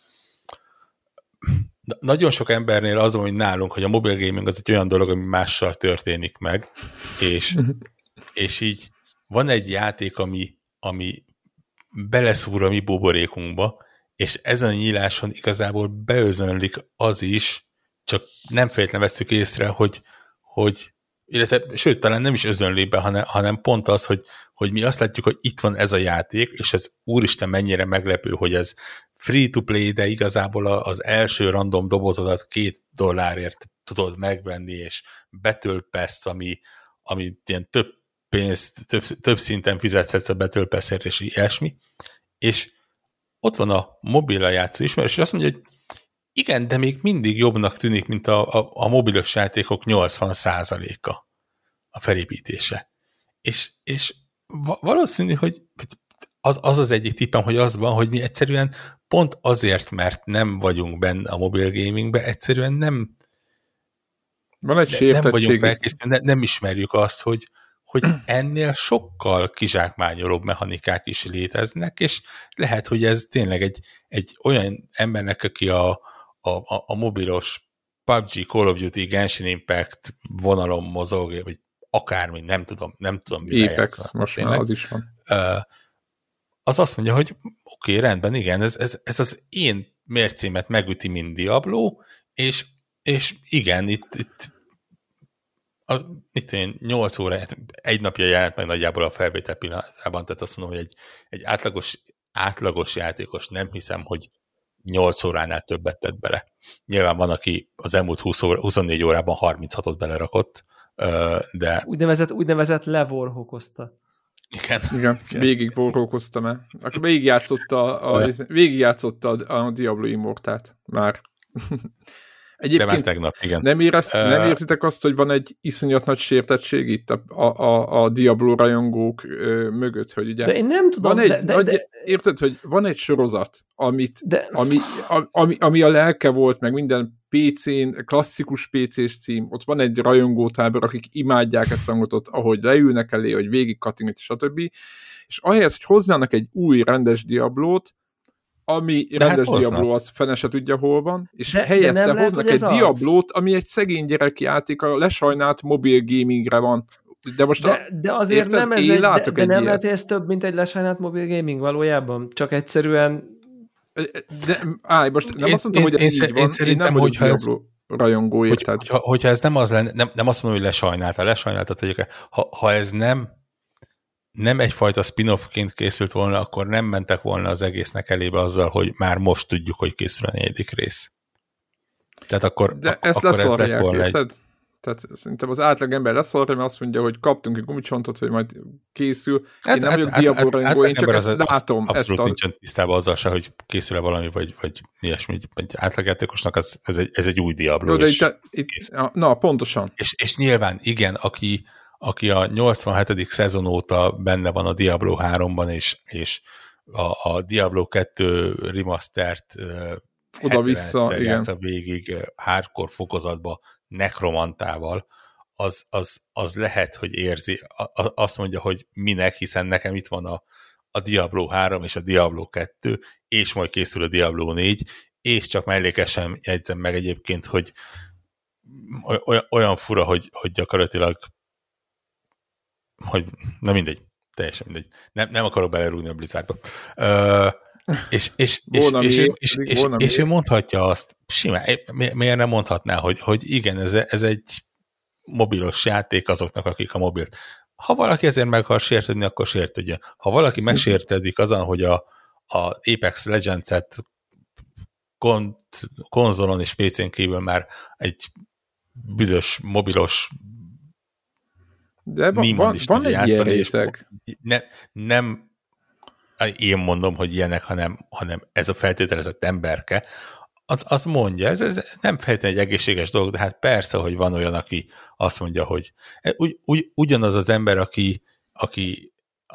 nagyon sok embernél az van, hogy nálunk, hogy a mobile gaming az egy olyan dolog, ami mással történik meg, és, és így van egy játék, ami, ami beleszúr a mi buborékunkba, és ezen a nyíláson igazából beözönlik az is, csak nem feltétlenül vesszük észre, hogy, hogy illetve, sőt, talán nem is özönli be, hanem, hanem pont az, hogy, hogy mi azt látjuk, hogy itt van ez a játék, és ez úristen mennyire meglepő, hogy ez free-to-play, de igazából az első random dobozodat két dollárért tudod megvenni, és betölpesz, ami, ami ilyen több pénzt, több, több szinten fizethetsz a betölpeszért, és ilyesmi. És ott van a mobilla játszó ismerős, és azt mondja, hogy igen, de még mindig jobbnak tűnik, mint a, a, a mobilos játékok nyolcvan százaléka a felépítése. És, és valószínű, hogy az, az az egyik tippem, hogy az van, hogy mi egyszerűen pont azért, mert nem vagyunk benne a mobile gamingbe, egyszerűen nem, van egy nem vagyunk felkészülni, nem ismerjük azt, hogy, hogy ennél sokkal kizsákmányolóbb mechanikák is léteznek, és lehet, hogy ez tényleg egy, egy olyan embernek, aki a A, a, a mobilos pé u bé gé, Call of Duty, Genshin Impact vonalon mozog, vagy akármi, nem tudom, nem tudom, mi Apex, most már az is van. Az azt mondja, hogy oké, okay, rendben, igen, ez, ez, ez az én mércémet megüti, mint Diablo, és, és igen, itt, itt az, itt én nyolc óra, egy napja jelent meg nagyjából a felvétel pillanatában, tehát azt mondom, hogy egy, egy átlagos, átlagos játékos nem hiszem, hogy nyolc óránál többet tett bele. Nyilván van, aki az elmúlt húsz óra, huszonnégy órában harminchatot belerakott, de... Úgynevezett, úgynevezett levorhokozta. Igen. Igen, végig vorhokoztam el. Akkor végigjátszotta a, végigjátszotta a Diablo Immortalt már. Egyébként de már tegnap, igen. Nem, érezt, uh, nem érzitek azt, hogy van egy iszonyat nagy sértettség itt a, a, a Diablo rajongók ö, mögött, hogy ugye... De én nem tudom, van egy, de, de, nagy, de... Érted, hogy van egy sorozat, amit, de... ami, ami, ami a lelke volt, meg minden pé cén, klasszikus pé cés cím, ott van egy rajongótábor, akik imádják ezt a hangot, ahogy leülnek elé, hogy végig kattingat, stb. És ahelyett, hogy hoznának egy új rendes Diablót, ami de rendes hát Diablo, az fene se tudja, hol van, és de, helyette de hoznak lehet, egy Diablót, ami egy szegény gyerekjáték, a lesajnált mobil gamingre van. De, most de, a, de azért érted? nem ez Én egy, de, de de nem ilyet. lehet, hogy ez több, mint egy lesajnált mobil gaming valójában? Csak egyszerűen... De, állj, most nem én, azt mondtam, én, hogy ez én, így van, én szerintem, én nem hogyha vagyok Diablo rajongó, hogy, érted? hogyha, hogyha ez nem az lenne, nem, nem azt mondom, hogy lesajnálta, lesajnáltat, hogy ha, ha ez nem nem egyfajta spin-offként készült volna, akkor nem mentek volna az egésznek elébe azzal, hogy már most tudjuk, hogy készül a negyedik rész. Tehát akkor, de ak- ezt akkor ez lett volna érted? Egy... Tehát szerintem az átlag ember leszarja, mert azt mondja, hogy kaptunk egy gumicsontot, hogy majd készül. Hát, én nem hát, vagyok hát, Diablo hát, rajongó, én csak ezt az, látom. Abszolút ezt a... nincsen tisztában azzal se, hogy készül-e valami, vagy, vagy ilyesmi. Egy átlagjátékosnak az, ez, egy, ez egy új Diablo. Jó, de itt, itt, na, pontosan. És, és nyilván, igen, aki, aki a nyolcvanhetedik szezon óta benne van a Diablo háromban, és, és a, a Diablo kettő remastert oda-vissza, igen. végig hardcore fokozatba nekromantával, az, az, az lehet, hogy érzi. Azt mondja, hogy minek, hiszen nekem itt van a, a Diablo három és a Diablo kettő, és majd készül a Diablo négy, és csak mellékesen jegyzem meg egyébként, hogy olyan, olyan fura, hogy, hogy gyakorlatilag hogy, na mindegy, teljesen mindegy. Nem, nem akarok belerúgni a Blizzardba. Uh, és, és, és, és, és, és, és, és ő mondhatja azt, simán, miért nem mondhatná, hogy, hogy igen, ez, ez egy mobilos játék azoknak, akik a mobilt. Ha valaki ezért meg akar sértődni, akkor sértődjön. Ha valaki Szint. megsértődik azon, hogy a, a Apex Legends-et kon, konzolon és pé cén kívül már egy büdös, mobilos de van, van, van egy ilyen réteg. Ne, nem én mondom, hogy ilyenek, hanem, hanem ez a feltételezett emberke, az, az mondja, ez, ez nem feltétlenül egy egészséges dolog, de hát persze, hogy van olyan, aki azt mondja, hogy ugy, ugy, ugyanaz az ember, aki, aki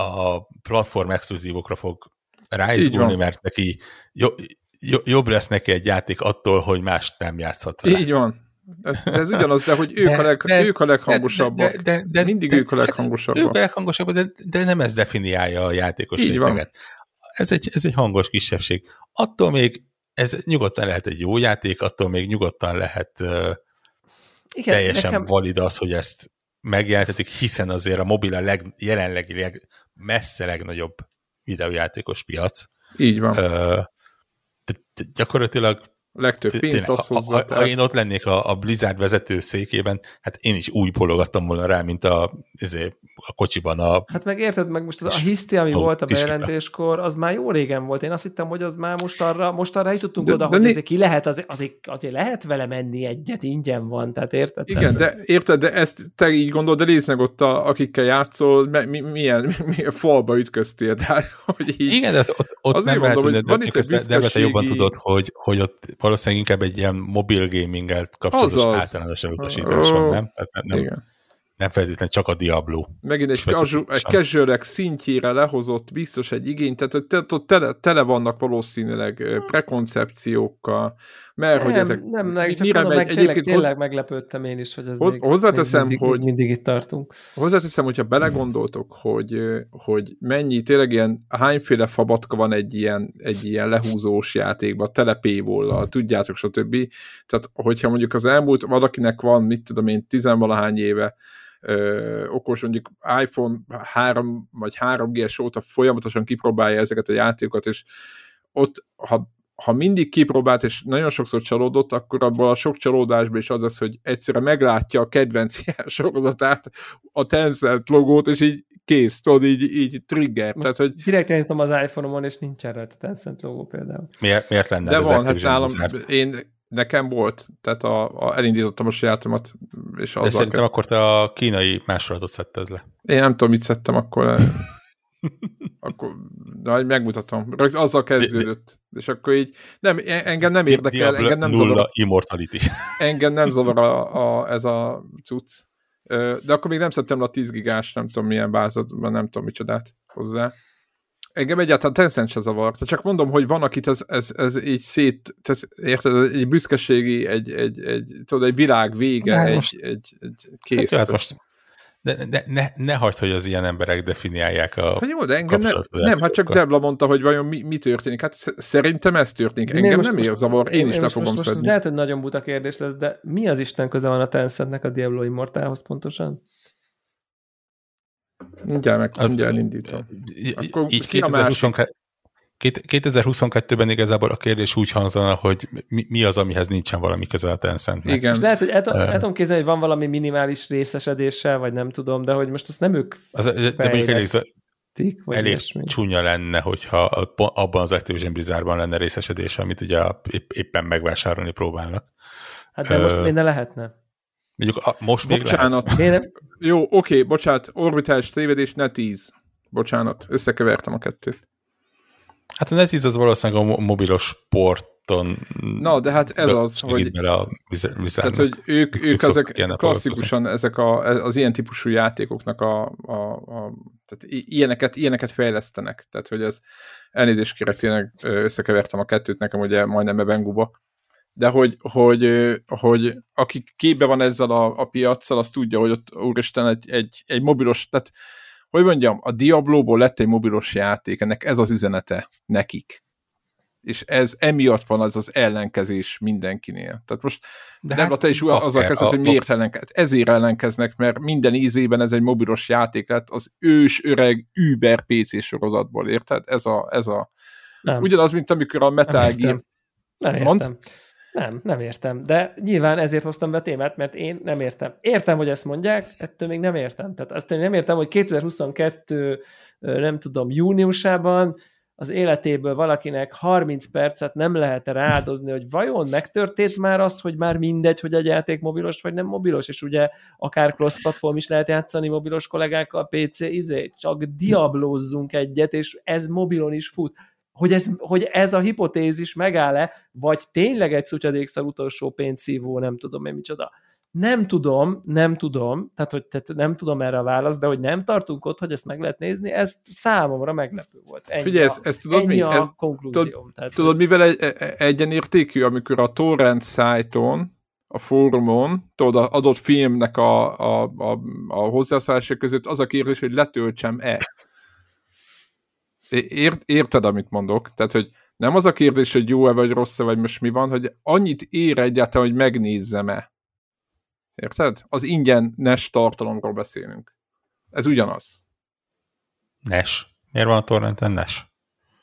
a platform exkluzívokra fog ráizgulni, mert neki jo, jo, jobb lesz neki egy játék attól, hogy mást nem játszhat vele. Így van. Ez, ez ugyanaz, de hogy ők, de, a, leg, de ez, ők a leghangosabbak. De, de, de, Mindig de, ők a leghangosabbak. Ők a leghangosabbak, de, de nem ez definiálja a játékos réteget. Ez egy, ez egy hangos kisebbség. Attól még ez nyugodtan lehet egy jó játék, attól még nyugodtan lehet uh, igen, teljesen nekem... valid az, hogy ezt megjelentetik, hiszen azért a mobil a leg, jelenlegi leg, messze legnagyobb videójátékos piac. Így van. Uh, gyakorlatilag legtöbb pénzt azt hozza. Ha, ha én ott lennék a, a Blizzard vezető székében, hát én is úgy bologattam volna rá, mint a, ezért, a kocsiban a... Hát meg érted, meg most a hiszti, ami volt a bejelentéskor, az már jó régen volt. Én azt hittem, hogy az már most arra, most arra jutottunk de, oda, de hogy azért ki lehet, azért, azért, azért lehet vele menni egyet, ingyen van, tehát érted? Igen, de érted, de ezt te így gondolod, de nézd meg ott, a, akikkel játszol, mi, milyen, milyen falba ütköztél, tehát, hogy így... Igen, de ott, ott nem lehet tudni, de, de, de, de te jobban tudod, hogy, hogy ott valószínűleg inkább egy ilyen mobil gaming-el kapcsolatos Azaz. általánosan utasítás van, nem? Tehát nem, nem, nem feltétlenül csak a Diablo. Megint egy, casual, egy casual-ek szintjére lehozott biztos egy igény, tehát ott tele, tele vannak valószínűleg prekoncepciókkal, mert nem, hogy ezek... Nem, nem, csak mondom, meg tényleg, tényleg meglepődtem én is, hogy ez hoz, még, hozzáteszem, még mindig, hogy, mindig itt tartunk. Hozzáteszem, hogyha belegondoltok, hogy, hogy mennyi, tényleg ilyen, hányféle fabatka van egy ilyen, egy ilyen lehúzós játékban, tele paywall-lal, tudjátok, stb. Tehát, hogyha mondjuk az elmúlt valakinek van, mit tudom én, tizenvalahány éve, Ö, okos, mondjuk iPhone három vagy három G-s óta folyamatosan kipróbálja ezeket a játékokat, és ott, ha, ha mindig kipróbált, és nagyon sokszor csalódott, akkor abban a sok csalódásban is az az, hogy egyszerűen meglátja a kedvenc sorozatát, a Tencent logót, és így kész, tudod, így, így trigger. Most tehát, hogy... direkt eljutom az iPhone-omon, és nincsen rajta Tencent logó például. Miért, miért lenne? De van, hát nálam, én nekem volt, tehát a, a, elindítottam a sajátomat, és azzal De szerintem kezdtem. akkor te a kínai másolatot szedted le. Én nem tudom, mit szedtem akkor. akkor de megmutatom. Rögt azzal kezdődött. És akkor így, nem, engem nem érdekel, engem nem zavar. Immortality. Engem nem zavar a, a, ez a cucc. De akkor még nem szedtem le a tíz gigás, nem tudom milyen bázatban, nem tudom micsodát hozzá. Engem egyáltalán Tencent se zavar. Csak mondom, hogy van, akit ez, ez, ez így szét, tehát, érted, egy büszkeségi, egy, egy, egy, tudod, egy világ vége, egy, most, egy, egy kész. Hát most de ne, ne, ne hagyd, hogy az ilyen emberek definiálják a hát jó, de engem nem, nem, hát csak Debla mondta, hogy vajon mi, mi történik. Hát szerintem ez történik. Engem most, nem ér zavar, én, én is le fogom most, szedni. Most lehet, hogy nagyon buta kérdés lesz, de mi az Isten köze van a Tencentnek a Diablo Immortalhoz pontosan? Mindjárt meg, mindjárt indítom. Akkor így kétezer-huszonkettőben igazából a kérdés úgy hangzana, hogy mi, mi az, amihez nincsen valami köze a Tencentnek. Igen. És lehet, hogy el, el tudom képzelni, hogy van valami minimális részesedéssel, vagy nem tudom, de hogy most azt nem ők az, de mondjuk elég, elég csúnya lenne, hogyha abban az Activision Blizzardban lenne részesedés, amit ugye épp, éppen megvásárolni próbálnak. Hát de uh, most minden lehetne. Mondjuk a, most még bocsánat. lehet. Jó, oké, okay, bocsánat, orbitális tévedés, ne tíz. Bocsánat, összekevertem a kettőt. Hát a NetEase az valószínűleg a mobilos sporton... Na, de hát ez az, hogy... A tehát, hogy ők, ők, ők ezek klasszikusan ezek a, az ilyen típusú játékoknak a... a, a tehát ilyeneket, ilyeneket fejlesztenek. Tehát, hogy ez elnézést kérek, tényleg összekevertem a kettőt nekem, ugye majdnem Ebenguba. De hogy, hogy, hogy aki képbe van ezzel a, a piaccal, az tudja, hogy ott úristen egy, egy, egy mobilos... Tehát, hogy mondjam, a Diablóból lett egy mobilos játék, ennek ez az üzenete nekik. És ez emiatt van az az ellenkezés mindenkinél. Tehát most, de Debla, hát, te is azzal kezdted, hogy miért ellenkeznek. Ezért ellenkeznek, mert minden ízében ez egy mobilos játék lett az ős, öreg, Uber pé cé sorozatból, érted? Ez a... Ez a ugyanaz, mint amikor a Metal Gear... Nem értem. Mond? Nem, nem értem. De nyilván ezért hoztam be a témát, mert én nem értem. Értem, hogy ezt mondják, ettől még nem értem. Tehát azt én nem értem, hogy kétezer-huszonkettő nem tudom, júniusában az életéből valakinek harminc percet nem lehet rááldozni, hogy vajon megtörtént már az, hogy már mindegy, hogy egy játék mobilos vagy nem mobilos, és ugye akár cross-platform is lehet játszani mobilos kollégákkal, pé cé, izé, csak diablózzunk egyet, és ez mobilon is fut. Hogy ez, hogy ez a hipotézis megáll-e, vagy tényleg egy szutyadékszal utolsó pénzszívó, nem tudom én micsoda. Nem tudom, nem tudom, tehát, hogy, tehát nem tudom erre a választ, de hogy nem tartunk ott, hogy ezt meg lehet nézni, ez számomra meglepő volt. Ennyi Figyelj, a, ez, ez tudod ennyi mi? a Ez, konklúzióm. Tudod, tehát, tudod mivel egy, egyenértékű, amikor a torrent szájton, a fórumon, tudod, az adott filmnek a, a, a, a hozzászállása között az a kérdés, hogy letöltsem-e. Ért, érted, amit mondok? Tehát, hogy nem az a kérdés, hogy jó-e vagy rossz-e, vagy most mi van, hogy annyit ér egyáltalán, hogy megnézzem-e. Érted? Az ingyenes tartalomról beszélünk. Ez ugyanaz. Nes. Miért van a torrenten Nes?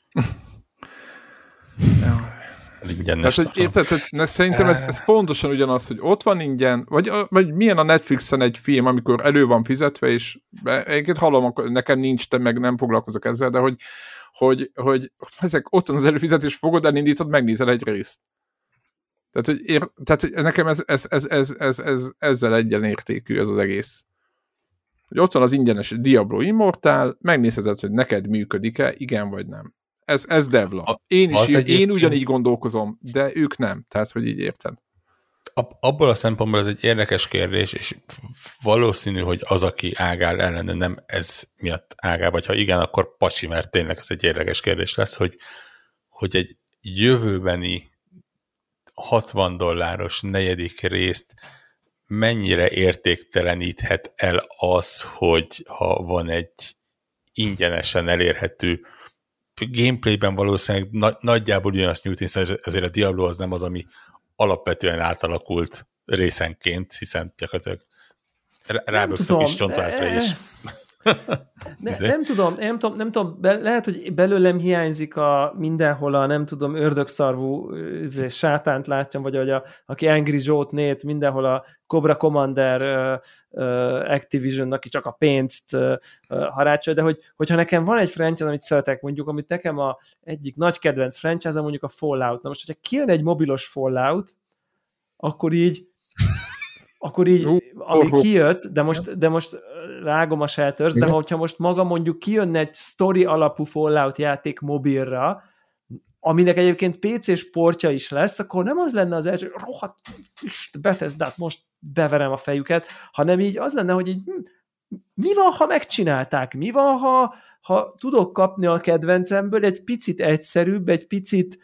Ez ingyenes Tehát, hogy érted, hogy szerintem ez, ez pontosan ugyanaz, hogy ott van ingyen, vagy, vagy milyen a Netflixen egy film, amikor elő van fizetve, és egyébként hallom, nekem nincs, te meg nem foglalkozok ezzel, de hogy, hogy, hogy ezek ott van az előfizetés, fogod, elindítod, megnézel egy részt. Tehát, hogy, ér, tehát, hogy nekem ez, ez, ez, ez, ez, ez, ezzel egyenértékű ez az egész. Hogy ott van az ingyenes Diablo Immortal, megnézheted, hogy neked működik-e, igen vagy nem. Ez, ez devla. Én, is, én ugyanígy gondolkozom, de ők nem. Tehát, hogy így érted. Abból a szempontból ez egy érdekes kérdés, és valószínű, hogy az, aki ágál ellene, nem ez miatt ágál, vagy ha igen, akkor pacsi, mert tényleg ez egy érdekes kérdés lesz, hogy, hogy egy jövőbeni hatvan dolláros negyedik részt mennyire értékteleníthet el az, hogy ha van egy ingyenesen elérhető gameplayben valószínűleg na- nagyjából ugyanazt nyújt, hiszen azért a Diablo az nem az, ami alapvetően átalakult részenként, hiszen gyakorlatilag ráböksz a kis csontvászra is. Ne, nem tudom, nem tudom, nem tudom be, lehet, hogy belőlem hiányzik a mindenhol a, nem tudom, ördögszarvú sátánt látjam, vagy hogy a, aki Angry Joe-t nét, mindenhol a Cobra Commander uh, uh, Activision, aki csak a pénzt uh, uh, harácsolja, de hogy, hogyha nekem van egy franchise, amit szeretek, mondjuk, amit nekem a egyik nagy kedvenc franchise, mondjuk a Fallout. Na most, hogyha kijön egy mobilos Fallout, akkor így akkor így, ami kijött, de most, de most rágom a Shelters, de hogyha most maga mondjuk kijönne egy sztori alapú Fallout játék mobilra, aminek egyébként pé cés portja is lesz, akkor nem az lenne az első, hogy rohadt, Bethesdát most beverem a fejüket, hanem így az lenne, hogy így, hm, mi van, ha megcsinálták? Mi van, ha, ha tudok kapni a kedvencemből egy picit egyszerűbb, egy picit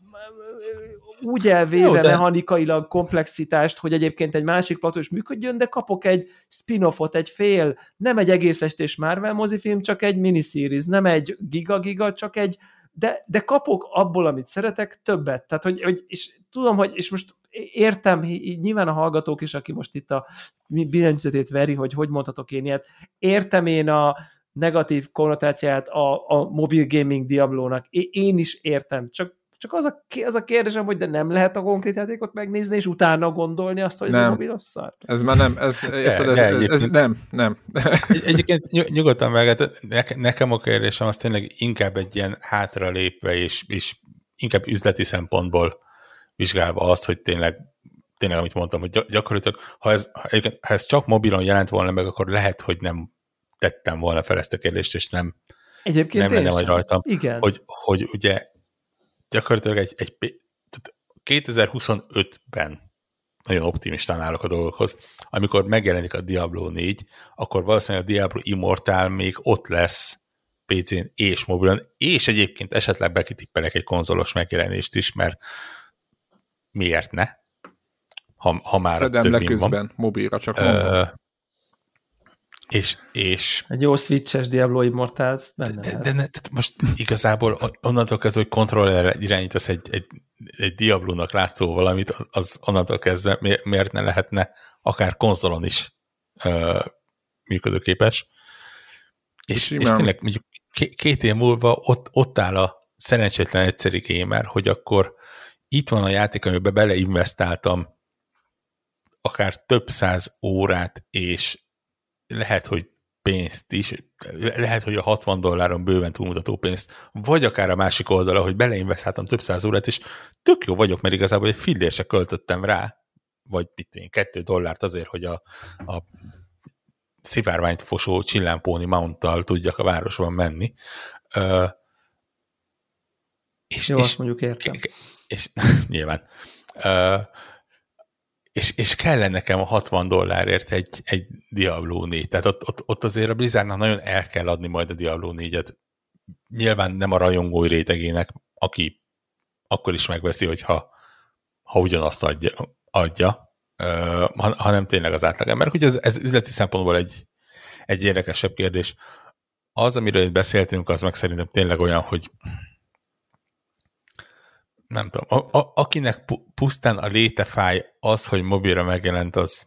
úgy elvéve Jó, de... mechanikailag komplexitást, hogy egyébként egy másik plató is működjön, de kapok egy spin-offot, egy fél, nem egy egész estés Marvel mozifilm, csak egy miniseries, nem egy giga-giga, csak egy, de, de kapok abból, amit szeretek, többet. Tehát, hogy, hogy és tudom, hogy, és most értem, nyilván a hallgatók is, aki most itt a billentyűzetét veri, hogy hogy mondhatok én ilyet, értem én a negatív konnotáciát a, a mobil gaming Diablónak. Én is értem, csak Csak az a, az a kérdésem, hogy de nem lehet a konkrét játékot megnézni, és utána gondolni azt, hogy ez nem. a mobilos szar? Ez már nem, ez, érted, ez, ez, ez nem, nem. Egy, egyébként nyugodtan meg, nekem a kérdésem az tényleg inkább egy ilyen hátralépve, és, és inkább üzleti szempontból vizsgálva azt, hogy tényleg, tényleg amit mondtam, hogy gyakorlatilag, ha ez, ha ez csak mobilon jelent volna meg, akkor lehet, hogy nem tettem volna fel ezt a kérdést, és nem, egyébként nem lenne majd rajtam. Igen. Hogy, hogy ugye gyakorlatilag egy, egy kétezer-huszonötben nagyon optimistán állok a dolgokhoz. Amikor megjelenik a Diablo négy, akkor valószínűleg a Diablo Immortal még ott lesz pé cén és mobilon, és egyébként esetleg bekitippelek egy konzolos megjelenést is, mert miért ne? Ha, ha már Szedem le közben, mobilra csak mondom. Uh, és, és... Egy jó switches Diablo Immortal, benne de, de, de, de most igazából onnantól kezdve, hogy kontrollerrel irányítasz egy, egy, egy Diablónak látszó valamit, az, az onnantól kezdve mi, miért ne lehetne akár konzolon is uh, működőképes. És, és tényleg mondjuk két év múlva ott, ott áll a szerencsétlen egyszeri gamer, hogy akkor itt van a játék, amiben beleinvestáltam akár több száz órát, és lehet, hogy pénzt is, lehet, hogy a hatvan dolláron bőven túlmutató pénzt, vagy akár a másik oldala, hogy beleinvestáltam több száz órát, és tök jó vagyok, mert igazából egy fillér se költöttem rá, vagy mit én, kettő dollárt azért, hogy a, a szivárványt fosó csillámpóni mounttal tudjak a városban menni. Uh, és, jó, és, azt mondjuk értem. És, és nyilván. Uh, és, és kellene nekem a hatvan dollárért egy, egy Diablo négy. Tehát ott, ott, ott azért a Blizzardnak nagyon el kell adni majd a Diablo négyet. Nyilván nem a rajongói rétegének, aki akkor is megveszi, hogyha ha ugyanazt adja, adja uh, hanem tényleg az átlagember. Úgyhogy ez, ez üzleti szempontból egy, egy érdekesebb kérdés. Az, amiről itt beszéltünk, az meg szerintem tényleg olyan, hogy nem tudom, a, a, akinek pu- pusztán a léte fáj az, hogy mobilra megjelent, az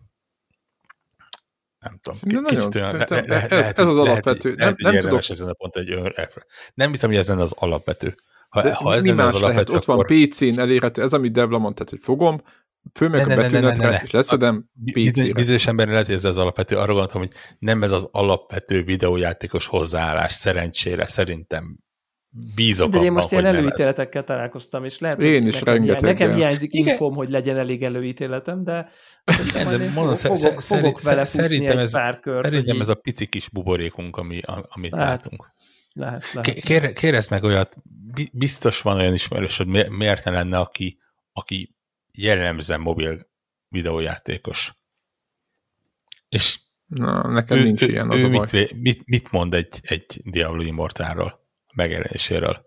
nem tudom, k- kicsit olyan, le, le, le, ez, lehet, ez az lehet, alapvető. Lehet, nem, nem tudok. Ezen a pont egy ön, nem hiszem, hogy ez lenne az alapvető. Ha, ha ez mi lenne más az lehet? alapvető, Ott van pé cén elérhető, ez, amit Debla mondta, hogy fogom, fölmegyek a betűnetre, és leszedem pé cére. Bizonyos emberre lehet, hogy ez az alapvető. Arra gondoltam, hogy nem ez az alapvető videójátékos hozzáállás, szerencsére, szerintem bízok de abban, én most ilyen hogy előítéletekkel találkoztam, és lehet, én hogy is nekem, hiány, nekem hiányzik igen. infom, hogy legyen elég előítéletem, de, igen, de mondom, fogok, fogok, fogok vele szerintem, ez, pár kört, szerintem ez a pici kis buborékunk, ami, amit lehet, látunk. Lehet, lehet. Kér, kérdezz meg olyat, biztos van olyan ismerős, hogy miért ne lenne, aki, aki jellemzően mobil videójátékos. És Na, nekem ő, nincs ő, ilyen az ő a baj. mit, mit, mit mond egy, egy Diablo Immortalról, megjelenéséről?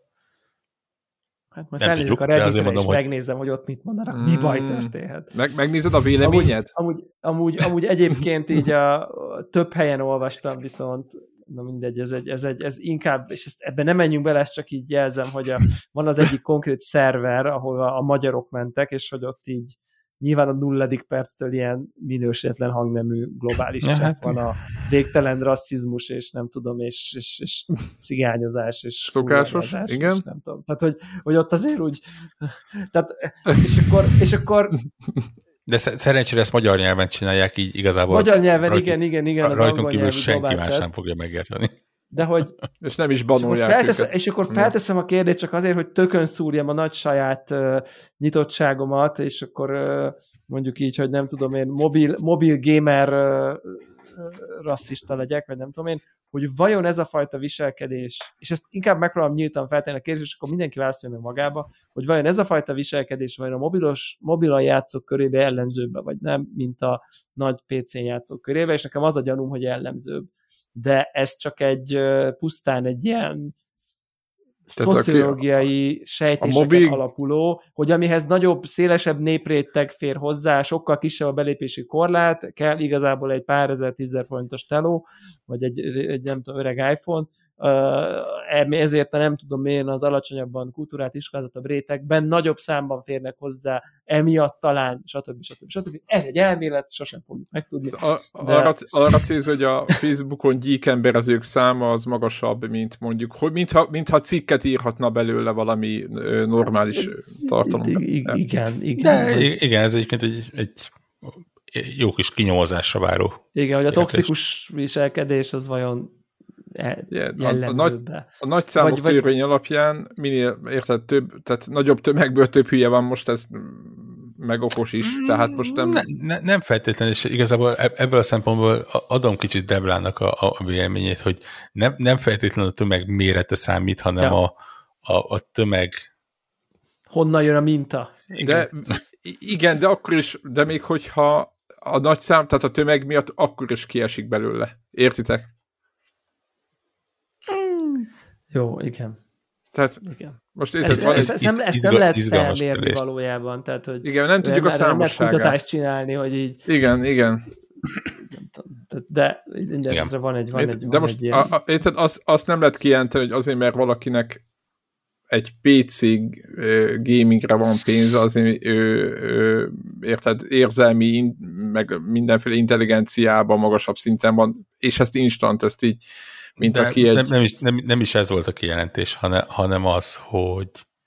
Hát majd felnézzük a Redditre, mondom, és hogy... megnézem, hogy ott mit mondanak, mm. mi baj történhet. Meg, megnézed a véleményed? Amúgy, amúgy, amúgy, amúgy egyébként így a, a több helyen olvastam, viszont na mindegy, ez, egy, ez, egy, ez inkább, és ezt, ebben nem menjünk bele, ezt csak így jelzem, hogy a, van az egyik konkrét szerver, ahol a, a magyarok mentek, és hogy ott így nyilván a nulladik perctől ilyen minősítetlen hangnemű globális ja, hát van, a végtelen rasszizmus, és nem tudom, és, és, és cigányozás, és szokásos, igen. És nem tudom. Tehát, hogy, hogy ott azért úgy, tehát, és akkor, és akkor de szerencsére ezt magyar nyelven csinálják, így igazából magyar nyelven, rajtunk, igen, igen, igen. Rajtunk kívül senki más nem fogja megérteni. De hogy... És nem is banolják és felteszem, és akkor felteszem a kérdést csak azért, hogy tökön szúrjam a nagy saját uh, nyitottságomat, és akkor uh, mondjuk így, hogy nem tudom én, mobil, mobil gamer uh, uh, rasszista legyek, vagy nem tudom én, hogy vajon ez a fajta viselkedés, és ezt inkább megpróbálom nyíltan feltenni a kérdést, és akkor mindenki válaszolja meg magába, hogy vajon ez a fajta viselkedés, vajon a mobilos, mobilon játszók körébe jellemzőbb, vagy nem, mint a nagy pé cén játszók körébe, és nekem az a gyanúm, hogy jellemzőbb. De ez csak egy pusztán egy ilyen tehát szociológiai sejtéseken mobil... alapuló, hogy amihez nagyobb, szélesebb népréteg fér hozzá, sokkal kisebb a belépési korlát, kell igazából egy pár ezer, tízezer forintos teló, vagy egy, egy nem tudom, öreg iPhone, ezért nem tudom én az alacsonyabban kultúrát iskolázatabb rétegben nagyobb számban férnek hozzá, emiatt talán, stb. stb. stb. Ez egy elmélet, sosem fogjuk megtudni. A, de... Arra, arra célz, hogy a Facebookon gyíkemberezők száma az magasabb, mint mondjuk, hogy mintha, mintha cikket írhatna belőle valami normális tartalom. Igen, igen. De, igen, ez egyébként egy, egy jó kis kinyomozásra váró. Igen, hogy a toxikus viselkedés az vajon jellemzőbb. A, a, a nagy számok vagy, törvény vagy... alapján minél, érted, több, tehát nagyobb tömegből több hülye van, most ez meg okos is, tehát most nem... Ne, ne, nem feltétlenül, és igazából ebből a szempontból adom kicsit Deblának a, a véleményét, hogy nem, nem feltétlenül a tömeg mérete számít, hanem ja. a, a, a tömeg... Honnan jön a minta? Igen. De, igen, de akkor is, de még hogyha a nagy szám, tehát a tömeg miatt akkor is kiesik belőle. Értitek? Jó, igen. Tehát igen. Most ezt, érted, ezt, ezt, nem, ezt nem lehet felmérni kérdés. valójában. Tehát, hogy igen, nem tudjuk a számosságát. Nem lehet kutatást csinálni, hogy így... Igen, igen. De mindenesetre van egy, van Ért, egy, de van most egy ilyen... a, a, érted, azt, azt nem lehet kijelenteni, hogy azért, mert valakinek egy pé cé gamingre van pénze, azért ő, ő, érted, érzelmi, in, meg mindenféle intelligenciában magasabb szinten van, és ezt instant, ezt így mint de aki egy... nem, nem, is, nem, nem is ez volt a kijelentés, hanem, hanem az, hogy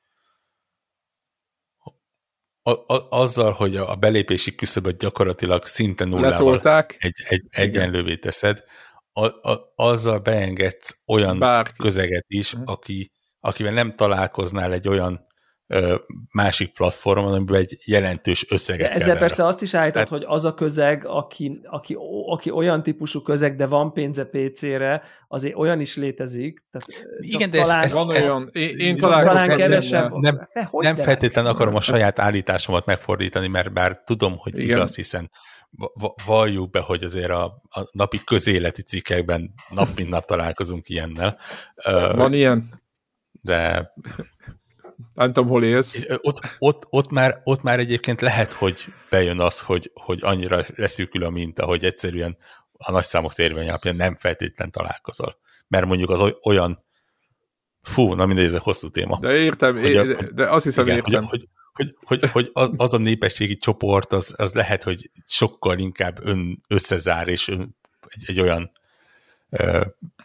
a, a, azzal, hogy a belépési küszöböt gyakorlatilag szinte nullával egy, egy, egyenlővé teszed, a, a, azzal beengedsz olyan Bárki. közeget is, aki, akivel nem találkoznál egy olyan ö, másik platformon, amiben egy jelentős összeget ezzel kever. persze azt is állítod, Tehát, hogy az a közeg, aki, aki, aki olyan típusú közeg, de van pénze pé cére, azért olyan is létezik. Tehát igen, de talán, ez, ez, Van ez, olyan, én, én talán találkoztam kevesebb. nem, De hogy nem ne feltétlenül lehet? akarom a saját állításomat megfordítani, mert bár tudom, hogy igen. igaz, hiszen valljuk be, hogy azért a, a napi közéleti cikkekben nap mint nap találkozunk ilyennel. Van ilyen? De nem tudom, hol élsz. Ott, ott, ott, már, ott már egyébként lehet, hogy bejön az, hogy, hogy annyira leszűkül a minta, hogy egyszerűen a nagyszámok törvény alapján nem feltétlen találkozol. Mert mondjuk az olyan, fú, na mindegy, ez egy hosszú téma. De értem, hogy a, de azt hiszem igen, értem. Hogy, hogy, hogy, hogy az a népességi csoport, az, az lehet, hogy sokkal inkább ön összezár, és ön, egy, egy olyan ö,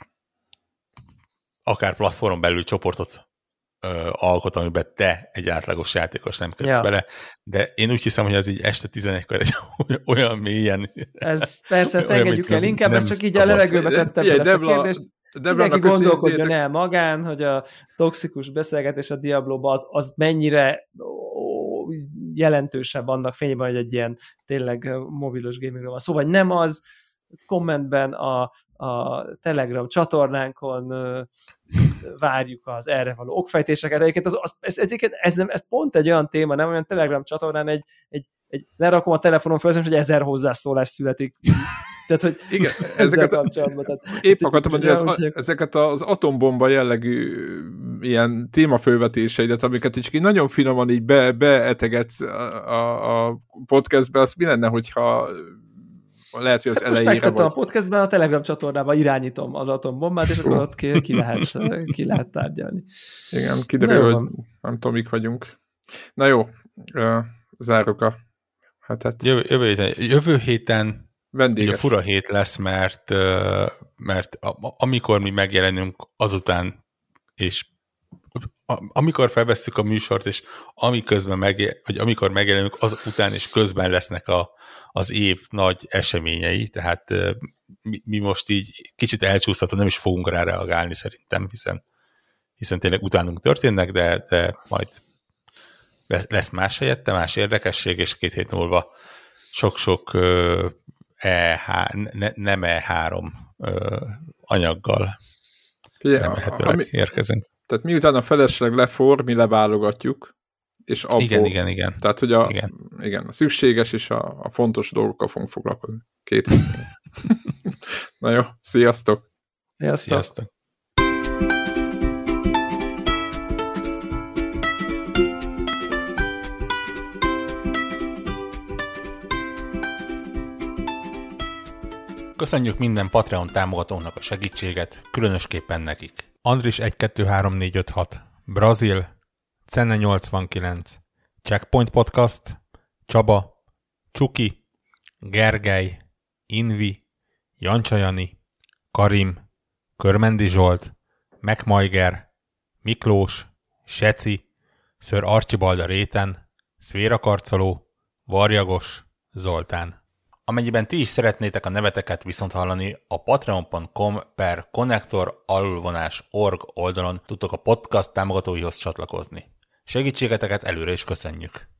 akár platformon belül csoportot ö, alkot, amiben te egy átlagos játékos nem kötsz ja. bele, de én úgy hiszem, hogy az így este tizenegykor egy olyan mélyen... Ez, persze, ezt olyan, engedjük el, inkább ezt csak így szabad. a levegőbe tettem fel ezt a kérdést. Mindenki gondolkodjon el magán, hogy a toxikus beszélgetés a Diablo-ban az, az mennyire ó, jelentősebb annak fényében, hogy egy ilyen tényleg mobilos gamingről van. Szóval nem az, kommentben a, a Telegram csatornánkon várjuk az erre való okfejtéseket. Egyébként az, az, ez, egyébként ez, nem, ez pont egy olyan téma, nem olyan Telegram csatornán egy, egy, egy lerakom a telefonon föl, hogy ezer hozzászólás születik. Tehát, hogy igen, ezeket a, tehát épp akartam mondani, hogy az, ezeket az atombomba jellegű ilyen témafölvetéseidet, amiket így nagyon finoman így be, beetegetsz a, a podcastbe, az mi lenne, hogyha lehet, hogy az hát elejére vagy. a podcastben, a Telegram csatornában irányítom az atombombát, és akkor ott ki, ki, lehet, ki lehet tárgyalni. Igen, kiderül, hogy nem tudom, mik vagyunk. Na jó, uh, zárjuk a hetet. Jövő, jövő héten, jövő héten Vendéges. Ugye fura hét lesz, mert, mert amikor mi megjelenünk azután, és amikor felvesszük a műsort, és amiközben meg, vagy amikor megjelenünk, az után és közben lesznek a, az év nagy eseményei, tehát mi, mi most így kicsit elcsúszható, nem is fogunk rá reagálni szerintem, hiszen, hiszen tényleg utánunk történnek, de, de majd lesz más helyette, más érdekesség, és két hét múlva sok-sok E három, ne, nem E három ö, anyaggal remélhetőleg érkezünk. Tehát miután a felesleg lefor, mi leválogatjuk, és abból, igen, igen, igen. Tehát, hogy a, igen. Igen, a szükséges és a, a fontos dolgokkal fogunk foglalkozni. Két. Na jó, sziasztok! Sziasztok! Sziasztok. Köszönjük minden Patreon támogatónak a segítséget, különösképpen nekik. Andris egy kettő három négy öt hat, Brazil, Cenne nyolcvankilenc, Checkpoint Podcast, Csaba, Csuki, Gergely, Invi, Jancsajani, Karim, Körmendi Zsolt, Megmajger, Miklós, Seci, Ször Archibald a Réten, Szvéra Karcoló, Varjagos, Zoltán. Amennyiben ti is szeretnétek a neveteket viszont hallani, a patreon pont com per konnektor alulvonás org oldalon tudtok a podcast támogatóihoz csatlakozni. Segítségeteket előre is köszönjük!